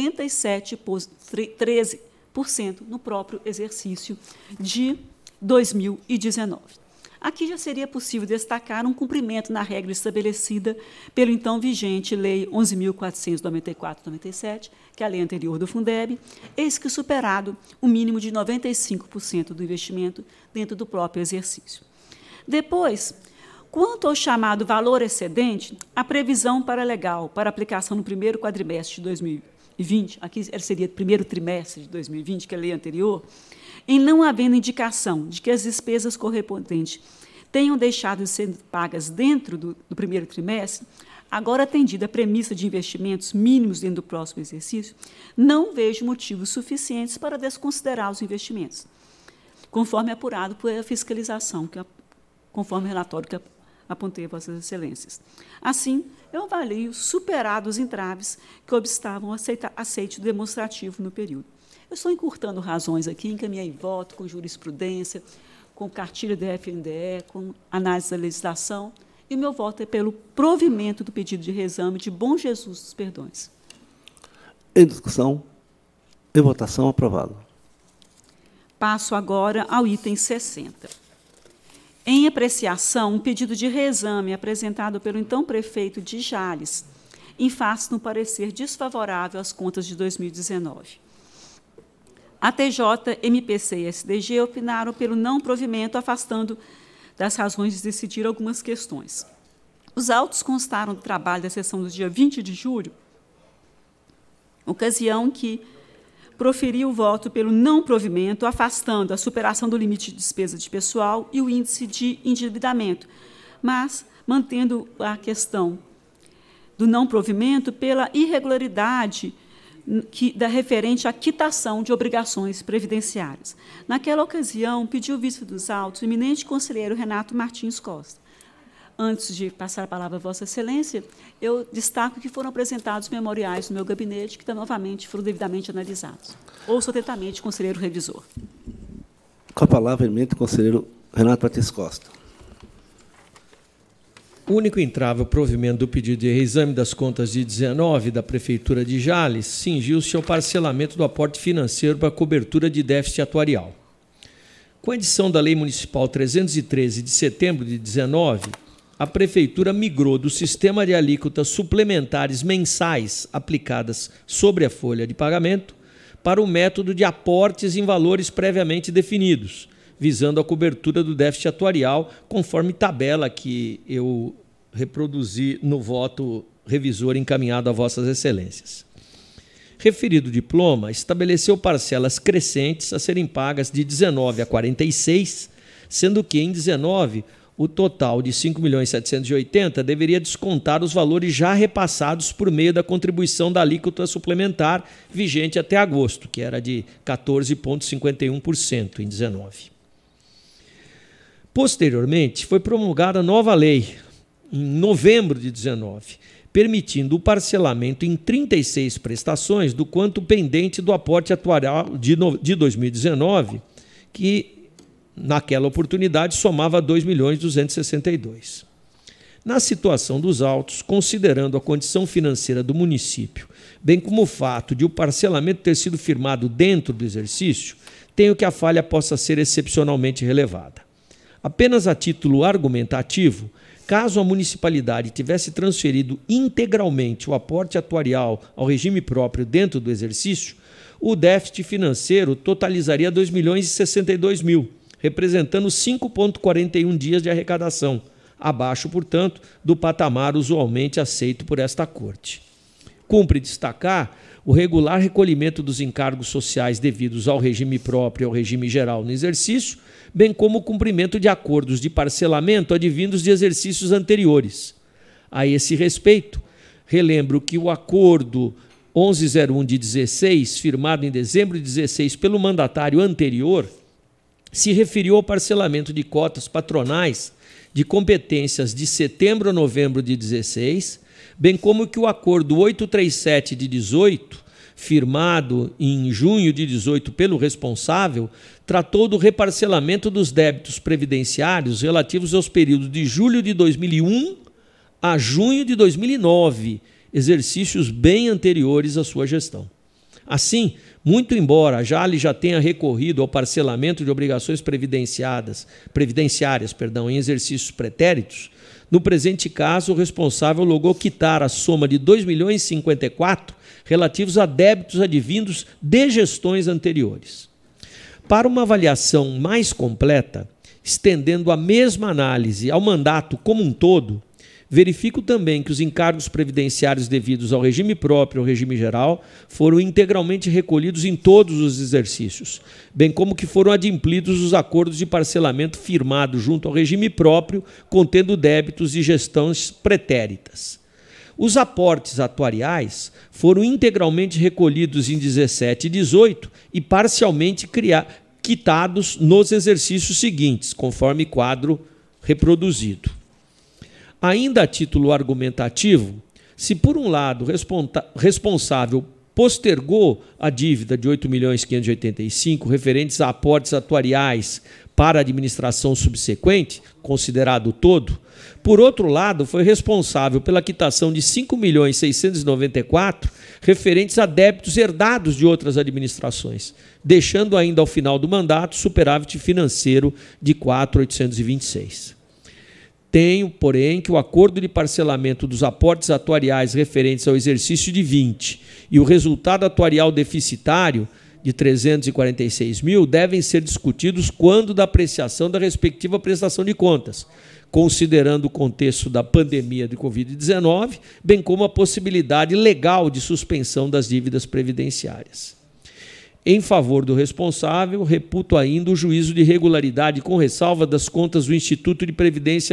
97,13% no próprio exercício de 2019. Aqui já seria possível destacar um cumprimento na regra estabelecida pelo então vigente Lei 11.494/97, que é a lei anterior do Fundeb, eis que superado o mínimo de 95% do investimento dentro do próprio exercício. Depois, quanto ao chamado valor excedente, a previsão paralegal para aplicação no primeiro quadrimestre de 2020, aqui seria o primeiro trimestre de 2020, que é a lei anterior, em não havendo indicação de que as despesas correspondentes tenham deixado de ser pagas dentro do primeiro trimestre, agora atendida a premissa de investimentos mínimos dentro do próximo exercício, não vejo motivos suficientes para desconsiderar os investimentos, conforme apurado pela fiscalização, conforme o relatório que apontei a Vossas Excelências. Assim, eu avalio superados os entraves que obstavam aceite demonstrativo no período. Eu estou encurtando razões aqui, encaminhei voto com jurisprudência, com cartilha da FNDE, com análise da legislação, e o meu voto é pelo provimento do pedido de reexame de Bom Jesus dos Perdões. Em discussão, em votação, aprovado. Passo agora ao item 60. Em apreciação, um pedido de reexame apresentado pelo então prefeito de Jales, em face no parecer desfavorável às contas de 2019. A TJ, MPC e SDG opinaram pelo não provimento, afastando das razões de decidir algumas questões. Os autos constaram do trabalho da sessão do dia 20 de julho, ocasião que proferiu o voto pelo não provimento, afastando a superação do limite de despesa de pessoal e o índice de endividamento, mas mantendo a questão do não provimento pela irregularidade referente à quitação de obrigações previdenciárias. Naquela ocasião, pediu o vice dos autos o eminente conselheiro Renato Martins Costa. Antes de passar a palavra a Vossa Excelência, eu destaco que foram apresentados memoriais no meu gabinete, que novamente foram devidamente analisados. Ouço atentamente o conselheiro revisor. Com a palavra, o eminente conselheiro Renato Martins Costa. O único entrave ao provimento do pedido de reexame das contas de 19 da Prefeitura de Jales cingiu-se ao parcelamento do aporte financeiro para a cobertura de déficit atuarial. Com a edição da Lei Municipal 313 de setembro de 19, a Prefeitura migrou do sistema de alíquotas suplementares mensais aplicadas sobre a folha de pagamento para o método de aportes em valores previamente definidos, visando a cobertura do déficit atuarial, conforme tabela que eu reproduzi no voto revisor encaminhado a Vossas Excelências. Referido diploma estabeleceu parcelas crescentes a serem pagas de 19 a 46, sendo que em 19 o total de 5.780.000 deveria descontar os valores já repassados por meio da contribuição da alíquota suplementar vigente até agosto, que era de 14,51% em 19. Posteriormente, foi promulgada nova lei, em novembro de 19, permitindo o parcelamento em 36 prestações do quanto pendente do aporte atuarial de 2019, que, naquela oportunidade, somava 2.262.000. Na situação dos autos, considerando a condição financeira do município, bem como o fato de o parcelamento ter sido firmado dentro do exercício, tenho que a falha possa ser excepcionalmente relevada. Apenas a título argumentativo, caso a municipalidade tivesse transferido integralmente o aporte atuarial ao regime próprio dentro do exercício, o déficit financeiro totalizaria 2.062.000, representando 5,41 dias de arrecadação, abaixo, portanto, do patamar usualmente aceito por esta Corte. Cumpre destacar o regular recolhimento dos encargos sociais devidos ao regime próprio e ao regime geral no exercício, bem como o cumprimento de acordos de parcelamento advindos de exercícios anteriores. A esse respeito, relembro que o acordo 1101 de 16, firmado em dezembro de 16 pelo mandatário anterior, se referiu ao parcelamento de cotas patronais de competências de setembro a novembro de 16, bem como que o acordo 837 de 18, firmado em junho de 18 pelo responsável, tratou do reparcelamento dos débitos previdenciários relativos aos períodos de julho de 2001 a junho de 2009, exercícios bem anteriores à sua gestão. Assim, muito embora a Jales já tenha recorrido ao parcelamento de obrigações previdenciárias em exercícios pretéritos, no presente caso, o responsável logrou quitar a soma de 2.054.000 relativos a débitos advindos de gestões anteriores. Para uma avaliação mais completa, estendendo a mesma análise ao mandato como um todo, verifico também que os encargos previdenciários devidos ao regime próprio e ao regime geral foram integralmente recolhidos em todos os exercícios, bem como que foram adimplidos os acordos de parcelamento firmados junto ao regime próprio, contendo débitos e gestões pretéritas. Os aportes atuariais foram integralmente recolhidos em 17 e 18 e parcialmente quitados nos exercícios seguintes, conforme quadro reproduzido. Ainda a título argumentativo, se por um lado o responsável postergou a dívida de 8.585.000 referentes a aportes atuariais para a administração subsequente, considerado todo, por outro lado, foi responsável pela quitação de 5.694.000 referentes a débitos herdados de outras administrações, deixando ainda ao final do mandato superávit financeiro de 4.826. Tenho, porém, que o acordo de parcelamento dos aportes atuariais referentes ao exercício de 20 e o resultado atuarial deficitário de 346.000 devem ser discutidos quando da apreciação da respectiva prestação de contas, considerando o contexto da pandemia de Covid-19, bem como a possibilidade legal de suspensão das dívidas previdenciárias. Em favor do responsável, reputo ainda o juízo de regularidade com ressalva das contas do Instituto de Previdência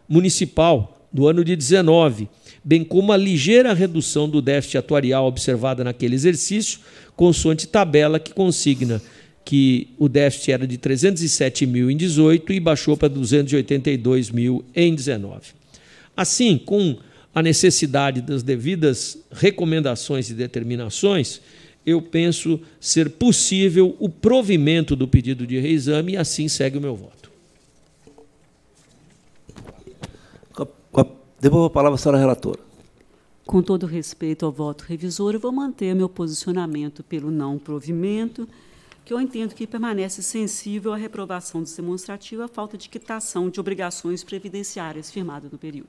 municipal do ano de 19, bem como a ligeira redução do déficit atuarial observada naquele exercício, consoante tabela que consigna que o déficit era de 307 mil em 18 e baixou para 282 mil em 19. Assim, com a necessidade das devidas recomendações e determinações, eu penso ser possível o provimento do pedido de reexame e assim segue o meu voto. Devolvo a palavra à senhora relatora. Com todo respeito ao voto revisor, eu vou manter meu posicionamento pelo não provimento, que eu entendo que permanece sensível à reprovação demonstrativa à falta de quitação de obrigações previdenciárias firmadas no período.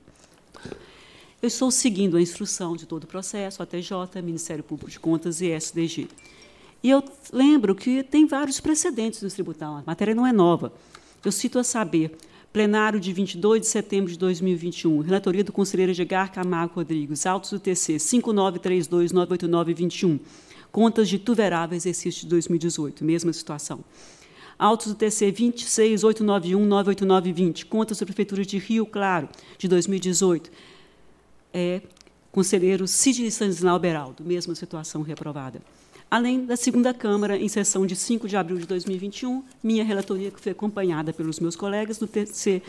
Eu estou seguindo a instrução de todo o processo, ATJ, Ministério Público de Contas e SDG. E eu lembro que tem vários precedentes no tribunal, a matéria não é nova. Eu cito a saber, plenário de 22 de setembro de 2021, relatoria do conselheiro Edgar Camargo Rodrigues, autos do TC 5932-989-21, contas de Tuverava, exercício de 2018, mesma situação. Autos do TC 26891-989-20, contas da Prefeitura de Rio Claro, de 2018, conselheiro Sidney Stanislau Beraldo, mesma situação reprovada. Além da segunda Câmara, em sessão de 5 de abril de 2021, minha relatoria, que foi acompanhada pelos meus colegas, no TC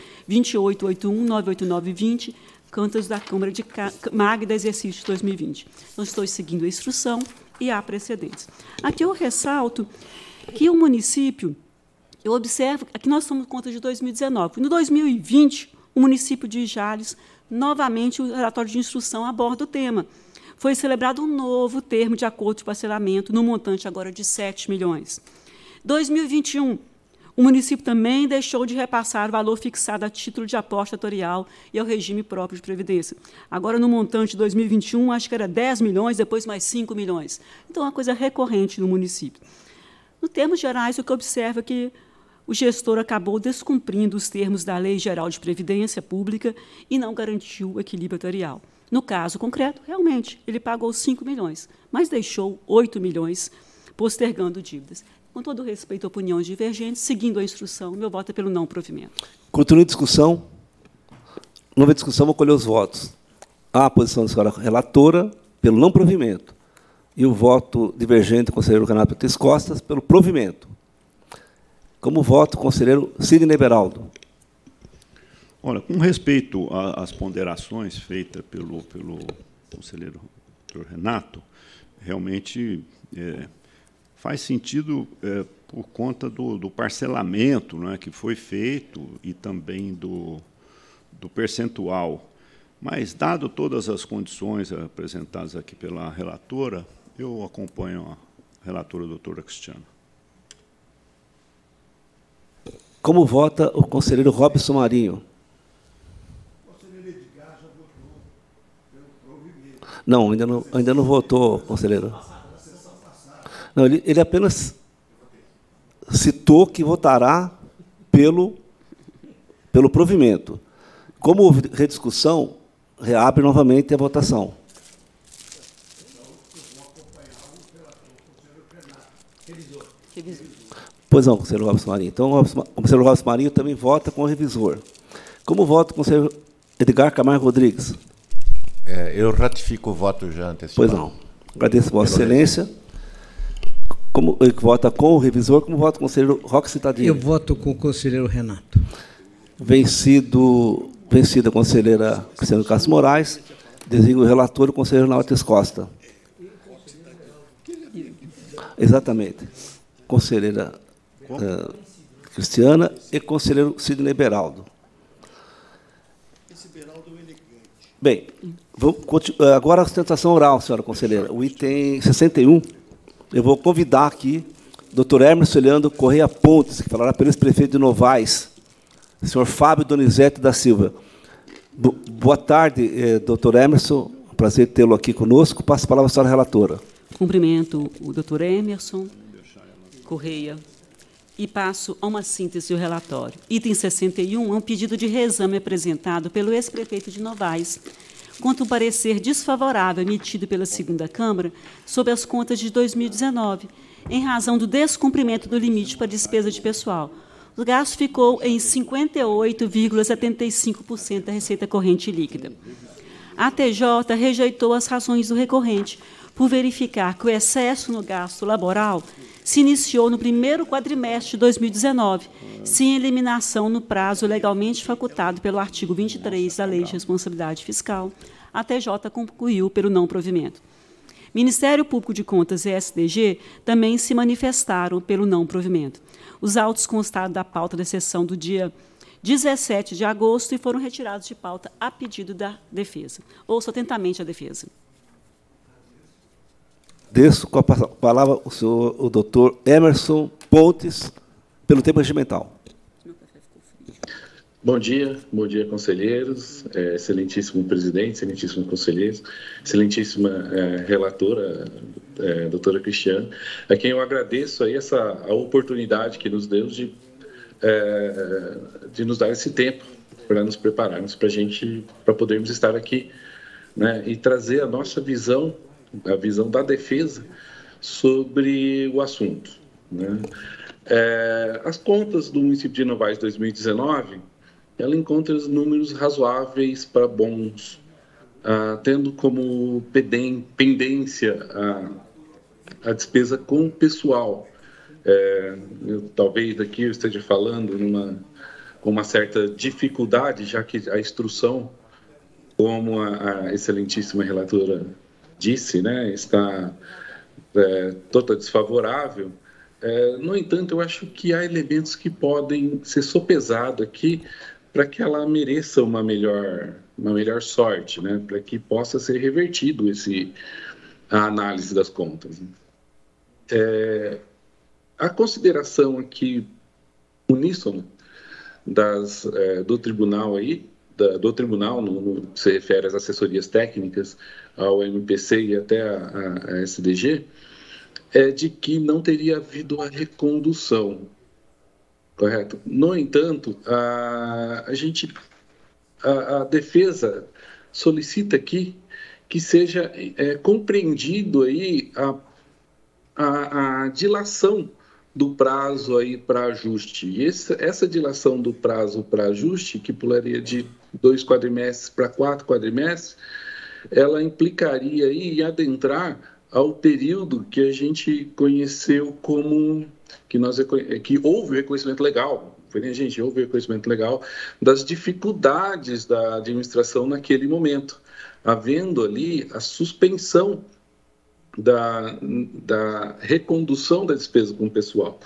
2881-989-20, contas da Câmara de Magda, exercício de 2020. Então, estou seguindo a instrução e há precedentes. Aqui eu ressalto que o município, eu observo, aqui nós somos contas de 2019. No 2020, o município de Jales, novamente, o relatório de instrução aborda o tema. Foi celebrado um novo termo de acordo de parcelamento, no montante agora de 7 milhões. 2021, o município também deixou de repassar o valor fixado a título de aposta atuarial e ao regime próprio de previdência. Agora, no montante de 2021, acho que era 10 milhões, depois mais 5 milhões. Então, é uma coisa recorrente no município. No termos gerais, o que eu observo é que o gestor acabou descumprindo os termos da Lei Geral de Previdência Pública e não garantiu o equilíbrio atuarial. No caso concreto, realmente, ele pagou 5 milhões, mas deixou 8 milhões postergando dívidas. Com todo respeito a opiniões divergentes, seguindo a instrução, meu voto é pelo não provimento. Continua a discussão. Não houve discussão, vou colher os votos. Há a posição da senhora relatora pelo não provimento e o voto divergente do conselheiro Renato Martins Costa pelo provimento. Como voto, o conselheiro Sidney Beraldo. Olha, com respeito às ponderações feitas pelo conselheiro Dr. Renato, realmente faz sentido por conta do parcelamento, né, que foi feito e também do percentual. Mas, dado todas as condições apresentadas aqui pela relatora, eu acompanho a relatora doutora Cristiana. Como vota o conselheiro Robson Marinho? O conselheiro Edgar já votou pelo provimento. Não, ainda não votou, conselheiro. Não, ele apenas citou que votará pelo provimento. Como houve rediscussão, reabre novamente a votação. Pois não, conselheiro Robson Marinho. Então, o conselheiro Robson Marinho também vota com o revisor. Como vota o conselheiro Edgar Camargo Rodrigues? Eu ratifico o voto já antecipado. Pois não. Agradeço, Vossa Excelência. Como ele vota com o revisor, como vota o conselheiro Roque Citadini? Eu voto com o conselheiro Renato. Vencida a conselheira Cristiano Castro Moraes, designa o relator, o conselheiro Martins Costa. Exatamente. Conselheira Cristiana e conselheiro Sidney Beraldo. Esse Beraldo é elegante. Bem, agora a sustentação oral, senhora conselheira. O item 61, eu vou convidar aqui o doutor Emerson Leandro Correia Pontes, que falará pelo ex-prefeito de Novais, senhor Fábio Donizete da Silva. Boa tarde, doutor Emerson. Prazer tê-lo aqui conosco. Passo a palavra à senhora relatora. Cumprimento o doutor Emerson Correia e passo a uma síntese do relatório. Item 61 é um pedido de reexame apresentado pelo ex-prefeito de Novais quanto um parecer desfavorável emitido pela segunda Câmara sobre as contas de 2019, em razão do descumprimento do limite para despesa de pessoal, o gasto ficou em 58,75% da receita corrente líquida. A TJ rejeitou as razões do recorrente, por verificar que o excesso no gasto laboral se iniciou no primeiro quadrimestre de 2019, sem eliminação no prazo legalmente facultado pelo artigo 23 da Lei de Responsabilidade Fiscal. A TJ concluiu pelo não provimento. Ministério Público de Contas e SDG também se manifestaram pelo não provimento. Os autos constaram da pauta da sessão do dia 17 de agosto e foram retirados de pauta a pedido da defesa. Ouço atentamente a defesa. Desço com a palavra o doutor Emerson Pontes, pelo tema regimental. Bom dia, conselheiros, excelentíssimo presidente, excelentíssimos conselheiros, excelentíssima relatora, doutora Cristiane, a quem eu agradeço aí a oportunidade que nos deu de nos dar esse tempo para nos prepararmos para podermos estar aqui, né, e trazer a nossa visão, a visão da defesa sobre o assunto, né. As contas do município de Novaes 2019, ela encontra os números razoáveis para bons, tendo como pendência a despesa com o pessoal. Talvez aqui eu esteja falando com uma certa dificuldade, já que a instrução, como a excelentíssima relatora disse, né, está toda desfavorável. No entanto, eu acho que há elementos que podem ser sopesados aqui para que ela mereça uma melhor sorte, né, para que possa ser revertido a análise das contas. A consideração aqui uníssona do tribunal aí, do tribunal, no que se refere às assessorias técnicas, ao MPC e até a SDG, é de que não teria havido a recondução, correto? No entanto, a defesa solicita aqui que seja compreendido aí a dilação do prazo aí para ajuste. E essa dilação do prazo para ajuste, que pularia de 2 quadrimestres para 4 quadrimestres, ela implicaria aí em adentrar ao período que a gente conheceu como que houve reconhecimento legal, houve reconhecimento legal das dificuldades da administração naquele momento, havendo ali a suspensão da recondução da despesa com o pessoal.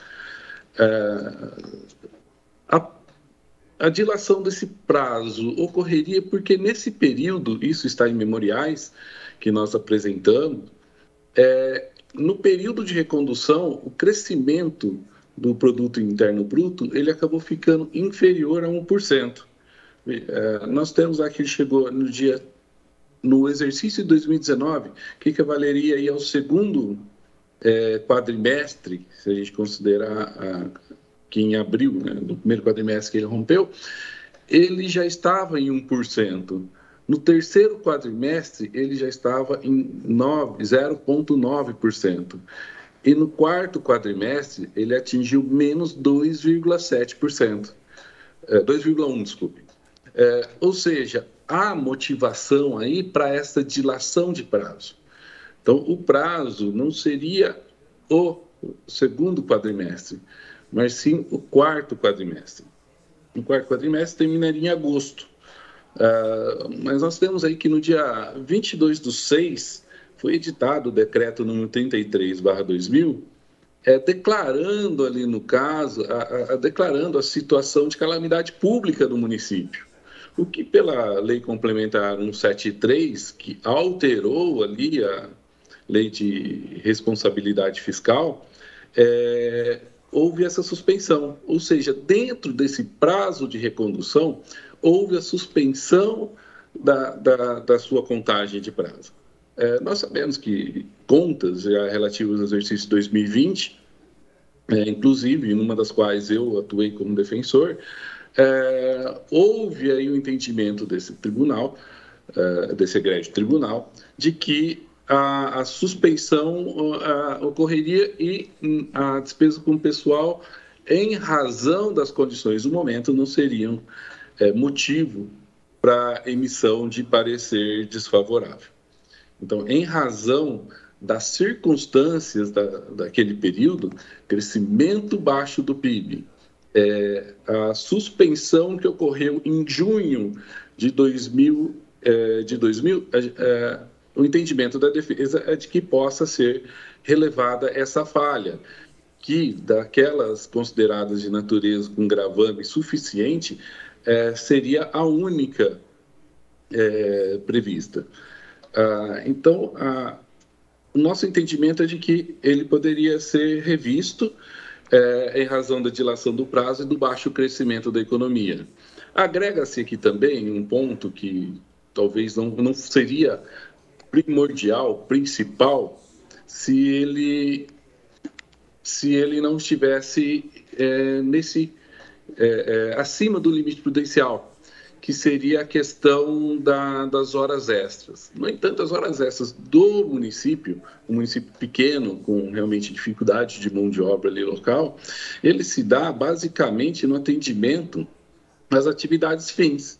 A dilação desse prazo ocorreria porque nesse período, isso está em memoriais que nós apresentamos, no período de recondução, o crescimento do produto interno bruto, ele acabou ficando inferior a 1%. Nós temos aqui, ele chegou no exercício de 2019, que valeria aí ao segundo quadrimestre, se a gente considerar que em abril, né, do primeiro quadrimestre que ele rompeu, ele já estava em 1%. No terceiro quadrimestre, ele já estava em 0,9%. E no quarto quadrimestre, ele atingiu menos 2,7%. 2,1%, desculpe. Ou seja, há motivação aí para essa dilação de prazo. Então, o prazo não seria o segundo quadrimestre, mas sim o quarto quadrimestre. O quarto quadrimestre terminaria em agosto. Mas nós temos aí que no dia 22/6 foi editado o decreto número 33/2000, declarando ali no caso, declarando a situação de calamidade pública do município. O que pela lei complementar 173, que alterou ali a lei de responsabilidade fiscal, houve essa suspensão. Ou seja, dentro desse prazo de recondução, houve a suspensão da sua contagem de prazo. Nós sabemos que contas já relativas ao exercício 2020, inclusive, numa das quais eu atuei como defensor, houve aí o entendimento desse tribunal, desse egrégio tribunal, de que a suspensão ocorreria e a despesa com o pessoal em razão das condições do momento, não seriam motivo para emissão de parecer desfavorável. Então, em razão das circunstâncias daquele período, crescimento baixo do PIB, a suspensão que ocorreu em junho de 2000, o entendimento da defesa é de que possa ser relevada essa falha, que daquelas consideradas de natureza com gravame suficiente, seria a única prevista. Então, o nosso entendimento é de que ele poderia ser revisto em razão da dilação do prazo e do baixo crescimento da economia. Agrega-se aqui também um ponto que talvez não seria primordial, principal, se ele não estivesse acima do limite prudencial, que seria a questão das horas extras. No entanto, as horas extras do município, um município pequeno, com realmente dificuldade de mão de obra ali local, ele se dá basicamente no atendimento às atividades fins.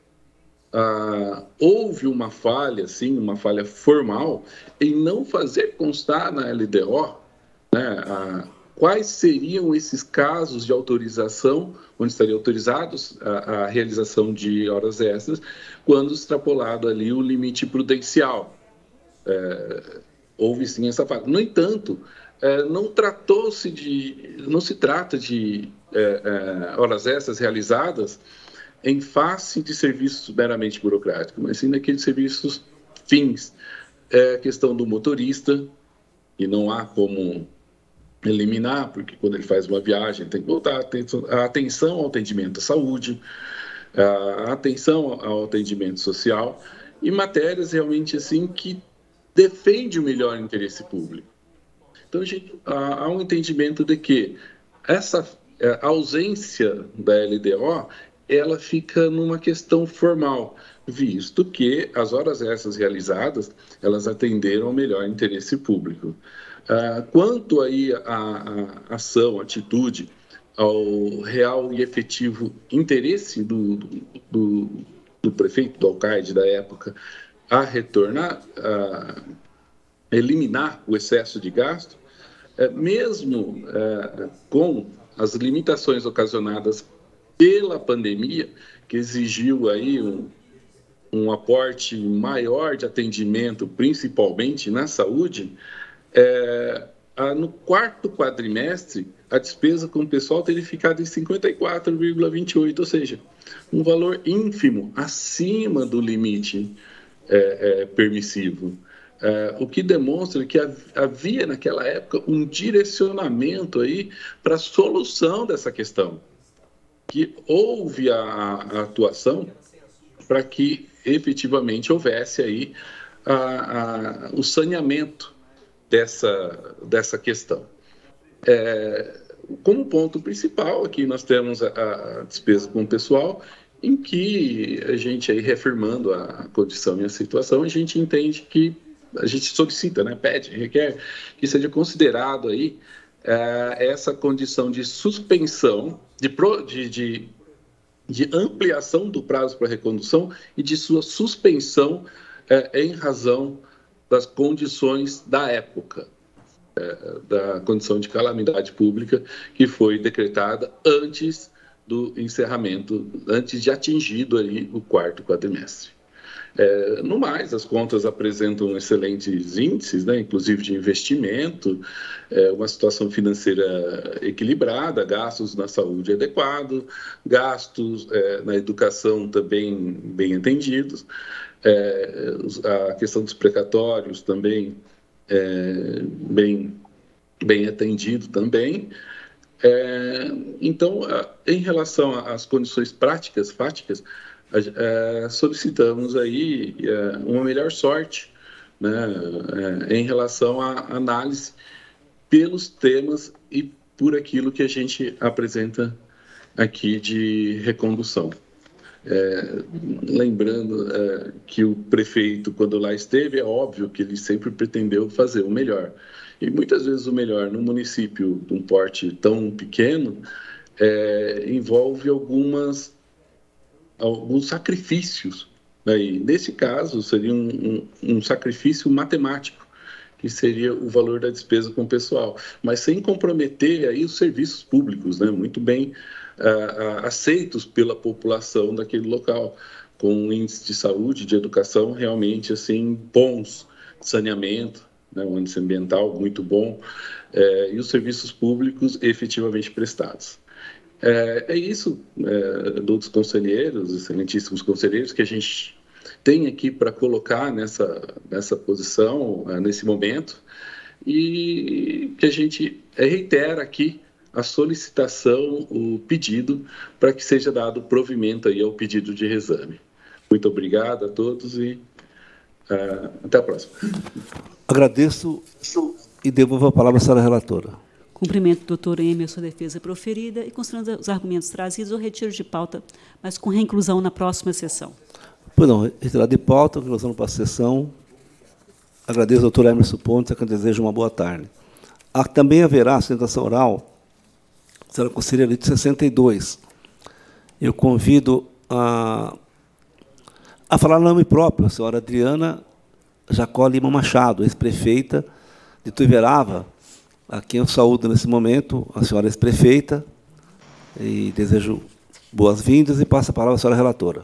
Houve uma falha, sim, uma falha formal, em não fazer constar na LDO, né, quais seriam esses casos de autorização, onde estariam autorizados a realização de horas extras, quando extrapolado ali o limite prudencial. Houve sim essa falha. No entanto, não se trata de horas extras realizadas em face de serviços meramente burocráticos, mas sim daqueles serviços fins. A questão do motorista, e não há como eliminar, porque quando ele faz uma viagem tem que voltar a atenção ao atendimento à saúde, a atenção ao atendimento social, e matérias realmente assim que defendem o melhor interesse público. Então, há um entendimento de que essa ausência da LDO, ela fica numa questão formal, visto que as horas extras realizadas, elas atenderam ao melhor interesse público. Quanto aí à ação, atitude, ao real e efetivo interesse do prefeito, do alcaide da época, a retornar, a eliminar o excesso de gasto, mesmo com as limitações ocasionadas pela pandemia, que exigiu aí um aporte maior de atendimento, principalmente na saúde, no quarto quadrimestre, a despesa com o pessoal teria ficado em 54,28, ou seja, um valor ínfimo, acima do limite permissivo. O que demonstra que havia, naquela época, um direcionamento aí para a solução dessa questão, que houve a atuação para que efetivamente houvesse aí o saneamento dessa questão. Como ponto principal, aqui nós temos a despesa com o pessoal, em que a gente, aí reafirmando a condição e a situação, a gente entende que, a gente solicita, né, pede, requer que seja considerado aí essa condição de suspensão, de ampliação do prazo para recondução e de sua suspensão em razão das condições da época, da condição de calamidade pública que foi decretada antes do encerramento, antes de atingido ali o quarto quadrimestre. No mais, as contas apresentam excelentes índices, né, inclusive de investimento, uma situação financeira equilibrada, gastos na saúde adequados, gastos na educação também bem atendidos, a questão dos precatórios também bem atendido também. Então, em relação às condições práticas, fáticas, solicitamos aí uma melhor sorte, né, em relação à análise pelos temas e por aquilo que a gente apresenta aqui de recondução. Lembrando que o prefeito, quando lá esteve, é óbvio que ele sempre pretendeu fazer o melhor. E muitas vezes o melhor num município de um porte tão pequeno envolve alguns sacrifícios. E nesse caso, seria um sacrifício matemático, que seria o valor da despesa com o pessoal, mas sem comprometer aí os serviços públicos, né, muito bem aceitos pela população daquele local, com um índice de saúde, de educação realmente assim bons, saneamento, né, um índice ambiental muito bom, e os serviços públicos efetivamente prestados. É isso, doutos conselheiros, excelentíssimos conselheiros, que a gente tem aqui para colocar nessa posição, nesse momento, e que a gente reitera aqui a solicitação, o pedido, para que seja dado provimento aí ao pedido de reexame. Muito obrigado a todos e até a próxima. Agradeço e devolvo a palavra à senhora relatora. Cumprimento o doutor Emer, sua defesa proferida, e considerando os argumentos trazidos, eu retiro de pauta, mas com reinclusão na próxima sessão. Pois não, retirado de pauta, reinclusão na próxima sessão. Agradeço ao doutor Emerson Pontes, a quem desejo uma boa tarde. Também haverá sustentação oral, senhora conselheira, de 62. Eu convido a falar nome próprio, a senhora Adriana Jacó Lima Machado, ex-prefeita de Tuverava, a quem eu saúdo nesse momento, a senhora ex-prefeita, e desejo boas-vindas e passo a palavra à senhora relatora.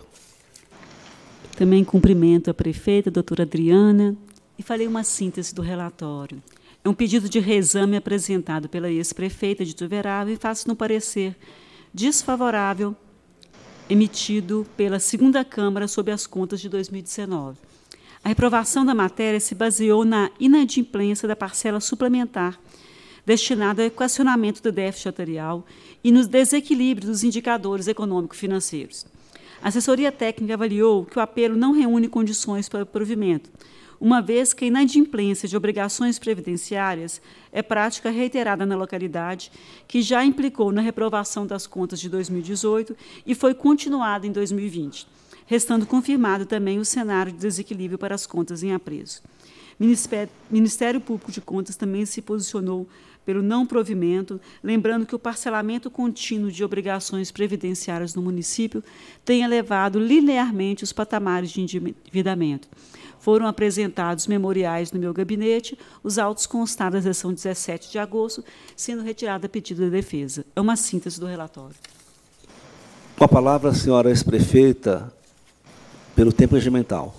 Também cumprimento a prefeita, a doutora Adriana, e farei uma síntese do relatório. É um pedido de reexame apresentado pela ex-prefeita de Tuverava e faço no parecer desfavorável emitido pela segunda Câmara sobre as contas de 2019. A reprovação da matéria se baseou na inadimplência da parcela suplementar destinada ao equacionamento do déficit atuarial e nos desequilíbrios dos indicadores econômico-financeiros. A assessoria técnica avaliou que o apelo não reúne condições para o provimento, uma vez que a inadimplência de obrigações previdenciárias é prática reiterada na localidade, que já implicou na reprovação das contas de 2018 e foi continuada em 2020, restando confirmado também o cenário de desequilíbrio para as contas em apreço. Ministério Público de Contas também se posicionou pelo não provimento, lembrando que o parcelamento contínuo de obrigações previdenciárias no município tem elevado linearmente os patamares de endividamento. Foram apresentados memoriais no meu gabinete, os autos constados da sessão 17 de agosto, sendo retirada a pedido da defesa. É uma síntese do relatório. Com a palavra, a senhora ex-prefeita, pelo tempo regimental.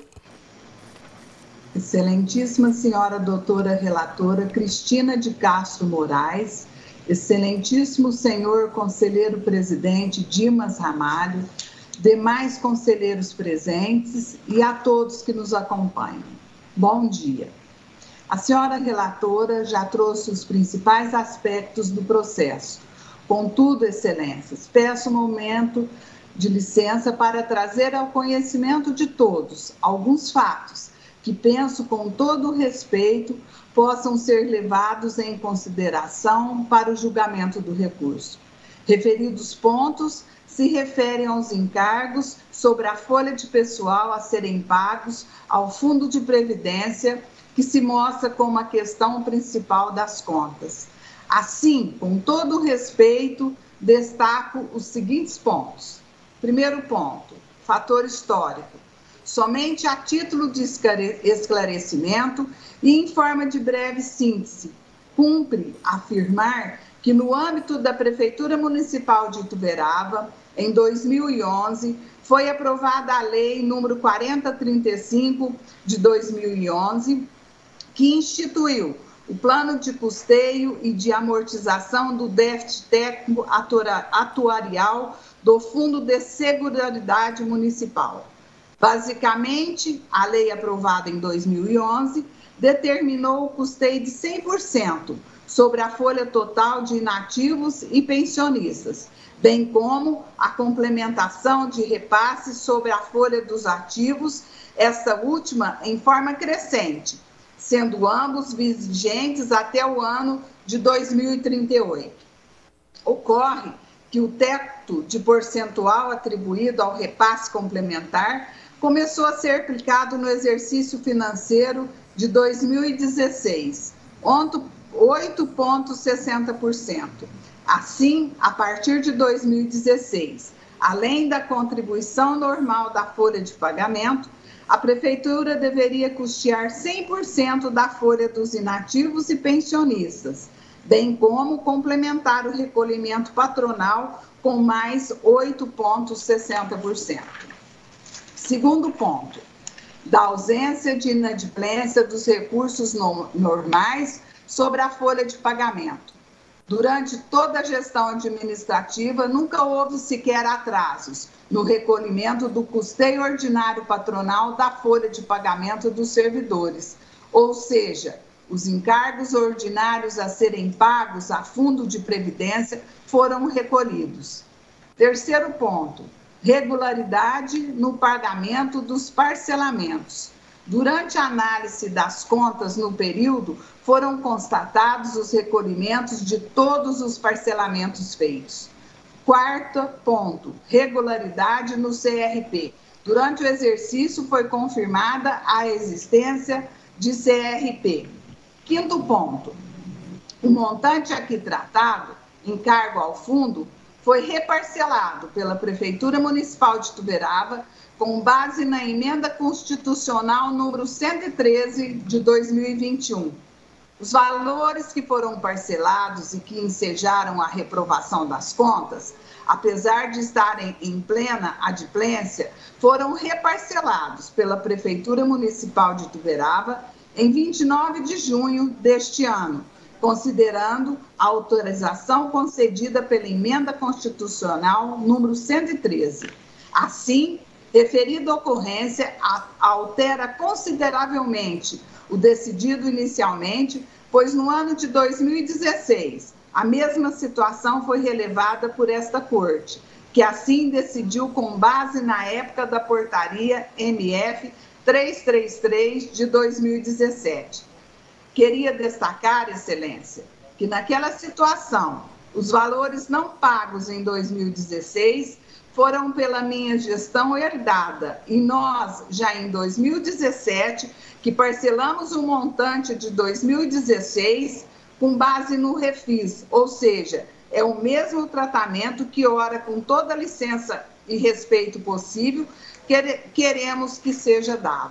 Excelentíssima senhora doutora relatora Cristina de Castro Moraes, excelentíssimo senhor conselheiro presidente Dimas Ramalho, demais conselheiros presentes e a todos que nos acompanham. Bom dia. A senhora relatora já trouxe os principais aspectos do processo. Contudo, excelências, peço um momento de licença para trazer ao conhecimento de todos alguns fatos que penso com todo o respeito possam ser levados em consideração para o julgamento do recurso. Referidos pontos se referem aos encargos sobre a folha de pessoal a serem pagos ao Fundo de Previdência, que se mostra como a questão principal das contas. Assim, com todo o respeito, destaco os seguintes pontos. Primeiro ponto, fator histórico. Somente a título de esclarecimento e em forma de breve síntese, cumpre afirmar que no âmbito da Prefeitura Municipal de Ituverava, em 2011, foi aprovada a Lei número 4035 de 2011, que instituiu o plano de custeio e de amortização do déficit técnico atuarial do Fundo de Seguridade Municipal. Basicamente, a lei aprovada em 2011 determinou o custeio de 100% sobre a folha total de inativos e pensionistas, bem como a complementação de repasses sobre a folha dos ativos, essa última em forma crescente, sendo ambos vigentes até o ano de 2038. Ocorre que o teto de percentual atribuído ao repasse complementar começou a ser aplicado no exercício financeiro de 2016, 8,60%. Assim, a partir de 2016, além da contribuição normal da folha de pagamento, a Prefeitura deveria custear 100% da folha dos inativos e pensionistas, bem como complementar o recolhimento patronal com mais 8,60%. Segundo ponto, da ausência de inadimplência dos recursos normais sobre a folha de pagamento. Durante toda a gestão administrativa, nunca houve sequer atrasos no recolhimento do custeio ordinário patronal da folha de pagamento dos servidores, ou seja, os encargos ordinários a serem pagos a fundo de previdência foram recolhidos. Terceiro ponto, regularidade no pagamento dos parcelamentos. Durante a análise das contas no período, foram constatados os recolhimentos de todos os parcelamentos feitos. Quarto ponto, regularidade no CRP. Durante o exercício foi confirmada a existência de CRP. Quinto ponto, o montante aqui tratado, encargo ao fundo, foi reparcelado pela Prefeitura Municipal de Ituverava com base na Emenda Constitucional número 113 de 2021. Os valores que foram parcelados e que ensejaram a reprovação das contas, apesar de estarem em plena adimplência, foram reparcelados pela Prefeitura Municipal de Ituverava em 29 de junho deste ano, considerando a autorização concedida pela Emenda Constitucional número 113. Assim, referida ocorrência altera consideravelmente o decidido inicialmente, pois no ano de 2016, a mesma situação foi relevada por esta Corte, que assim decidiu com base na época da portaria MF 333 de 2017. Queria destacar, Excelência, que naquela situação, os valores não pagos em 2016 foram pela minha gestão herdada e nós, já em 2017, que parcelamos o montante de 2016 com base no refis, ou seja, é o mesmo tratamento que, ora, com toda a licença e respeito possível, queremos que seja dado.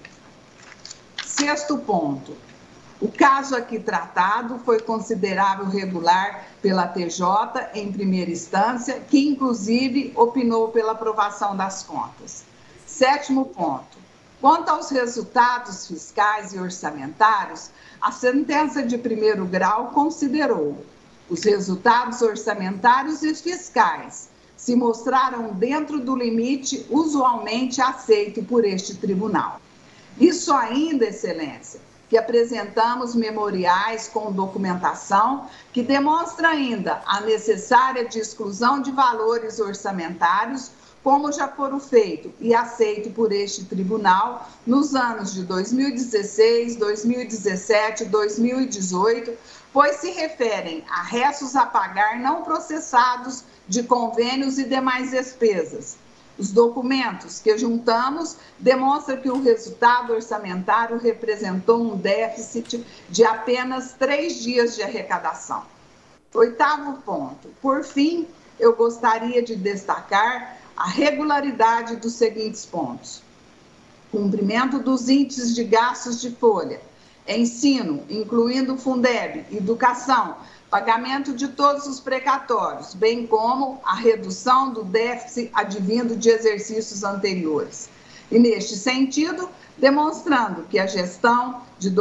Sexto ponto. O caso aqui tratado foi considerado regular pela TJ em primeira instância, que inclusive opinou pela aprovação das contas. Sétimo ponto. Quanto aos resultados fiscais e orçamentários, a sentença de primeiro grau considerou os resultados orçamentários e fiscais se mostraram dentro do limite usualmente aceito por este tribunal. Isso ainda, Excelência, que apresentamos memoriais com documentação que demonstra ainda a necessária de exclusão de valores orçamentários, como já foram feito e aceito por este tribunal nos anos de 2016, 2017 e 2018, pois se referem a restos a pagar não processados de convênios e demais despesas. Os documentos que juntamos demonstram que o resultado orçamentário representou um déficit de apenas 3 dias de arrecadação. Oitavo ponto. Por fim, eu gostaria de destacar a regularidade dos seguintes pontos: cumprimento dos índices de gastos de folha, ensino, incluindo Fundeb, educação, pagamento de todos os precatórios, bem como a redução do déficit advindo de exercícios anteriores. E, neste sentido, demonstrando que a gestão de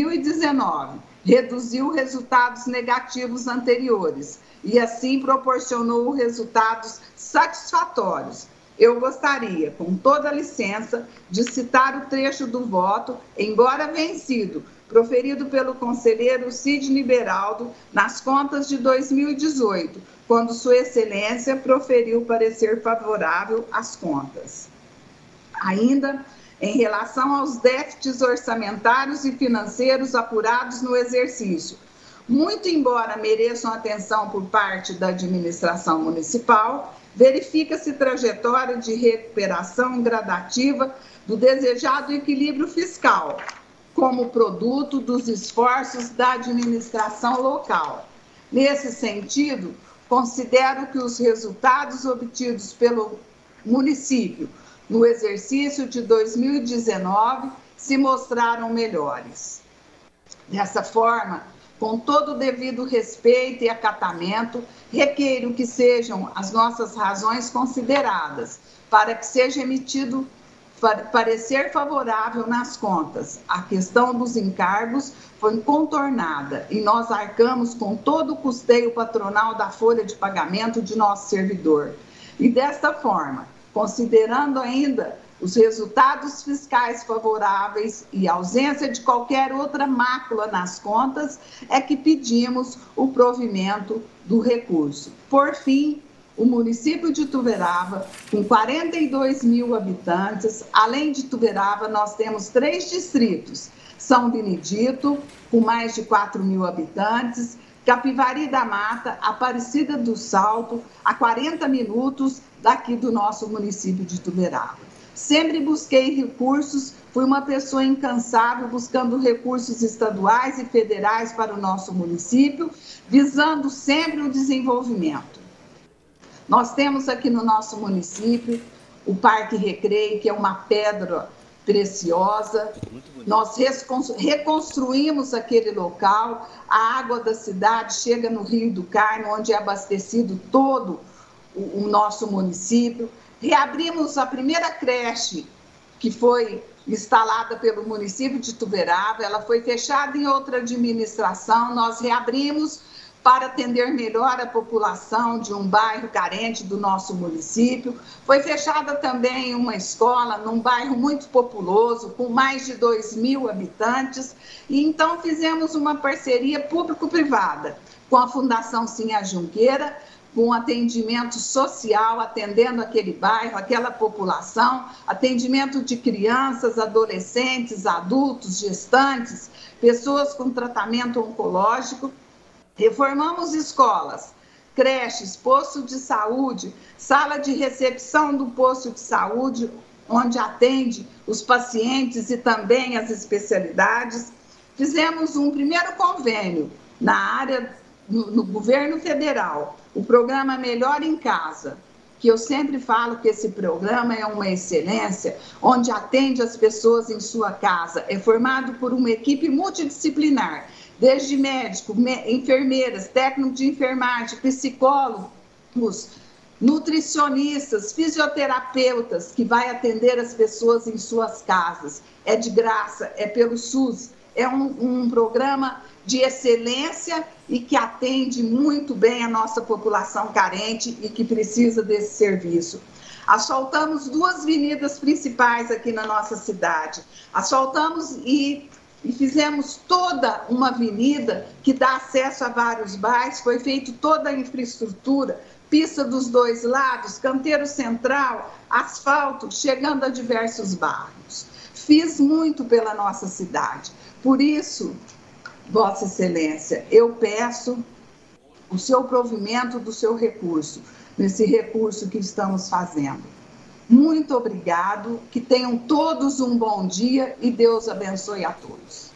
2019 reduziu resultados negativos anteriores e, assim, proporcionou resultados satisfatórios. Eu gostaria, com toda licença, de citar o trecho do voto, embora vencido, proferido pelo conselheiro Sidney Beraldo nas contas de 2018, quando Sua Excelência proferiu parecer favorável às contas. Ainda, em relação aos déficits orçamentários e financeiros apurados no exercício, muito embora mereçam atenção por parte da administração municipal, verifica-se trajetória de recuperação gradativa do desejado equilíbrio fiscal, como produto dos esforços da administração local. Nesse sentido, considero que os resultados obtidos pelo município no exercício de 2019 se mostraram melhores. Dessa forma, com todo o devido respeito e acatamento, requeiro que sejam as nossas razões consideradas para que seja emitido parecer favorável nas contas. A questão dos encargos foi contornada e nós arcamos com todo o custeio patronal da folha de pagamento de nosso servidor. E desta forma, considerando ainda os resultados fiscais favoráveis e ausência de qualquer outra mácula nas contas, é que pedimos o provimento do recurso. Por fim, o município de Ituverava, com 42 mil habitantes, além de Ituverava, nós temos 3 distritos: São Benedito, com mais de 4 mil habitantes, Capivari da Mata, Aparecida do Salto, a 40 minutos daqui do nosso município de Ituverava. Sempre busquei recursos, fui uma pessoa incansável buscando recursos estaduais e federais para o nosso município, visando sempre o desenvolvimento. Nós temos aqui no nosso município o Parque Recreio, que é uma pedra preciosa. Nós reconstruímos aquele local, a água da cidade chega no Rio do Carmo, onde é abastecido todo o nosso município. Reabrimos a primeira creche que foi instalada pelo município de Ituverava, ela foi fechada em outra administração, nós reabrimos para atender melhor a população de um bairro carente do nosso município. Foi fechada também uma escola num bairro muito populoso, com mais de 2 mil habitantes, e então fizemos uma parceria público-privada com a Fundação Sinha Junqueira, com atendimento social, atendendo aquele bairro, aquela população, atendimento de crianças, adolescentes, adultos, gestantes, pessoas com tratamento oncológico. Reformamos escolas, creches, posto de saúde, sala de recepção do posto de saúde, onde atende os pacientes e também as especialidades. Fizemos um primeiro convênio na área, no governo federal, o programa Melhor em Casa, que eu sempre falo que esse programa é uma excelência, onde atende as pessoas em sua casa. É formado por uma equipe multidisciplinar, desde médicos, enfermeiras, técnicos de enfermagem, psicólogos, nutricionistas, fisioterapeutas, que vai atender as pessoas em suas casas. É de graça, é pelo SUS. É um programa de excelência e que atende muito bem a nossa população carente e que precisa desse serviço. Asfaltamos 2 avenidas principais aqui na nossa cidade. Asfaltamos e fizemos toda uma avenida que dá acesso a vários bairros, foi feita toda a infraestrutura, pista dos 2 lados, canteiro central, asfalto, chegando a diversos bairros. Fiz muito pela nossa cidade. Por isso, Vossa Excelência, eu peço o seu provimento do seu recurso, nesse recurso que estamos fazendo. Muito obrigado, que tenham todos um bom dia e Deus abençoe a todos.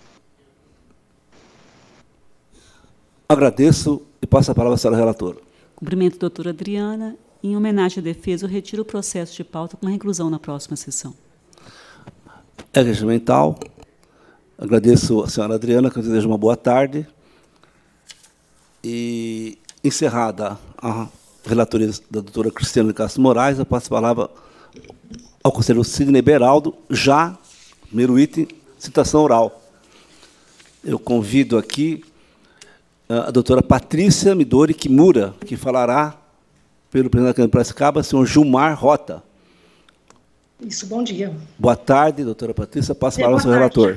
Agradeço e passo a palavra à senhora relatora. Cumprimento a doutora Adriana. Em homenagem à defesa, eu retiro o processo de pauta com reclusão na próxima sessão. É regimental. Agradeço a senhora Adriana, que eu desejo uma boa tarde. E, encerrada a relatoria da doutora Cristiana de Castro Moraes, eu passo a palavra ao conselheiro Sidney Beraldo, já, primeiro item, citação oral. Eu convido aqui a doutora Patrícia Midori Kimura, que falará pelo presidente da Câmara de Piracicaba, senhor Gilmar Rota. Isso, bom dia. Boa tarde, doutora Patrícia. Passo a palavra ao seu relator.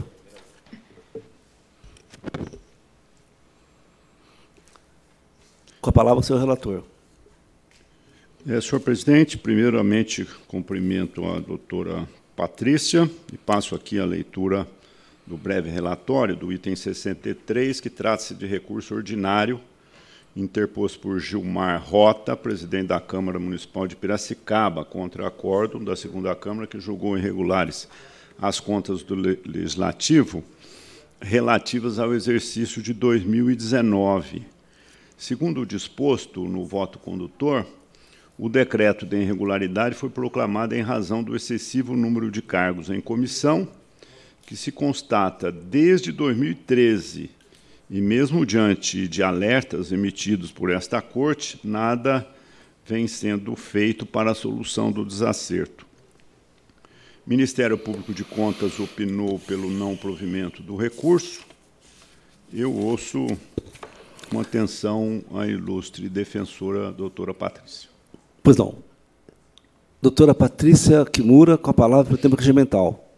Com a palavra, o senhor relator. Senhor presidente, primeiramente cumprimento a doutora Patrícia e passo aqui a leitura do breve relatório, do item 63, que trata-se de recurso ordinário interposto por Gilmar Rota, presidente da Câmara Municipal de Piracicaba, contra acórdão da segunda Câmara, que julgou irregulares as contas do Legislativo relativas ao exercício de 2019. Segundo o disposto no voto condutor, o decreto de irregularidade foi proclamado em razão do excessivo número de cargos em comissão, que se constata desde 2013, e mesmo diante de alertas emitidos por esta Corte, nada vem sendo feito para a solução do desacerto. O Ministério Público de Contas opinou pelo não provimento do recurso. Eu ouço com atenção a ilustre defensora, doutora Patrícia. Pois não. Doutora Patrícia Kimura, com a palavra para o tempo regimental.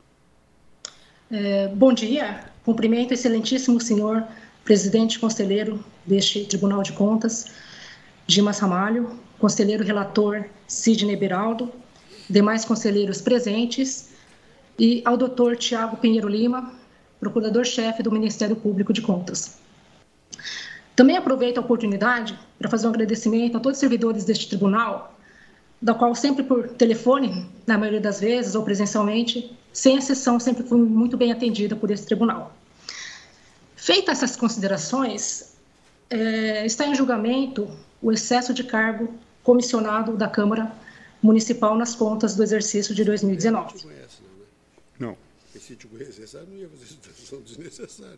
Bom dia. Cumprimento o excelentíssimo senhor presidente conselheiro deste Tribunal de Contas, Dimas Ramalho, conselheiro relator Sidney Beraldo, demais conselheiros presentes, e ao doutor Tiago Pinheiro Lima, procurador-chefe do Ministério Público de Contas. Também aproveito a oportunidade para fazer um agradecimento a todos os servidores deste tribunal, da qual sempre por telefone, na maioria das vezes, ou presencialmente, sem exceção, sempre fui muito bem atendida por esse tribunal. Feitas essas considerações, está em julgamento o excesso de cargo comissionado da Câmara Municipal nas contas do exercício de 2019. Não. Se te conhecesse, não ia fazer situação desnecessária.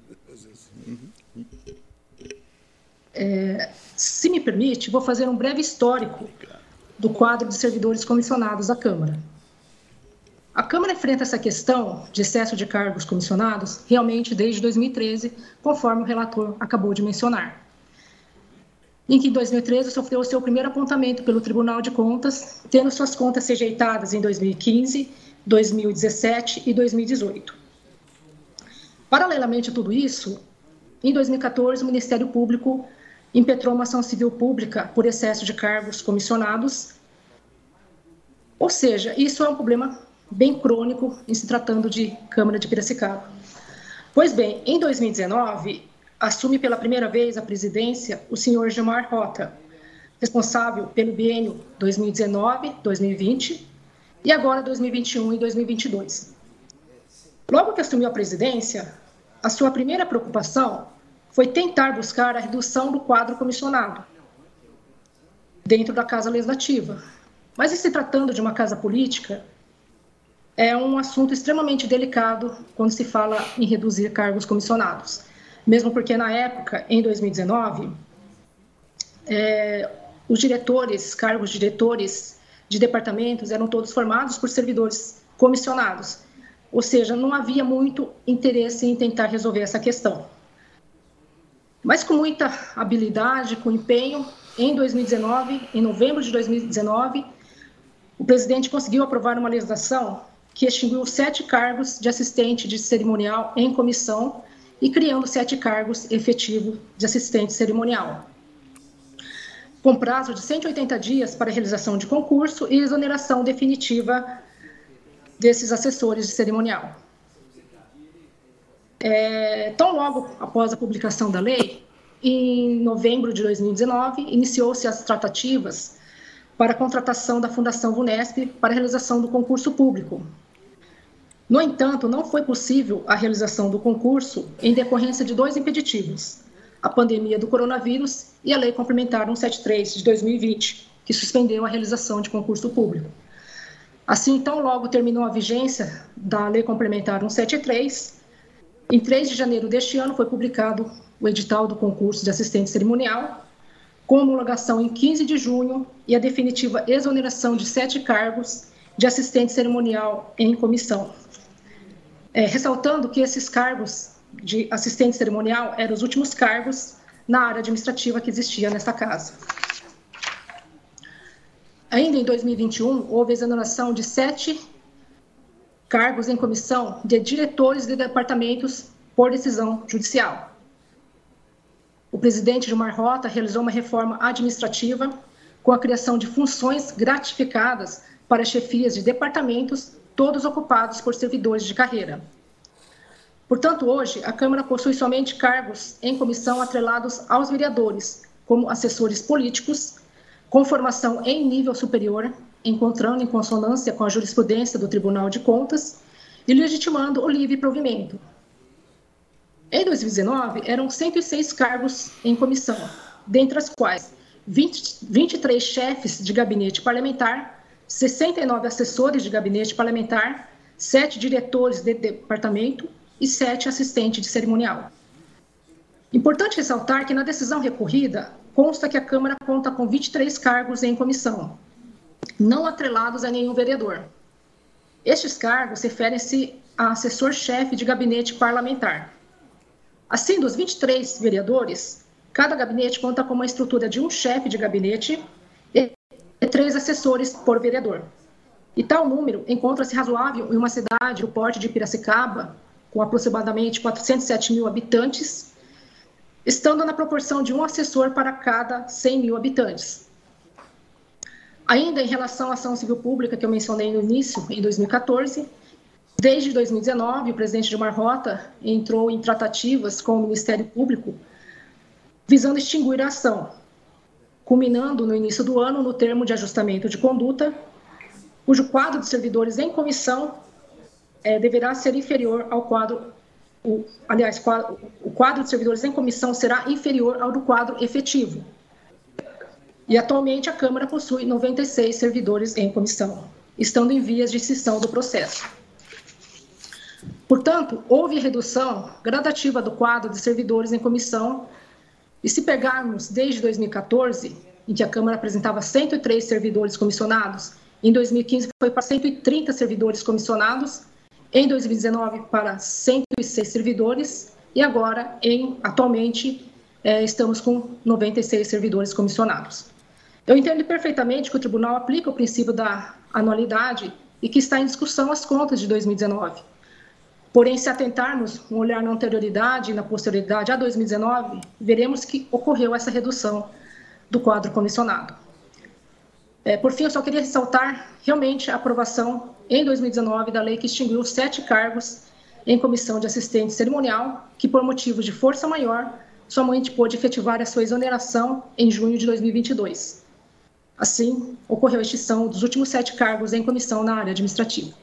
Se me permite, vou fazer um breve histórico do quadro de servidores comissionados da Câmara. A Câmara enfrenta essa questão de excesso de cargos comissionados realmente desde 2013, conforme o relator acabou de mencionar. Em que em 2013 sofreu o seu primeiro apontamento pelo Tribunal de Contas, tendo suas contas rejeitadas em 2015, 2017 e 2018. Paralelamente a tudo isso, em 2014 o Ministério Público impetrou uma ação civil pública por excesso de cargos comissionados. Ou seja, isso é um problema bem crônico em se tratando de Câmara de Piracicaba. Pois bem, em 2019, assume pela primeira vez a presidência o senhor Gilmar Rota, responsável pelo biênio 2019-2020 e agora 2021 e 2022. Logo que assumiu a presidência, a sua primeira preocupação foi tentar buscar a redução do quadro comissionado dentro da Casa Legislativa. Mas, em se tratando de uma casa política, é um assunto extremamente delicado quando se fala em reduzir cargos comissionados. Mesmo porque, na época, em 2019, os diretores, cargos de diretores de departamentos eram todos formados por servidores comissionados. Ou seja, não havia muito interesse em tentar resolver essa questão. Mas com muita habilidade, com empenho, em 2019, em novembro de 2019, o presidente conseguiu aprovar uma legislação que extinguiu 7 cargos de assistente de cerimonial em comissão e criando 7 cargos efetivos de assistente cerimonial, com prazo de 180 dias para a realização de concurso e exoneração definitiva desses assessores de cerimonial. Tão logo após a publicação da lei, em novembro de 2019, iniciou-se as tratativas para a contratação da Fundação VUNESP para a realização do concurso público. No entanto, não foi possível a realização do concurso em decorrência de 2 impeditivos: a pandemia do coronavírus e a Lei Complementar 173 de 2020, que suspendeu a realização de concurso público. Assim, tão logo terminou a vigência da Lei Complementar 173, em 3 de janeiro deste ano foi publicado o edital do concurso de assistente cerimonial, com homologação em 15 de junho e a definitiva exoneração de 7 cargos de assistente cerimonial em comissão. Ressaltando que esses cargos de assistente cerimonial eram os últimos cargos na área administrativa que existia nesta casa. Ainda em 2021, houve exoneração de 7 cargos em comissão de diretores de departamentos por decisão judicial. O presidente Gilmar Rota realizou uma reforma administrativa com a criação de funções gratificadas para chefias de departamentos, todos ocupados por servidores de carreira. Portanto, hoje, a Câmara possui somente cargos em comissão atrelados aos vereadores, como assessores políticos, com formação em nível superior, encontrando em consonância com a jurisprudência do Tribunal de Contas e legitimando o livre provimento. Em 2019, eram 106 cargos em comissão, dentre as quais 23 chefes de gabinete parlamentar, 69 assessores de gabinete parlamentar, 7 diretores de departamento e 7 assistentes de cerimonial. Importante ressaltar que na decisão recorrida consta que a Câmara conta com 23 cargos em comissão, não atrelados a nenhum vereador. Estes cargos referem-se a assessor-chefe de gabinete parlamentar. Assim, dos 23 vereadores, cada gabinete conta com uma estrutura de um chefe de gabinete e 3 assessores por vereador. E tal número encontra-se razoável em uma cidade do porte de Piracicaba, com aproximadamente 407 mil habitantes, estando na proporção de um assessor para cada 100 mil habitantes. Ainda em relação à ação civil pública que eu mencionei no início, em 2014, desde 2019, o presidente Gilmar Rota entrou em tratativas com o Ministério Público visando extinguir a ação, culminando no início do ano no termo de ajustamento de conduta, cujo quadro de servidores em comissão deverá ser inferior ao quadro, o quadro de servidores em comissão será inferior ao do quadro efetivo. E atualmente a Câmara possui 96 servidores em comissão, estando em vias de extinção do processo. Portanto, houve redução gradativa do quadro de servidores em comissão, e se pegarmos desde 2014, em que a Câmara apresentava 103 servidores comissionados, em 2015 foi para 130 servidores comissionados, em 2019 para 106 servidores, e agora, atualmente, estamos com 96 servidores comissionados. Eu entendo perfeitamente que o Tribunal aplica o princípio da anualidade e que está em discussão as contas de 2019. Porém, se atentarmos um olhar na anterioridade e na posterioridade a 2019, veremos que ocorreu essa redução do quadro comissionado. Por fim, eu só queria ressaltar realmente a aprovação em 2019 da lei que extinguiu 7 cargos em comissão de assistente cerimonial, que por motivo de força maior, somente pôde efetivar a sua exoneração em junho de 2022. Assim, ocorreu a extinção dos últimos 7 cargos em comissão na área administrativa.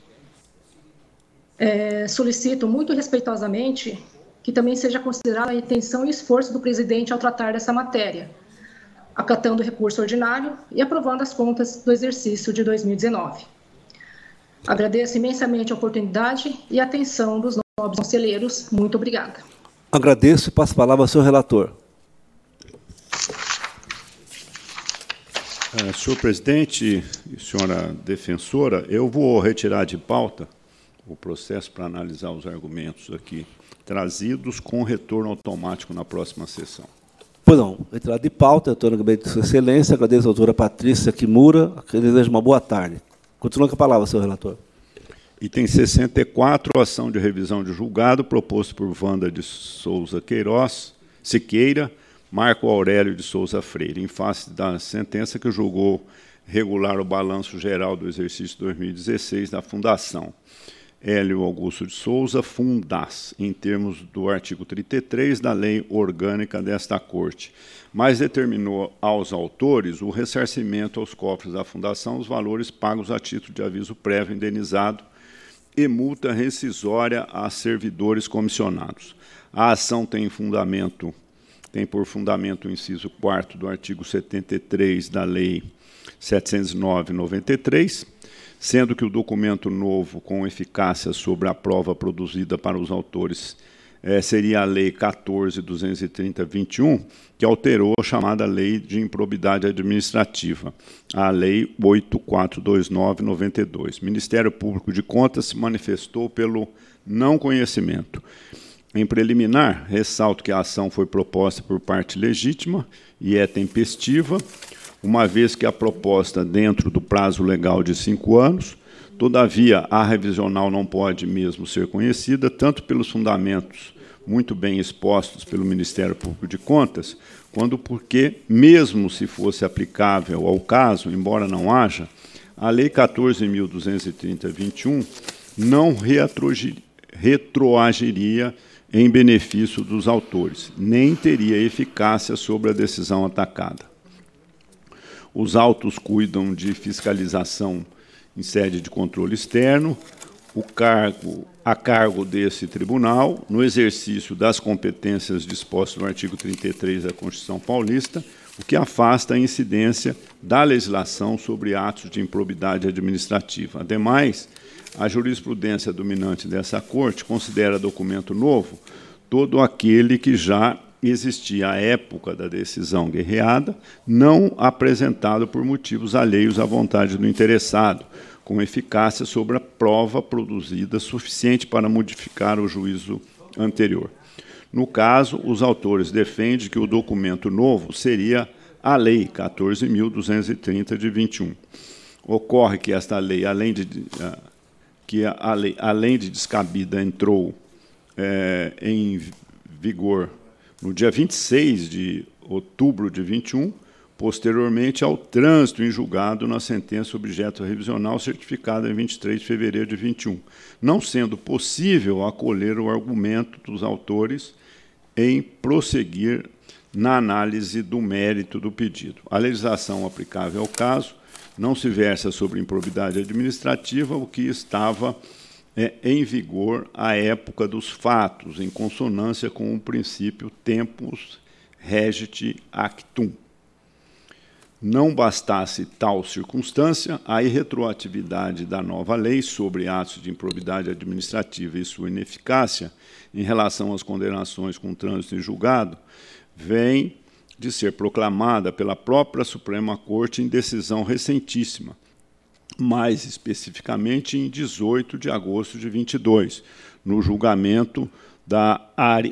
Solicito muito respeitosamente que também seja considerada a intenção e esforço do presidente ao tratar dessa matéria, acatando o recurso ordinário e aprovando as contas do exercício de 2019. Agradeço imensamente a oportunidade e a atenção dos nobres conselheiros. Muito obrigada. Agradeço e passo a palavra ao senhor relator. Senhor presidente e senhora defensora, eu vou retirar de pauta o processo para analisar os argumentos aqui trazidos com retorno automático na próxima sessão. Pois não, retirada de pauta, eu estou no gabinete de Sua Excelência, agradeço a doutora Patrícia Kimura, que desejo uma boa tarde. Continua com a palavra, senhor relator. Item 64, ação de revisão de julgado, proposto por Wanda de Souza Queiroz, Siqueira, Marco Aurélio de Souza Freire, em face da sentença que julgou regular o balanço geral do exercício 2016 da Fundação Hélio Augusto de Souza, Fundas, em termos do artigo 33 da Lei Orgânica desta Corte, mas determinou aos autores o ressarcimento aos cofres da Fundação os valores pagos a título de aviso prévio indenizado e multa rescisória a servidores comissionados. A ação tem por fundamento o inciso 4º do artigo 73 da Lei 709/93, sendo que o documento novo com eficácia sobre a prova produzida para os autores seria a Lei 14.230/21, que alterou a chamada Lei de Improbidade Administrativa, a Lei 8.429/92. O Ministério Público de Contas se manifestou pelo não conhecimento. Em preliminar, ressalto que a ação foi proposta por parte legítima e é tempestiva, uma vez que a proposta dentro do prazo legal de 5 anos, todavia, a revisional não pode mesmo ser conhecida, tanto pelos fundamentos muito bem expostos pelo Ministério Público de Contas, quanto porque, mesmo se fosse aplicável ao caso, embora não haja, a Lei 14.230/21 não retroagiria em benefício dos autores, nem teria eficácia sobre a decisão atacada. Os autos cuidam de fiscalização em sede de controle externo, a cargo desse tribunal, no exercício das competências dispostas no artigo 33 da Constituição Paulista, o que afasta a incidência da legislação sobre atos de improbidade administrativa. Ademais, a jurisprudência dominante dessa Corte considera documento novo todo aquele que já existia à época da decisão guerreada, não apresentado por motivos alheios à vontade do interessado, com eficácia sobre a prova produzida suficiente para modificar o juízo anterior. No caso, os autores defendem que o documento novo seria a Lei 14.230, de 21. Ocorre que esta lei, além de descabida, entrou em vigor no dia 26 de outubro de 21, posteriormente ao trânsito em julgado na sentença objeto revisional certificada em 23 de fevereiro de 21, não sendo possível acolher o argumento dos autores em prosseguir na análise do mérito do pedido. A legislação aplicável ao caso não se versa sobre improbidade administrativa, o que estava em vigor à época dos fatos, em consonância com o princípio tempus regit actum. Não bastasse tal circunstância, a irretroatividade da nova lei sobre atos de improbidade administrativa e sua ineficácia em relação às condenações com trânsito em julgado vem de ser proclamada pela própria Suprema Corte em decisão recentíssima, mais especificamente em 18 de agosto de 22, no julgamento da ARE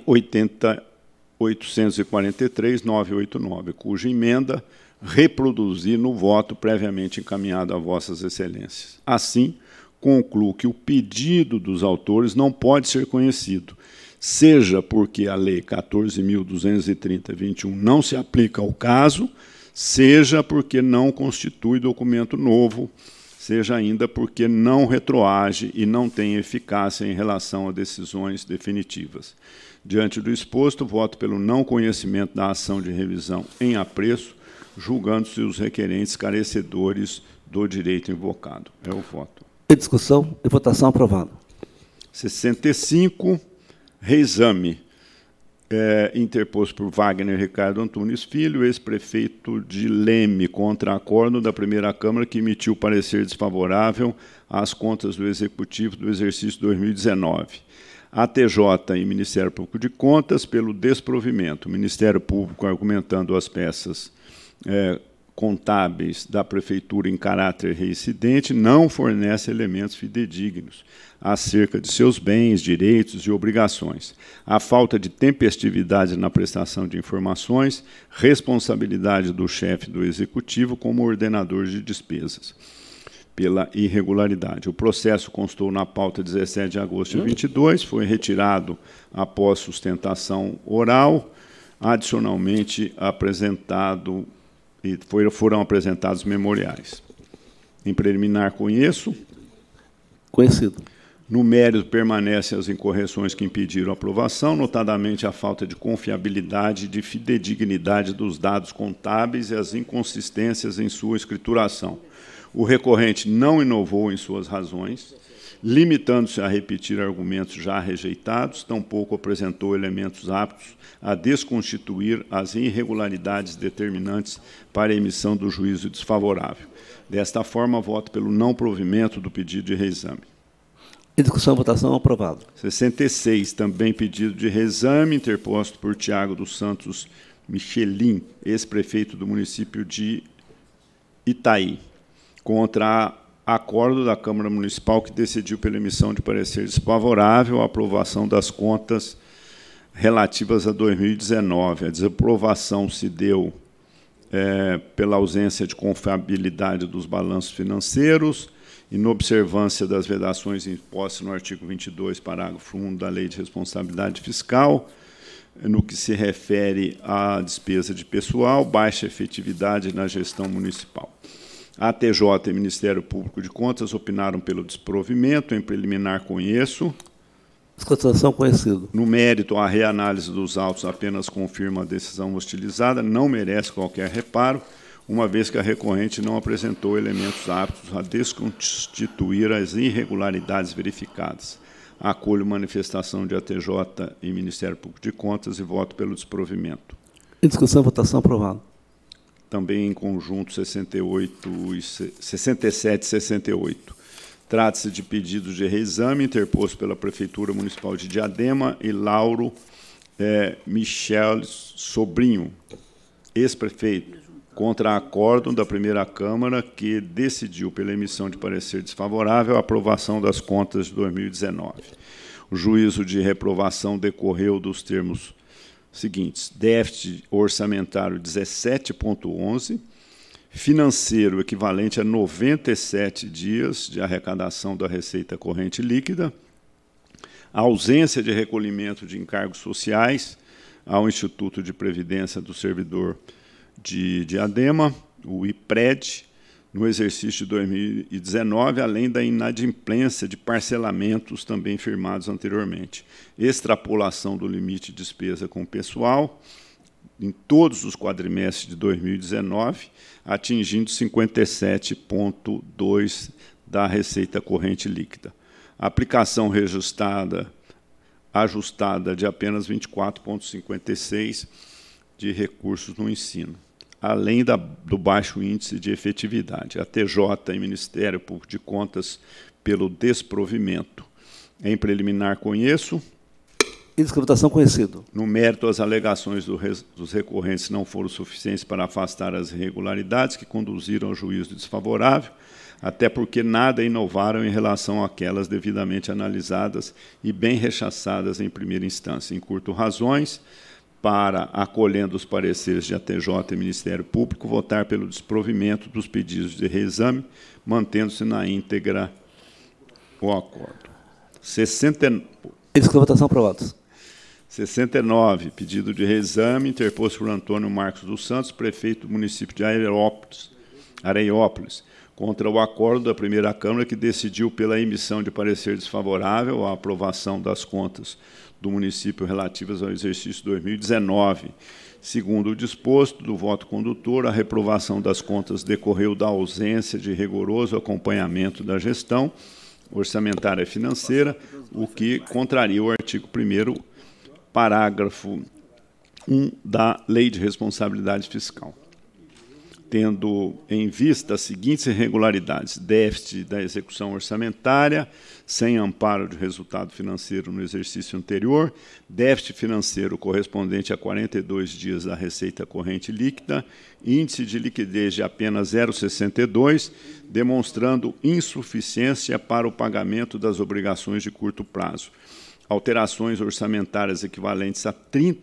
843-989, cuja emenda reproduzi no voto previamente encaminhado a Vossas Excelências. Assim, concluo que o pedido dos autores não pode ser conhecido, seja porque a Lei 14.230/21 não se aplica ao caso, seja porque não constitui documento novo, seja ainda porque não retroage e não tem eficácia em relação a decisões definitivas. Diante do exposto, voto pelo não conhecimento da ação de revisão em apreço, julgando-se os requerentes carecedores do direito invocado. É o voto. Em discussão e votação aprovado. 65, reexame, interposto por Wagner Ricardo Antunes Filho, ex-prefeito de Leme, contra acordo da primeira Câmara que emitiu parecer desfavorável às contas do Executivo do exercício 2019. ATJ e Ministério Público de Contas pelo desprovimento. O Ministério Público argumentando as peças contábeis da Prefeitura em caráter reincidente, não fornece elementos fidedignos acerca de seus bens, direitos e obrigações. A falta de tempestividade na prestação de informações, responsabilidade do chefe do Executivo como ordenador de despesas, pela irregularidade. O processo constou na pauta 17 de agosto de 22, foi retirado após sustentação oral, adicionalmente apresentado e foram apresentados memoriais. Em preliminar, conheço. Conhecido. No mérito, permanecem as incorreções que impediram a aprovação, notadamente a falta de confiabilidade e de fidedignidade dos dados contábeis e as inconsistências em sua escrituração. O recorrente não inovou em suas razões, limitando-se a repetir argumentos já rejeitados, tampouco apresentou elementos aptos a desconstituir as irregularidades determinantes para a emissão do juízo desfavorável. Desta forma, voto pelo não provimento do pedido de reexame. Em discussão e votação, aprovado. 66, também pedido de reexame, interposto por Tiago dos Santos Michelin, ex-prefeito do município de Itaí, contra acordo da Câmara Municipal que decidiu pela emissão de parecer desfavorável à aprovação das contas relativas a 2019. A desaprovação se deu pela ausência de confiabilidade dos balanços financeiros, inobservância das vedações impostas no artigo 22, parágrafo 1 da Lei de Responsabilidade Fiscal, no que se refere à despesa de pessoal, baixa efetividade na gestão municipal. A ATJ e Ministério Público de Contas opinaram pelo desprovimento. Em preliminar, conheço. Discussão conhecido. No mérito, a reanálise dos autos apenas confirma a decisão hostilizada, não merece qualquer reparo, uma vez que a recorrente não apresentou elementos aptos a desconstituir as irregularidades verificadas. Acolho manifestação de ATJ e Ministério Público de Contas e voto pelo desprovimento. Em discussão, votação, aprovado. Também em conjunto 67 e 68. Trata-se de pedido de reexame interposto pela Prefeitura Municipal de Diadema e Lauro Michel Sobrinho, ex-prefeito, contra acórdão da primeira Câmara que decidiu pela emissão de parecer desfavorável à aprovação das contas de 2019. O juízo de reprovação decorreu dos termos seguintes: déficit orçamentário 17,11, financeiro equivalente a 97 dias de arrecadação da receita corrente líquida, ausência de recolhimento de encargos sociais ao Instituto de Previdência do Servidor de Diadema, o IPRED, no exercício de 2019, além da inadimplência de parcelamentos também firmados anteriormente, extrapolação do limite de despesa com o pessoal em todos os quadrimestres de 2019, atingindo 57,2% da receita corrente líquida. Aplicação ajustada de apenas 24,56% de recursos no ensino, além do baixo índice de efetividade. A TJ e Ministério Público de Contas pelo desprovimento. Em preliminar, conheço. Em votação, conhecido. No mérito, as alegações dos recorrentes não foram suficientes para afastar as irregularidades que conduziram ao juízo desfavorável, até porque nada inovaram em relação àquelas devidamente analisadas e bem rechaçadas em primeira instância. Encurto razões para, acolhendo os pareceres de ATJ e Ministério Público, votar pelo desprovimento dos pedidos de reexame, mantendo-se na íntegra o acordo. Votação aprovados. 69, pedido de reexame, interposto por Antônio Marcos dos Santos, prefeito do município de Areiópolis, contra o acordo da primeira Câmara que decidiu pela emissão de parecer desfavorável à aprovação das contas do município relativas ao exercício 2019. Segundo o disposto do voto condutor, a reprovação das contas decorreu da ausência de rigoroso acompanhamento da gestão orçamentária e financeira, o que contraria o artigo 1º, parágrafo 1 da Lei de Responsabilidade Fiscal. Tendo em vista as seguintes irregularidades: déficit da execução orçamentária, sem amparo de resultado financeiro no exercício anterior, déficit financeiro correspondente a 42 dias da receita corrente líquida, índice de liquidez de apenas 0,62, demonstrando insuficiência para o pagamento das obrigações de curto prazo, alterações orçamentárias equivalentes a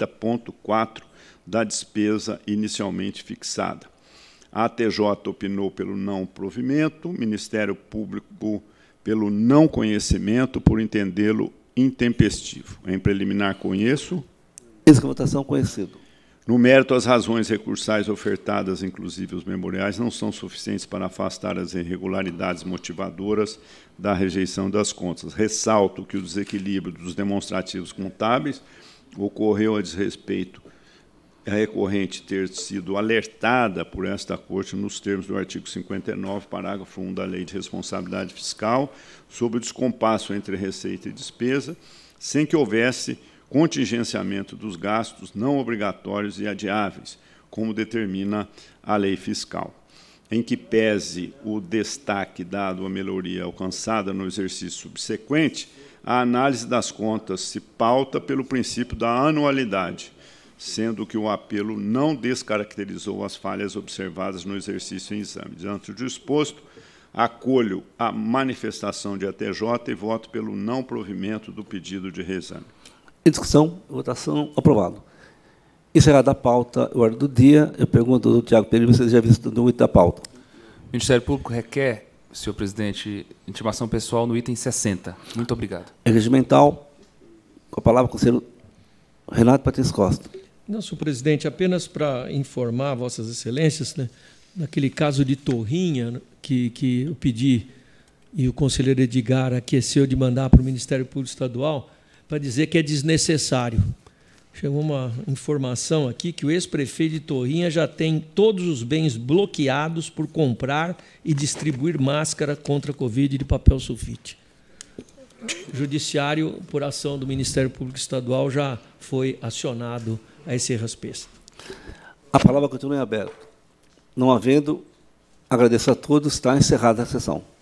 30,4% da despesa inicialmente fixada. A ATJ opinou pelo não provimento, Ministério Público pelo não conhecimento, por entendê-lo intempestivo. Em preliminar, conheço. Votação, conhecido. No mérito, as razões recursais ofertadas, inclusive os memoriais, não são suficientes para afastar as irregularidades motivadoras da rejeição das contas. Ressalto que o desequilíbrio dos demonstrativos contábeis ocorreu a desrespeito a recorrente ter sido alertada por esta Corte nos termos do artigo 59, parágrafo 1 da Lei de Responsabilidade Fiscal, sobre o descompasso entre receita e despesa, sem que houvesse contingenciamento dos gastos não obrigatórios e adiáveis, como determina a lei fiscal. Em que pese o destaque dado à melhoria alcançada no exercício subsequente, a análise das contas se pauta pelo princípio da anualidade, sendo que o apelo não descaracterizou as falhas observadas no exercício em exame. Diante do disposto, acolho a manifestação de ATJ e voto pelo não provimento do pedido de reexame. Em discussão, votação, aprovado. Encerrada a pauta, a ordem do dia, eu pergunto ao Tiago Pereira se já visto no item da pauta. O Ministério Público requer, senhor presidente, intimação pessoal no item 60. Muito obrigado. É regimental. Com a palavra, o conselheiro Renato Martins Costa. Não, senhor presidente, apenas para informar vossas excelências, né, naquele caso de Torrinha, que eu pedi e o conselheiro Edgar aqueceu de mandar para o Ministério Público Estadual, para dizer que é desnecessário. Chegou uma informação aqui que o ex-prefeito de Torrinha já tem todos os bens bloqueados por comprar e distribuir máscara contra a Covid de papel sulfite. O Judiciário, por ação do Ministério Público Estadual, já foi acionado a esse respeito. A palavra continua em aberto. Não havendo, agradeço a todos, está encerrada a sessão.